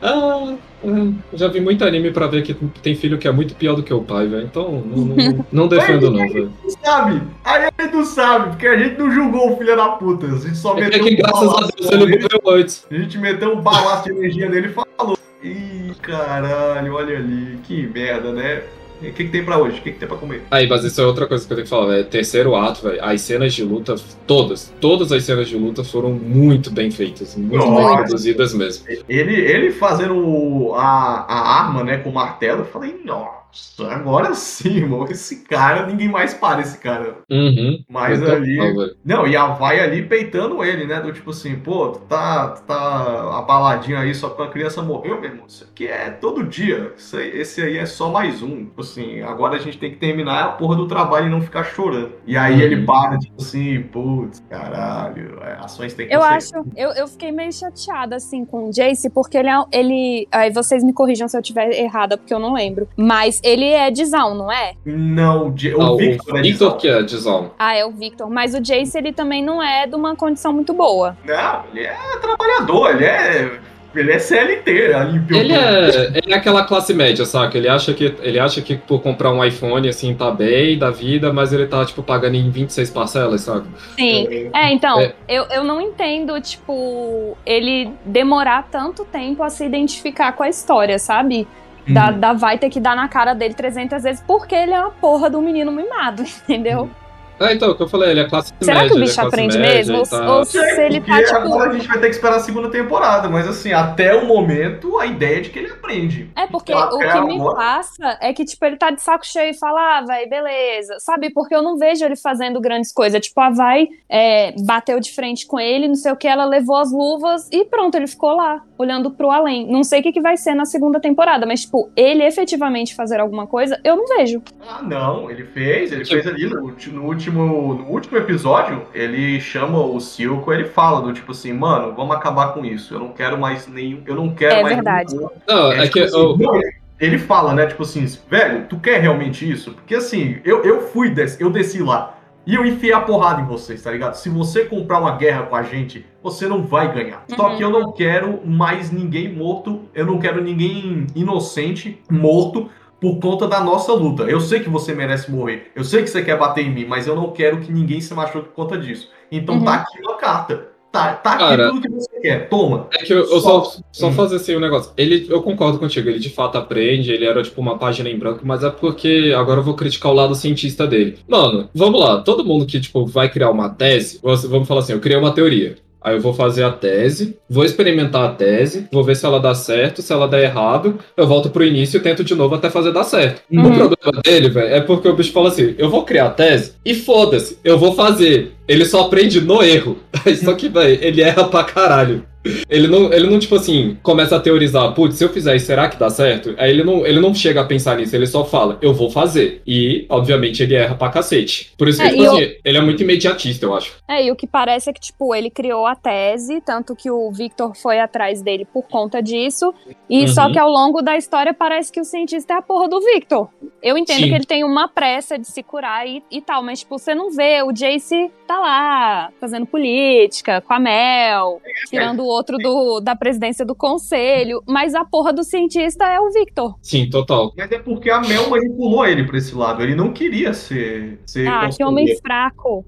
Já vi muito anime pra ver que tem filho que é muito pior do que o pai, velho. Então, não defendo não, velho. Aí a gente não sabe, porque a gente não julgou o filho da puta. A gente só meteu que graças a Deus ele morreu antes. A gente meteu um balaço de energia nele e falou. Ih, caralho, olha ali. Que merda, né? O que tem pra hoje? O que tem pra comer? Aí, mas isso é outra coisa que eu tenho que falar, velho. Terceiro ato, velho. As cenas de luta, todas as cenas de luta foram muito bem feitas. Muito bem produzidas mesmo. Ele fazendo a arma, né, com o martelo, eu falei, nossa, agora sim, irmão. Esse cara, ninguém mais para esse cara. Uhum. Mas ali... Não, e a vai ali peitando ele, né? Do tipo assim, pô, tu tá abaladinho aí só porque uma criança morreu, meu irmão. Isso aqui é todo dia. Esse aí é só mais um. Tipo assim, agora a gente tem que terminar a porra do trabalho e não ficar chorando. E aí ele para, tipo assim, putz, caralho, ações tem que ser. Eu fiquei meio chateada, assim, com o Jace, porque ele... Aí vocês me corrijam se eu estiver errada, porque eu não lembro. Mas ele é de Zaun, não é? Não, o Victor que é de Zaun. É o Victor. Mas o Jace, ele também não é de uma condição muito boa. Não, ele é trabalhador, ele é CLT ali. Ele é aquela classe média, saca? Ele acha que por comprar um iPhone, assim, tá bem da vida, mas ele tá, tipo, pagando em 26 parcelas, saca? Sim. Eu não entendo, tipo, ele demorar tanto tempo a se identificar com a história, sabe? Vai ter que dar na cara dele 300 vezes, porque ele é uma porra do menino mimado, entendeu? Então, o que eu falei, ele é classe Será média. Será que o bicho aprende mesmo? Ou se ele tá, tipo... Agora a gente vai ter que esperar a segunda temporada, mas assim, até o momento, a ideia é de que ele aprende. Porque o que me passa é que, tipo, ele tá de saco cheio e fala, velho, beleza, sabe? Porque eu não vejo ele fazendo grandes coisas. Tipo, a Vai bateu de frente com ele, não sei o que, ela levou as luvas e pronto, ele ficou lá, olhando pro além. Não sei o que vai ser na segunda temporada, mas, tipo, ele efetivamente fazer alguma coisa, eu não vejo. Não, ele fez ali no último episódio, ele chama o Silco, ele fala do tipo assim, mano, vamos acabar com isso, eu não quero mais nenhum, eu não quero mais verdade. Não, ele fala, né, tipo assim, velho, tu quer realmente isso? Porque assim, eu desci lá e eu enfiei a porrada em vocês, tá ligado? Se você comprar uma guerra com a gente, você não vai ganhar. Só que eu não quero mais ninguém morto, eu não quero ninguém inocente morto por conta da nossa luta. Eu sei que você merece morrer, eu sei que você quer bater em mim, mas eu não quero que ninguém se machuque por conta disso. Então tá aqui uma carta. Tá aqui, cara, tudo que você quer, toma. É que eu só fazer assim um negócio. Eu concordo contigo, ele de fato aprende, ele era tipo uma página em branco, mas é porque agora eu vou criticar o lado cientista dele. Mano, vamos lá, todo mundo que tipo vai criar uma tese, vamos falar assim, eu criei uma teoria. Aí eu vou fazer a tese, vou experimentar a tese, vou ver se ela dá certo, se ela der errado, eu volto pro início e tento de novo até fazer dar certo. O problema dele, velho, é porque o bicho fala assim, eu vou criar a tese e foda-se, eu vou fazer. Ele só aprende no erro. Só que, velho, ele erra pra caralho. Ele não, tipo assim, começa a teorizar, putz, se eu fizer isso, será que dá certo? Aí ele não chega a pensar nisso, ele só fala, eu vou fazer. E, obviamente, ele erra pra cacete. Por isso que, tipo assim, ele é muito imediatista, eu acho. E o que parece é que, tipo, ele criou a tese, tanto que o Victor foi atrás dele por conta disso, e só que ao longo da história parece que o cientista é a porra do Victor. Eu entendo que ele tem uma pressa de se curar e tal, mas, tipo, você não vê, o Jace tá lá, fazendo política, com a Mel, tirando o outro da presidência do conselho, mas a porra do cientista é o Victor. Sim, total. Mas é porque a Mel manipulou ele pra esse lado, ele não queria ser que homem fraco.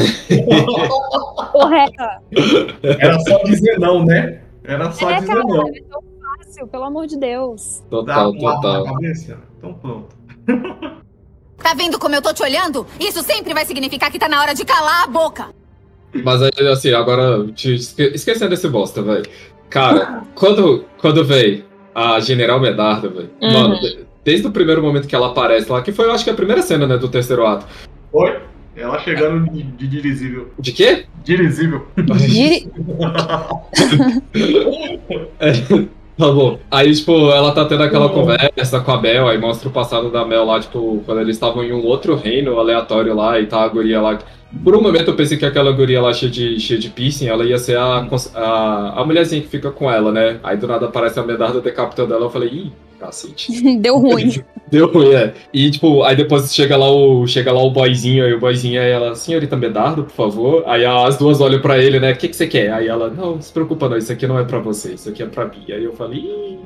Porreta. Era só dizer não, né? Era só dizer cara, não. É tão fácil, pelo amor de Deus. Total. Então pronto. Tá vendo como eu tô te olhando? Isso sempre vai significar que tá na hora de calar a boca. Mas aí, assim, agora, esquecendo desse bosta, velho. Cara, quando veio a General Medarda, velho, mano, desde o primeiro momento que ela aparece lá, que foi, eu acho que a primeira cena, né, do terceiro ato. Foi? Ela chegando de dirigível. De quê? Dirigível. Tá bom. Aí, tipo, ela tá tendo aquela conversa com a Mel, aí mostra o passado da Mel lá, tipo, quando eles estavam em um outro reino aleatório lá, e tá a guria lá. Por um momento eu pensei que aquela guria lá cheia de piercing, ela ia ser a mulherzinha que fica com ela, né? Aí do nada aparece a Medarda decapitando ela, eu falei, ih, cacete. Deu ruim. Deu ruim, é. E, tipo, aí depois chega lá o boyzinho, aí o boyzinho, aí ela, senhorita Medarda, por favor. Aí as duas olham pra ele, né, o que você quer? Aí ela, não se preocupa não, isso aqui não é pra você, isso aqui é pra mim. Aí eu falei,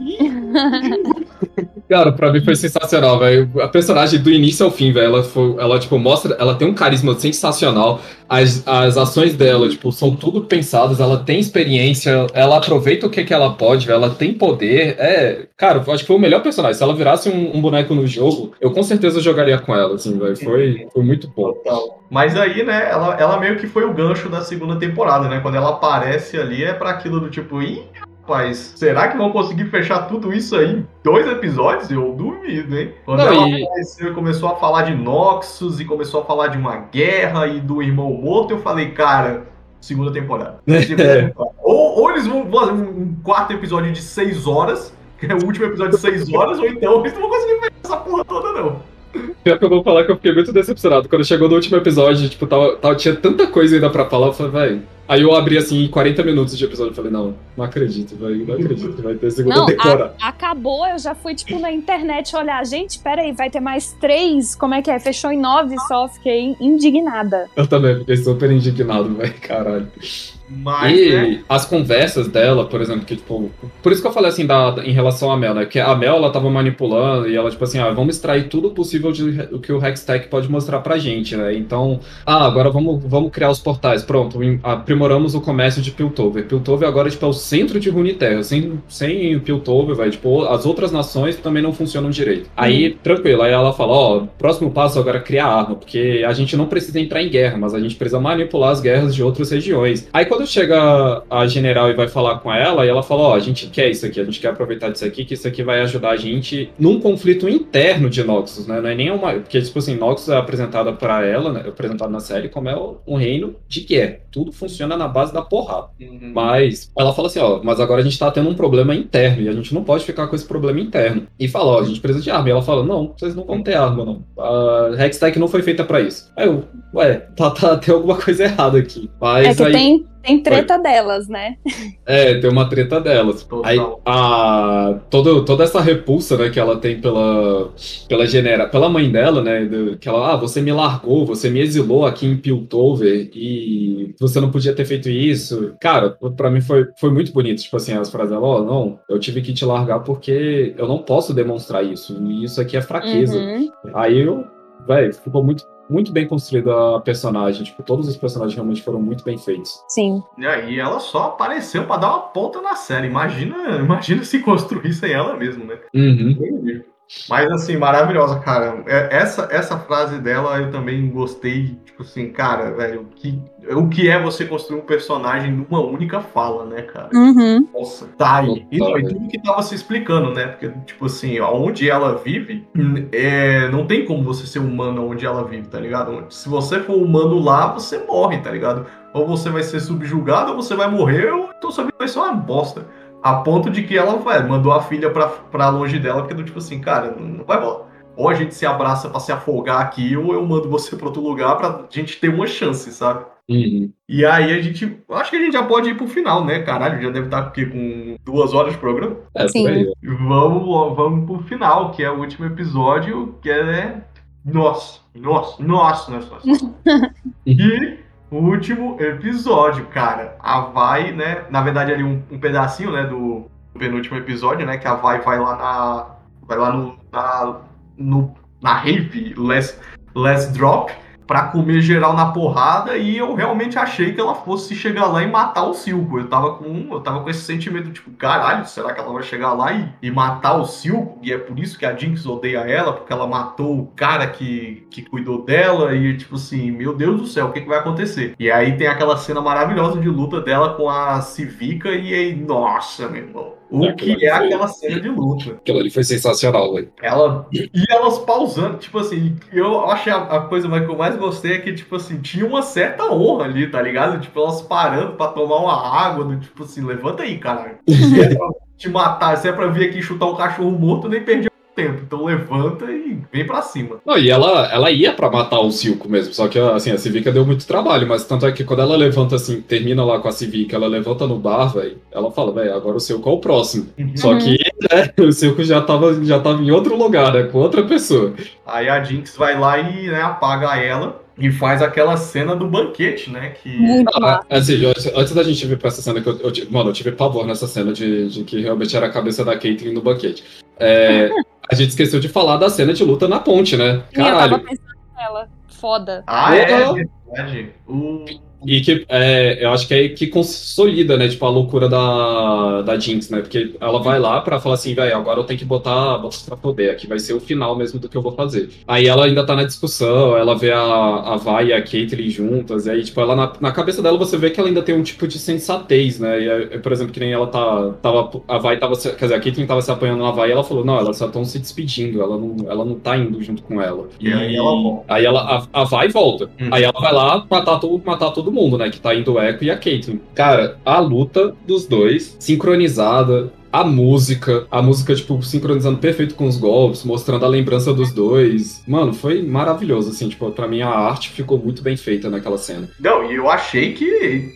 Cara, pra mim foi sensacional, velho. A personagem do início ao fim, velho, ela tipo, mostra, ela tem um carisma sensacional. As ações dela, tipo, são tudo pensadas, ela tem experiência, ela aproveita o que ela pode, velho, ela tem poder. Cara, eu acho que foi o melhor personagem. Se ela virasse um boneco no jogo, eu com certeza jogaria com ela, assim, velho. Foi muito bom. Mas aí, né, ela meio que foi o gancho da segunda temporada, né? Quando ela aparece ali, é pra aquilo do tipo, rapaz, será que vão conseguir fechar tudo isso aí em 2 episódios? Eu duvido, hein? Quando ela apareceu e começou a falar de Noxus e começou a falar de uma guerra e do irmão morto, eu falei, cara, segunda temporada. Ou eles vão fazer um 4º episódio de 6 horas, que é o último episódio de 6 horas, ou então eles não vão conseguir fechar essa porra toda, não. Pior que eu vou falar que eu fiquei muito decepcionado. Quando chegou no último episódio, tipo, tinha tanta coisa ainda pra falar, eu falei, velho. Aí eu abri assim, 40 minutos de episódio, eu falei, não acredito, velho, não acredito que vai ter segunda temporada. Acabou, eu já fui, tipo, na internet olhar, gente, peraí, vai ter mais 3? Como é que é? Fechou em 9 só, fiquei indignada. Eu também fiquei super indignado, velho, caralho. Mas, as conversas dela, por exemplo, que, tipo... Por isso que eu falei, assim, em relação à Mel, né? Porque a Mel, ela tava manipulando e ela, tipo assim, vamos extrair tudo possível do que o Hextech pode mostrar pra gente, né? Então, agora vamos criar os portais. Pronto, aprimoramos o comércio de Piltover. Piltover agora, tipo, é o centro de Runeterra. Sem Piltover, velho, tipo, as outras nações também não funcionam direito. Aí, tranquilo, aí ela fala, próximo passo agora é criar arma, porque a gente não precisa entrar em guerra, mas a gente precisa manipular as guerras de outras regiões. Aí, quando chega a general e vai falar com ela, e ela fala, a gente quer isso aqui, a gente quer aproveitar disso aqui, que isso aqui vai ajudar a gente num conflito interno de Noxus, né? Não é nem uma... Porque, tipo assim, Noxus é apresentada pra ela, né? Apresentado na série como é um reino de guerra. Tudo funciona na base da porrada. Mas ela fala assim, mas agora a gente tá tendo um problema interno, e a gente não pode ficar com esse problema interno. E fala, a gente precisa de arma. E ela fala, não, vocês não vão ter arma, não. A Hextech não foi feita pra isso. Aí eu, tem alguma coisa errada aqui. Mas que aí... Tem treta delas, né? Tem uma treta delas. Aí, toda essa repulsa, né, que ela tem pela mãe dela, né, que ela, você me largou, você me exilou aqui em Piltover e você não podia ter feito isso. Cara, pra mim foi muito bonito, tipo assim, as frases dela, não, eu tive que te largar porque eu não posso demonstrar isso, e isso aqui é fraqueza. Aí, ficou muito bem construída a personagem. Tipo, todos os personagens realmente foram muito bem feitos. Sim. E ela só apareceu pra dar uma ponta na série. Imagina se construísse ela mesmo, né? Mas, assim, maravilhosa, cara. Essa frase dela eu também gostei. Tipo assim, cara, velho, o que é você construir um personagem numa única fala, né, cara? Nossa, tá aí. E tudo que tava se explicando, né? Porque, tipo assim, onde ela vive, não tem como você ser humano onde ela vive, tá ligado? Se você for humano lá, você morre, tá ligado? Ou você vai ser subjugado, ou você vai morrer, ou então sua vida vai ser uma bosta. A ponto de que ela mandou a filha pra longe dela, porque tipo assim, cara, não vai rolar. Ou a gente se abraça pra se afogar aqui, ou eu mando você pra outro lugar pra gente ter uma chance, sabe? E aí acho que a gente já pode ir pro final, né? Caralho, já deve estar aqui com 2 horas de programa. Por aí. Vamos pro final, que é o último episódio, que é... Nossa. E... o último episódio, cara. A Vi, né? Na verdade, ali um pedacinho, né? Do penúltimo episódio, né? Que a Vi vai lá na rave Last Drop pra comer geral na porrada, e eu realmente achei que ela fosse chegar lá e matar o Silco. Eu tava com esse sentimento, tipo, caralho, será que ela vai chegar lá e matar o Silco? E é por isso que a Jinx odeia ela, porque ela matou o cara que cuidou dela, e tipo assim, meu Deus do céu, o que vai acontecer? E aí tem aquela cena maravilhosa de luta dela com a Civica, e aí, nossa, meu irmão. O que é aquela cena de luta? Aquilo ali foi sensacional, velho. Elas pausando, tipo assim, eu achei a coisa que eu mais gostei é que, tipo assim, tinha uma certa honra ali, tá ligado? Tipo, elas parando pra tomar uma água, tipo assim, levanta aí, caralho. Se é pra te matar, se é pra vir aqui chutar um cachorro morto, nem perdi tempo. Então levanta e vem pra cima. Não, e ela ia pra matar o Silco mesmo, só que assim, a Civica deu muito trabalho, mas tanto é que quando ela levanta assim, termina lá com a Civica, ela levanta no bar, velho, ela fala, velho, agora o Silco é o próximo. Só que, né, o Silco já tava em outro lugar, né, com outra pessoa. Aí a Jinx vai lá e, né, apaga ela. E faz aquela cena do banquete, né? Assim, antes da gente vir pra essa cena, que eu tive pavor nessa cena de que realmente era a cabeça da Caitlyn no banquete. A gente esqueceu de falar da cena de luta na ponte, né? Caralho. Eu tava pensando nela. Foda. É verdade. E que eu acho que é que consolida, né, tipo, a loucura da Jinx, né, porque ela vai lá pra falar assim, velho, agora eu tenho que botar pra poder, aqui vai ser o final mesmo do que eu vou fazer. Aí ela ainda tá na discussão, ela vê a Vi e a Caitlyn juntas, e aí, tipo, ela na cabeça dela você vê que ela ainda tem um tipo de sensatez, né, e, por exemplo, que nem ela a Vi tava, quer dizer, a Caitlyn tava se apanhando na Vi e ela falou, não, elas só estão se despedindo, ela não tá indo junto com ela. E aí ela volta. Aí a Vi volta. Aí ela vai lá matar todo mundo, né? Que tá indo o Echo e a Caitlyn. Cara, a luta dos dois, sincronizada, a música, tipo, sincronizando perfeito com os golpes, mostrando a lembrança dos dois. Mano, foi maravilhoso, assim, tipo, pra mim a arte ficou muito bem feita naquela cena. Não, e eu achei que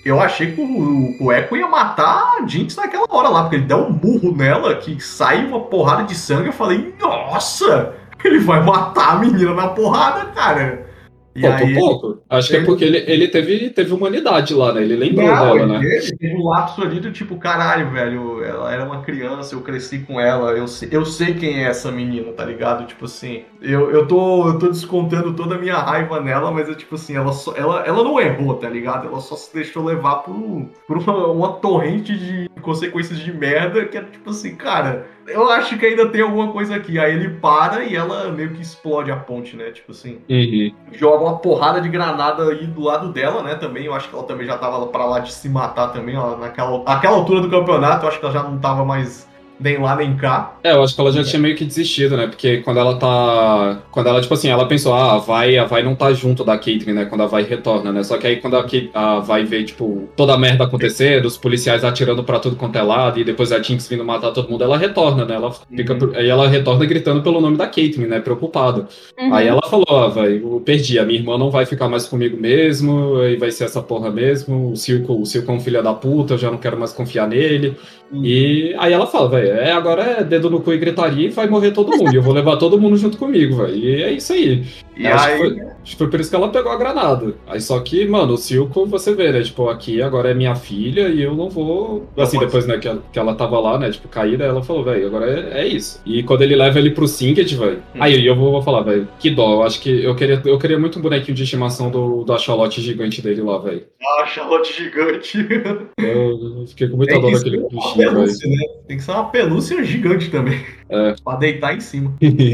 o Echo ia matar a Jinx naquela hora lá, porque ele deu um burro nela, que sai uma porrada de sangue, eu falei, nossa, ele vai matar a menina na porrada, cara. Faltou pouco. Acho que é porque ele teve humanidade lá, né? Ele lembrou dela, né? Ele teve um lapso ali do tipo, caralho, velho, ela era uma criança, eu cresci com ela, eu sei quem é essa menina, tá ligado? Tipo assim, eu tô descontando toda a minha raiva nela, mas é tipo assim, ela não errou, tá ligado? Ela só se deixou levar por uma torrente de consequências de merda, que é tipo assim, cara, eu acho que ainda tem alguma coisa aqui. Aí ele para e ela meio que explode a ponte, né? Tipo assim. Joga uma porrada de granada aí do lado dela, né? Também. Eu acho que ela também já tava pra lá de se matar também. Naquela altura do campeonato, eu acho que ela já não tava mais nem lá nem cá. Eu acho que ela já tinha meio que desistido, né? Porque quando ela, tipo assim, ela pensou, a Vai não tá junto da Caitlyn, né? Quando a Vai retorna, né? Só que aí quando a Vai vê, tipo, toda a merda acontecendo, os policiais atirando pra tudo quanto é lado, e depois a Jinx vindo matar todo mundo, ela retorna, né? Ela fica, aí ela retorna gritando pelo nome da Caitlyn, né? Preocupada. Aí ela falou, Vai, eu perdi, a minha irmã não vai ficar mais comigo mesmo, e vai ser essa porra mesmo, o Silco é um filho da puta, eu já não quero mais confiar nele. E aí ela fala, velho, agora é dedo no cu e gritaria e vai morrer todo mundo. E eu vou levar todo mundo junto comigo, velho. E é isso aí. E acho aí... que foi por isso que ela pegou a granada. Aí só que, mano, o Silco, você vê, né? Tipo, aqui agora é minha filha e eu não vou... Assim, depois, né, que ela tava lá, né, tipo, caída, ela falou, velho, agora é isso. E quando ele leva ele pro Singed, velho, aí eu vou falar, velho, que dó. Eu acho que eu queria muito um bonequinho de estimação da Charlotte gigante dele lá, velho. Ah, Charlotte gigante. Eu fiquei com muita dó daquele bichinho, velho. Né? Tem que ser uma pelúcia gigante também. Pra deitar em cima.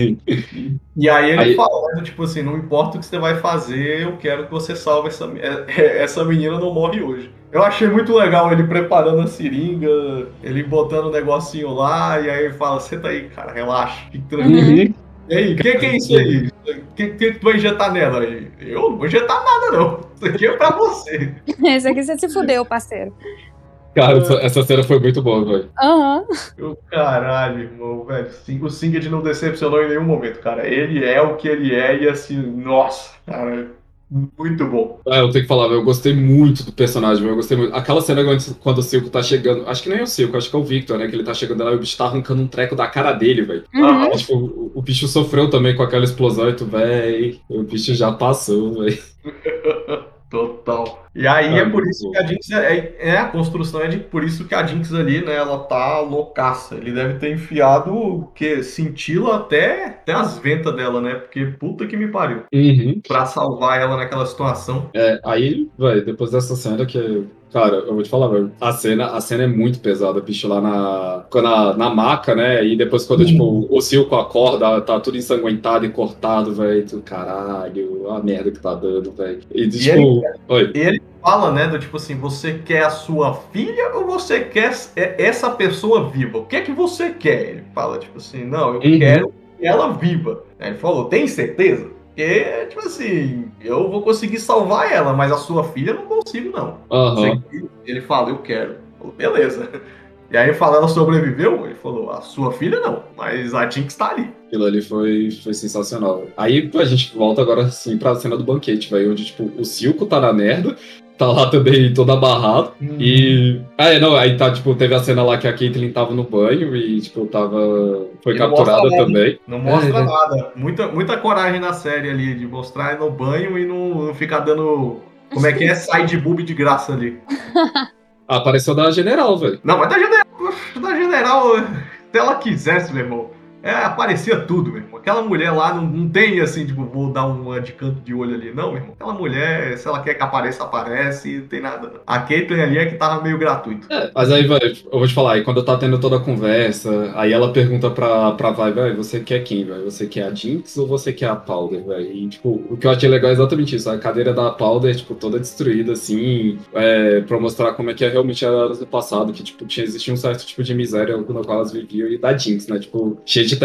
E aí ele fala, tipo assim, não importa o que você vai fazer, eu quero que você salve essa menina, não morre hoje. Eu achei muito legal ele preparando a seringa, ele botando o negocinho lá, e aí ele fala, senta aí, cara, relaxa, fique tranquilo. E aí, o que é isso aí? O que tu vai injetar nela aí? Eu não vou injetar nada, não. Isso aqui é pra você. Esse aqui você se fudeu, parceiro. Cara, essa cena foi muito boa, velho. Caralho, irmão, velho. O Singed não decepcionou em nenhum momento, cara. Ele é o que ele é e assim, nossa, cara, muito bom. Eu tenho que falar, eu gostei muito do personagem, eu gostei muito. Aquela cena quando o Silco tá chegando, acho que nem é o Silco, acho que é o Victor, né? Que ele tá chegando lá e o bicho tá arrancando um treco da cara dele, velho. Tipo, o bicho sofreu também com aquela explosão e tu, velho, o bicho já passou, velho. Total. E aí é por isso que a Jinx a construção por isso que a Jinx ali, né, ela tá loucaça. Ele deve ter enfiado o quê? Cintila até as ventas dela, né? Porque puta que me pariu. Pra salvar ela naquela situação. Aí, velho, depois dessa cena que... Cara, eu vou te falar, velho, a cena é muito pesada, bicho, lá na maca, né? E depois quando, tipo, o Silco acorda, tá tudo ensanguentado e cortado, velho. Caralho, a merda que tá dando, velho. E tipo... Ele fala, né, do tipo assim, você quer a sua filha ou você quer essa pessoa viva? O que é que você quer? Ele fala, tipo assim, não, eu quero ela viva. Aí ele falou, tem certeza? Porque, tipo assim, eu vou conseguir salvar ela, mas a sua filha eu não consigo, não. Ele fala, eu quero. Falou, beleza. E aí ele fala, ela sobreviveu? Ele falou, a sua filha não, mas a Jinx tá ali. Aquilo ali foi sensacional. Aí a gente volta agora, assim, pra cena do banquete, velho, onde, tipo, o Silco tá na merda, tá lá também todo abarrado. E... aí tá, tipo, teve a cena lá que a Caitlyn tava no banho e, tipo, foi capturada também. Não mostra nada. Muita coragem na série ali, de mostrar no banho e não ficar dando... Como é que é? Side boob de graça ali. Apareceu da General, velho. Não, mas da General, se ela quisesse, meu irmão, aparecia tudo, meu irmão. Aquela mulher lá não tem assim, tipo, vou dar uma de canto de olho ali, não, meu irmão. Aquela mulher, se ela quer que apareça, aparece, não tem nada, não. A Caitlyn ali é que tava meio gratuito. Mas aí, velho, eu vou te falar, aí quando tá tendo toda a conversa, aí ela pergunta pra Vai, velho, você quer quem, velho? Você quer a Jinx ou você quer a Powder, velho? E, tipo, o que eu achei legal é exatamente isso, a cadeira da Powder, tipo, toda destruída, assim, pra mostrar como é que realmente era no passado, que, tipo, existia um certo tipo de miséria no qual elas viviam, e da Jinx, né, tipo, cheio de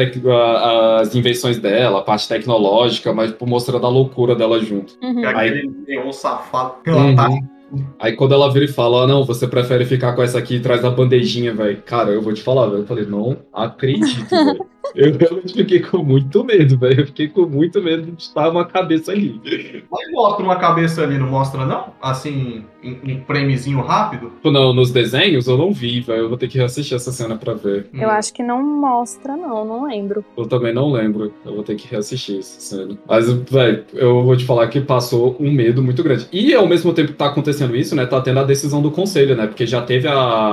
as invenções dela, a parte tecnológica, mas, tipo, mostrando a loucura dela junto. Aquele neon safado que ela tá. Aí quando ela vira e fala, não, você prefere ficar com essa aqui e traz a bandejinha, velho. Cara, eu vou te falar, velho. Eu falei, não acredito, velho. Eu realmente fiquei com muito medo, velho. Eu fiquei com muito medo de estar uma cabeça ali. Mas mostra uma cabeça ali, não mostra, não? Assim, um framezinho rápido? Não, nos desenhos eu não vi, velho. Eu vou ter que reassistir essa cena pra ver. Eu acho que não mostra, não lembro. Eu também não lembro. Eu vou ter que reassistir essa cena. Mas, velho, eu vou te falar que passou um medo muito grande. E ao mesmo tempo que tá acontecendo isso, né, tá tendo a decisão do conselho, né? Porque já teve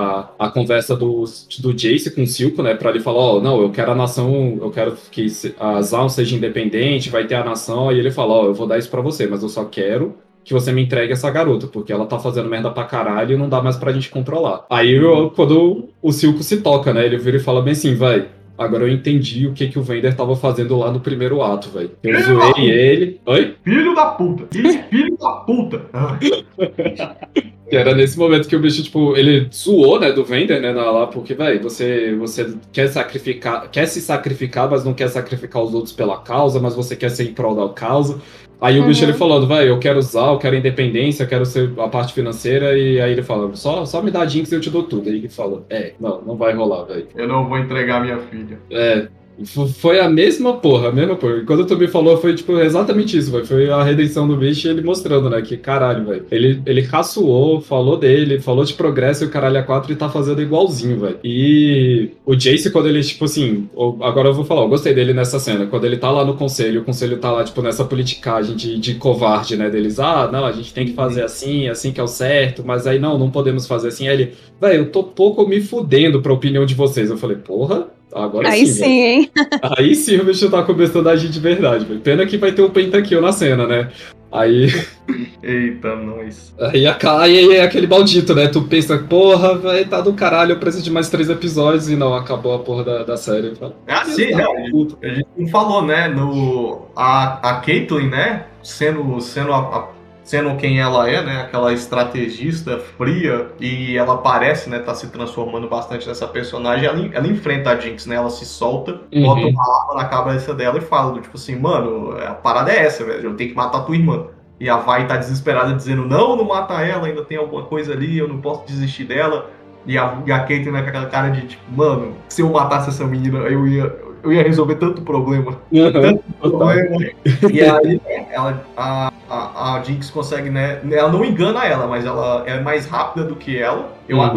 a conversa do Jace com o Silco, né? Pra ele falar, não, eu quero a nação, eu quero que a Zaun seja independente, vai ter a nação. E ele fala, eu vou dar isso pra você, mas eu só quero que você me entregue essa garota, porque ela tá fazendo merda pra caralho e não dá mais pra gente controlar. Aí, quando o Silco se toca, né? Ele vira e fala bem assim, vai... Agora eu entendi o que o Vander tava fazendo lá no primeiro ato, velho. Eu zoei ele... Oi? Filho da puta! Filho da puta! Que era nesse momento que o bicho, tipo, ele zoou, né, do Vander, né, lá, porque, velho, você quer se sacrificar, mas não quer sacrificar os outros pela causa, mas você quer ser em prol da causa. Aí o bicho, ele falando, velho, eu quero independência, eu quero ser a parte financeira, e aí ele fala, só me dá a Jinx e eu te dou tudo. Aí ele falou, não vai rolar, velho. Eu não vou entregar minha filha. Foi a mesma porra. E quando tu me falou, foi tipo exatamente isso, véio. Foi a redenção do bicho e ele mostrando, né? Que caralho, velho. Ele caçoou, falou dele, falou de progresso e o caralho A4 e tá fazendo igualzinho, velho. E o Jace, quando ele, tipo assim. Agora eu vou falar, eu gostei dele nessa cena. Quando ele tá lá no conselho, o conselho tá lá, tipo, nessa politicagem de covarde, né? Deles, não, a gente tem que fazer assim que é o certo, mas aí não podemos fazer assim. Aí ele, velho, eu tô pouco me fudendo pra opinião de vocês. Eu falei, porra. Agora aí sim, hein? Aí sim o bicho tá começando a agir de verdade, velho. Pena que vai ter um pentakill na cena, né? Aí... Eita, nós. Aí é aquele maldito, né? Tu pensa, porra, vai tá do caralho, eu preciso de mais 3 episódios e não, acabou a porra da série. Sim, né? A gente não falou, né? A Caitlyn, né? Sendo quem ela é, né? Aquela estrategista fria, e ela parece, né? Tá se transformando bastante nessa personagem. Ela enfrenta a Jinx, né? Ela se solta, bota uma arma na cabeça dela e fala, tipo assim, mano, a parada é essa, velho. Eu tenho que matar tua irmã. E a Vi tá desesperada dizendo, não mata ela, ainda tem alguma coisa ali, eu não posso desistir dela. E a Caitlyn, né, com aquela cara de tipo, mano, se eu matasse essa menina, eu ia resolver tanto problema. Tanto problema. E aí, a Jinx consegue, né? Ela não engana ela, mas ela é mais rápida do que ela.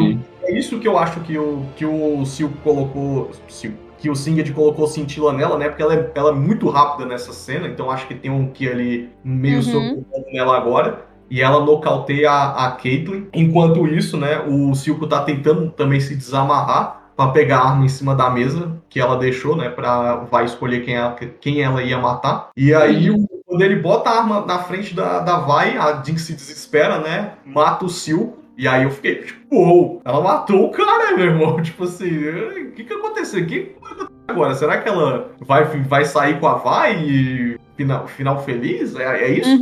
É isso que eu acho que o Silco colocou. Que o Singed colocou cintila nela, né? Porque ela é muito rápida nessa cena, então acho que tem um que ali meio sob nela agora. E ela nocauteia a Caitlyn. Enquanto isso, né? O Silco tá tentando também se desamarrar pra pegar a arma em cima da mesa que ela deixou, né? Vai escolher quem ela ia matar. E aí, quando ele bota a arma na frente da Vi, a Jinx se desespera, né? Mata o Silco. E aí eu fiquei, tipo, uou, ela matou o cara, meu irmão. Tipo assim, o que aconteceu? O que vai acontecer agora? Será que ela vai sair com a Vi e final feliz? É isso?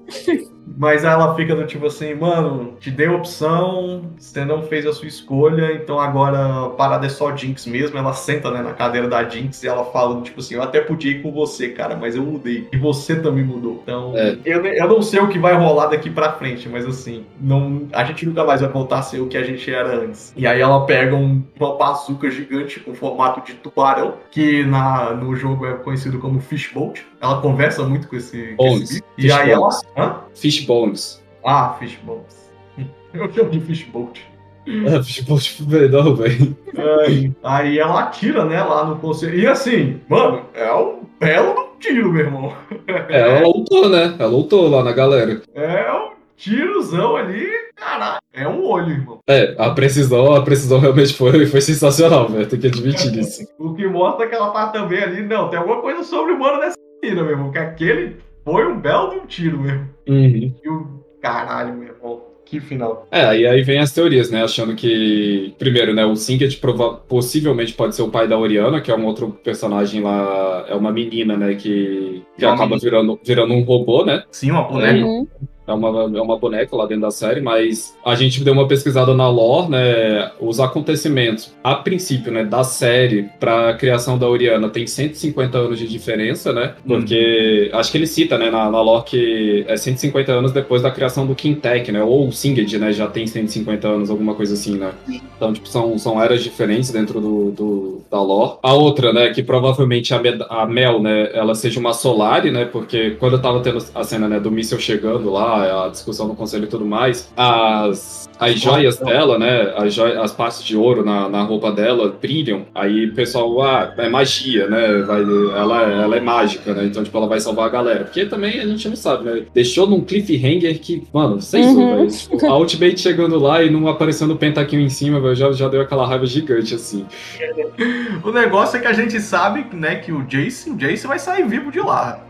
Mas ela fica do tipo assim, mano, te dei opção, você não fez a sua escolha, então agora a parada é só Jinx mesmo. Ela senta, né, na cadeira da Jinx e ela fala, tipo assim, eu até podia ir com você, cara, mas eu mudei. E você também mudou. Então, eu não sei o que vai rolar daqui pra frente, mas assim, a gente nunca mais vai voltar a ser o que a gente era antes. E aí ela pega uma bazuca gigante com formato de tubarão, que no jogo é conhecido como Fishbolt. Ela conversa muito com esse bicho. E aí ela... Fishbones. Fishbones. Eu chamo de Fishbolt. Fishbolt não, velho. Aí ela atira, né, lá no conselho. E assim, mano, é um belo tiro, meu irmão. Ela lutou, né? Ela lutou lá na galera. É um tirozão ali, caralho. É um olho, irmão. A precisão realmente foi sensacional, velho. Tem que admitir isso. O que mostra que ela tá também ali, não, tem alguma coisa sobre-humana nessa menina, meu irmão, que aquele foi um belo de um tiro mesmo. E o caralho, meu irmão. Que final. E aí vem as teorias, né? Achando que, primeiro, né? O Singed possivelmente pode ser o pai da Orianna, que é um outro personagem lá. É uma menina, né? Que acaba virando um robô, né? Sim, uma boneca. É uma boneca lá dentro da série, mas a gente deu uma pesquisada na lore, né? Os acontecimentos, a princípio, né, da série pra criação da Orianna tem 150 anos de diferença, né? Porque acho que ele cita, né, na lore que é 150 anos depois da criação do Quintec, né? Ou o Singed, né? Já tem 150 anos, alguma coisa assim, né? Então, tipo, são eras diferentes dentro da lore. A outra, né, que provavelmente a Mel, né, ela seja uma Solari, né? Porque quando eu tava tendo a cena, né, do míssil chegando lá, a discussão no conselho e tudo mais, as joias dela, né, as partes de ouro na roupa dela brilham, aí o pessoal, é magia, né, ela é mágica, né, então, tipo, ela vai salvar a galera, porque também a gente não sabe, né, deixou num cliffhanger que, mano, sei velho, tipo, a Ultimate chegando lá e não aparecendo o pentakill em cima, velho, já deu aquela raiva gigante, assim. O negócio é que a gente sabe, né, que o Jace vai sair vivo de lá.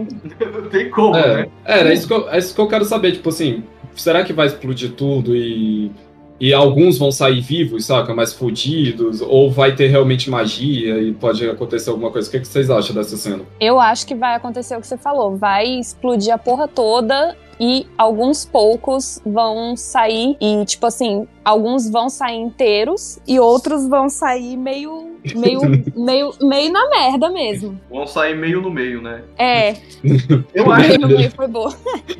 Tem como, né? É isso que eu quero saber, tipo assim, será que vai explodir tudo e e alguns vão sair vivos, saca? Mais fodidos, ou vai ter realmente magia e pode acontecer alguma coisa. O que vocês acham dessa cena? Eu acho que vai acontecer o que você falou. Vai explodir a porra toda e alguns poucos vão sair e, tipo assim, alguns vão sair inteiros e outros vão sair meio na merda mesmo. Vão sair meio no meio, né? É. Eu acho Meio no meio foi boa.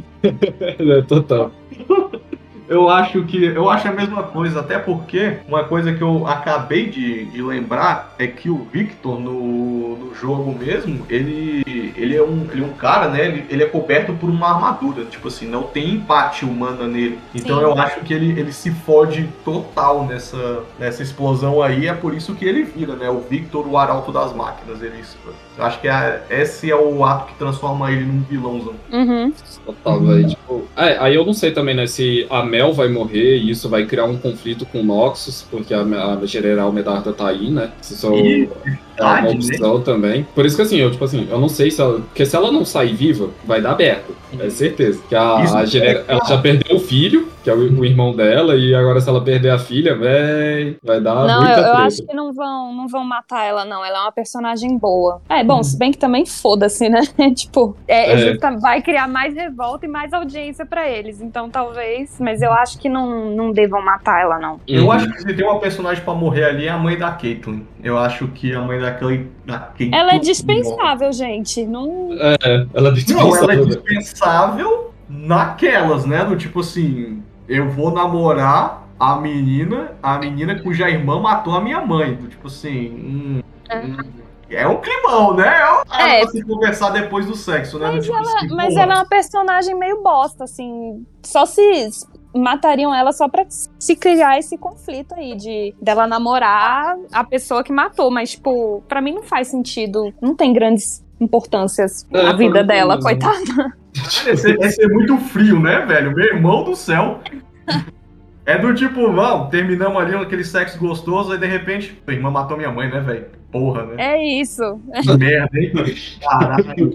Total. Eu acho a mesma coisa, até porque uma coisa que eu acabei de lembrar é que o Victor no jogo mesmo, ele é um cara, né? Ele é coberto por uma armadura, tipo assim, não tem empate humana nele. Então Sim. eu acho que ele se fode total nessa explosão aí, é por isso que ele vira, né? O Victor, o arauto das máquinas. Eu acho que esse é o ato que transforma ele num vilãozão. Uhum. Total, velho. Tipo, aí eu não sei também, né, se a Mel vai morrer e isso vai criar um conflito com o Noxus, porque a General Medarda tá aí, né? Se só é uma opção também. Por isso que assim, eu não sei se ela... Porque se ela não sair viva, vai dar aberto. É certeza. Que ela já perdeu o filho, que é o irmão dela, e agora se ela perder a filha, vai dar Não, muita eu treta. acho que não vão matar ela, não. Ela é uma personagem boa. Bom, se bem que também foda-se, né? Tipo, vai criar mais revolta e mais audiência pra eles. Então, talvez... Mas eu acho que não devam matar ela, não. Eu acho que se tem uma personagem pra morrer ali é a mãe da Caitlyn. Eu acho que a mãe da Caitlyn... Ela é dispensável, gente. Não... Ela é dispensável. Não, ela é dispensável naquelas, né? Do tipo assim, eu vou namorar a menina cuja irmã matou a minha mãe. Do tipo assim... É um climão, né? Pra se conversar depois do sexo, né? Mas ela é uma personagem meio bosta, assim. Só se matariam ela só pra se criar esse conflito aí dela namorar a pessoa que matou. Mas, tipo, pra mim não faz sentido. Não tem grandes importâncias na vida dela, coitada. Cara, esse é muito frio, né, velho? Meu irmão do céu. É do tipo, vamos, terminamos ali aquele sexo gostoso, aí de repente, a irmã matou minha mãe, né, velho? Porra, né? É isso. Que merda, hein? Caralho.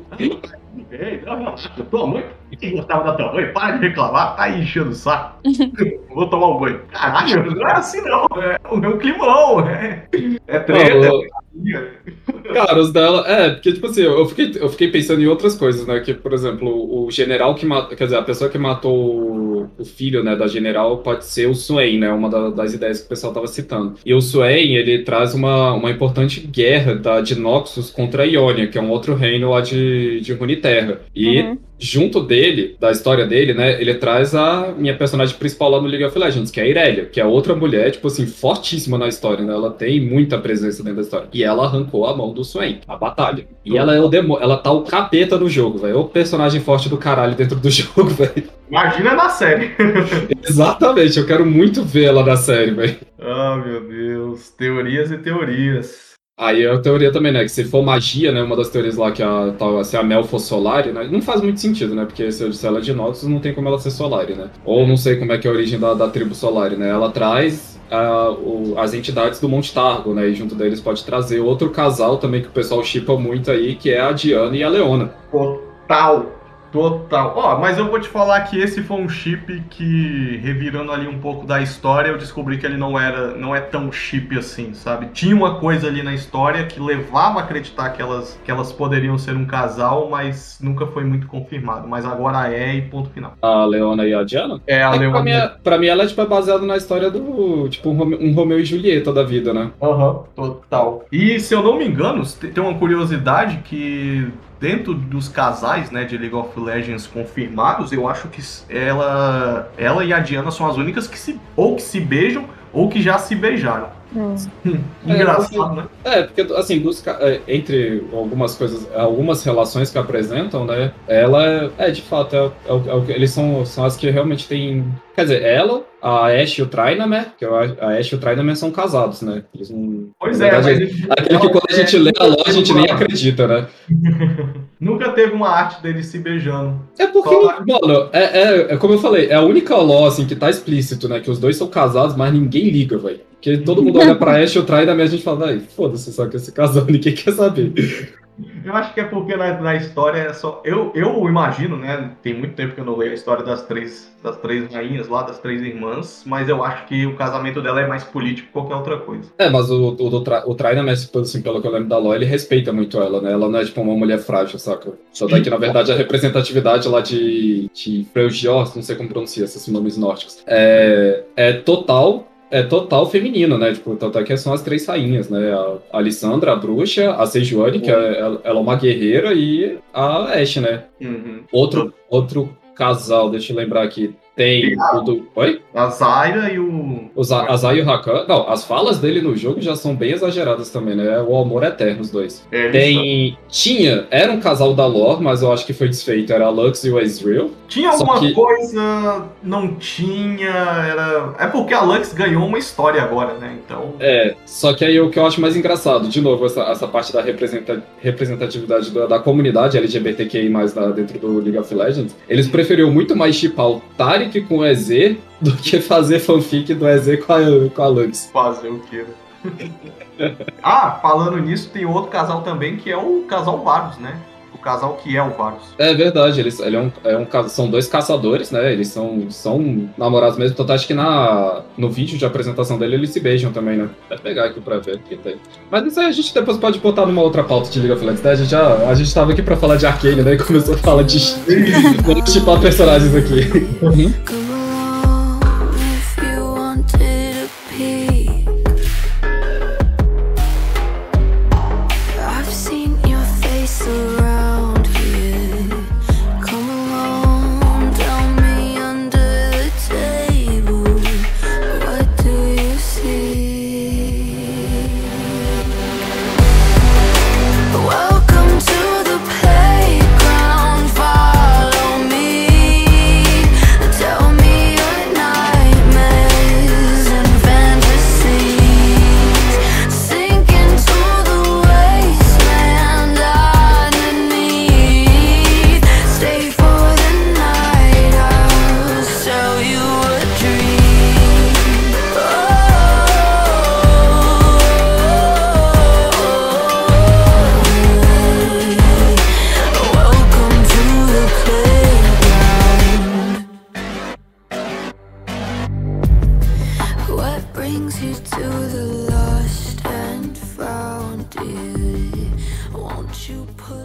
Tua mãe, quem gostava da tua mãe, para de reclamar, tá aí enchendo o saco. Vou tomar um banho. Caralho, não é assim não, é o meu climão, é treta. Cara, os dela... porque tipo assim, eu fiquei pensando em outras coisas, né? Que, por exemplo, o general que matou... Quer dizer, a pessoa que matou o filho, né, da general pode ser o Swain, né? Uma das ideias que o pessoal tava citando. E o Swain, ele traz uma importante guerra de Noxus contra a Ionia, que é um outro reino lá de Runeterra. E... junto dele, da história dele, né, ele traz a minha personagem principal lá no League of Legends, que é a Irelia, que é outra mulher, tipo assim, fortíssima na história, né, ela tem muita presença dentro da história. E ela arrancou a mão do Swain, a batalha. E ela é o demônio, ela tá o capeta no jogo, velho, é o personagem forte do caralho dentro do jogo, velho. Imagina na série. Exatamente, eu quero muito ver ela na série, velho. Ah, meu Deus, teorias e teorias. Aí a teoria também, né, que se for magia, né, uma das teorias lá que se a Mel for Solari, né, não faz muito sentido, né, porque se ela é de Noxus, não tem como ela ser Solari, né, ou não sei como é que é a origem da tribo Solari, né, ela traz as entidades do Monte Targo, né, e junto deles pode trazer outro casal também que o pessoal shippa muito aí, que é a Diana e a Leona. Total. Mas eu vou te falar que esse foi um chip que, revirando ali um pouco da história, eu descobri que ele não é tão chip assim, sabe? Tinha uma coisa ali na história que levava a acreditar que elas poderiam ser um casal, mas nunca foi muito confirmado. Mas agora e ponto final. A Leona e a Diana? A Leona. Pra mim ela é tipo, baseada na história do, tipo, um Romeu e Julieta da vida, né? Total. E se eu não me engano, tem uma curiosidade que... dentro dos casais, né, de League of Legends confirmados, eu acho que ela e a Diana são as únicas que se beijam ou que já se beijaram. Engraçado, né? Porque assim, entre algumas relações que apresentam, né, ela de fato, eles são as que realmente têm... Quer dizer, ela, a Ashe e o Trynamer, que a Ashe e o Trynamer são casados, né? Eles não... Pois aquele que quando a gente lê a lore, a gente nem acredita, né? Nunca teve uma arte deles se beijando. É porque, mano, como eu falei, é a única lore, assim, que tá explícito, né? Que os dois são casados, mas ninguém liga, velho. Porque todo mundo olha pra Ashe e o Trynamer e a gente fala, foda-se, só que esse casal ninguém quer saber. Eu acho que é porque na história é só. Eu imagino, né? Tem muito tempo que eu não leio a história das três rainhas lá, das três irmãs, mas eu acho que o casamento dela é mais político que qualquer outra coisa. Mas o Traina, assim, pelo que eu lembro da Law, ele respeita muito ela, né? Ela não é tipo uma mulher frágil, saca? Só daí que, na verdade, a representatividade lá de Freyjord, não sei como pronuncia esses nomes nórdicos, é total feminino, né? Tipo, tanto é que são as três rainhas, né? A Alissandra, a bruxa, a Sejuani, que ela é uma guerreira, e a Ashe, né? Uhum. Outro casal, deixa eu lembrar aqui. Tem o do... Oi? A Zyra e o... A Zyra e o Rakan... Não, as falas dele no jogo já são bem exageradas também, né? O amor eterno, os dois. Era um casal da lore, mas eu acho que foi desfeito. Era a Lux e o Ezreal. Tinha alguma coisa... Não tinha... É porque a Lux ganhou uma história agora, né? Então... Só que aí o que eu acho mais engraçado, de novo, essa parte da representatividade da comunidade LGBTQI+, dentro do League of Legends, eles preferiram muito mais shippar o Taric com o EZ do que fazer fanfic do EZ com a Lux. Fazer o quê? Falando nisso, tem outro casal também que é o casal Varus, né? O casal que é o Varus. É verdade, são dois caçadores, né? Eles são namorados mesmo. Então acho que no vídeo de apresentação dele eles se beijam também, né? Vai pegar aqui pra ver que tem. Mas isso aí a gente depois pode botar numa outra pauta de League of Legends, né? A gente tava aqui pra falar de Arcane, né? E começou a falar de chipar personagens aqui. Brings you to the lost and found, dear. Won't you put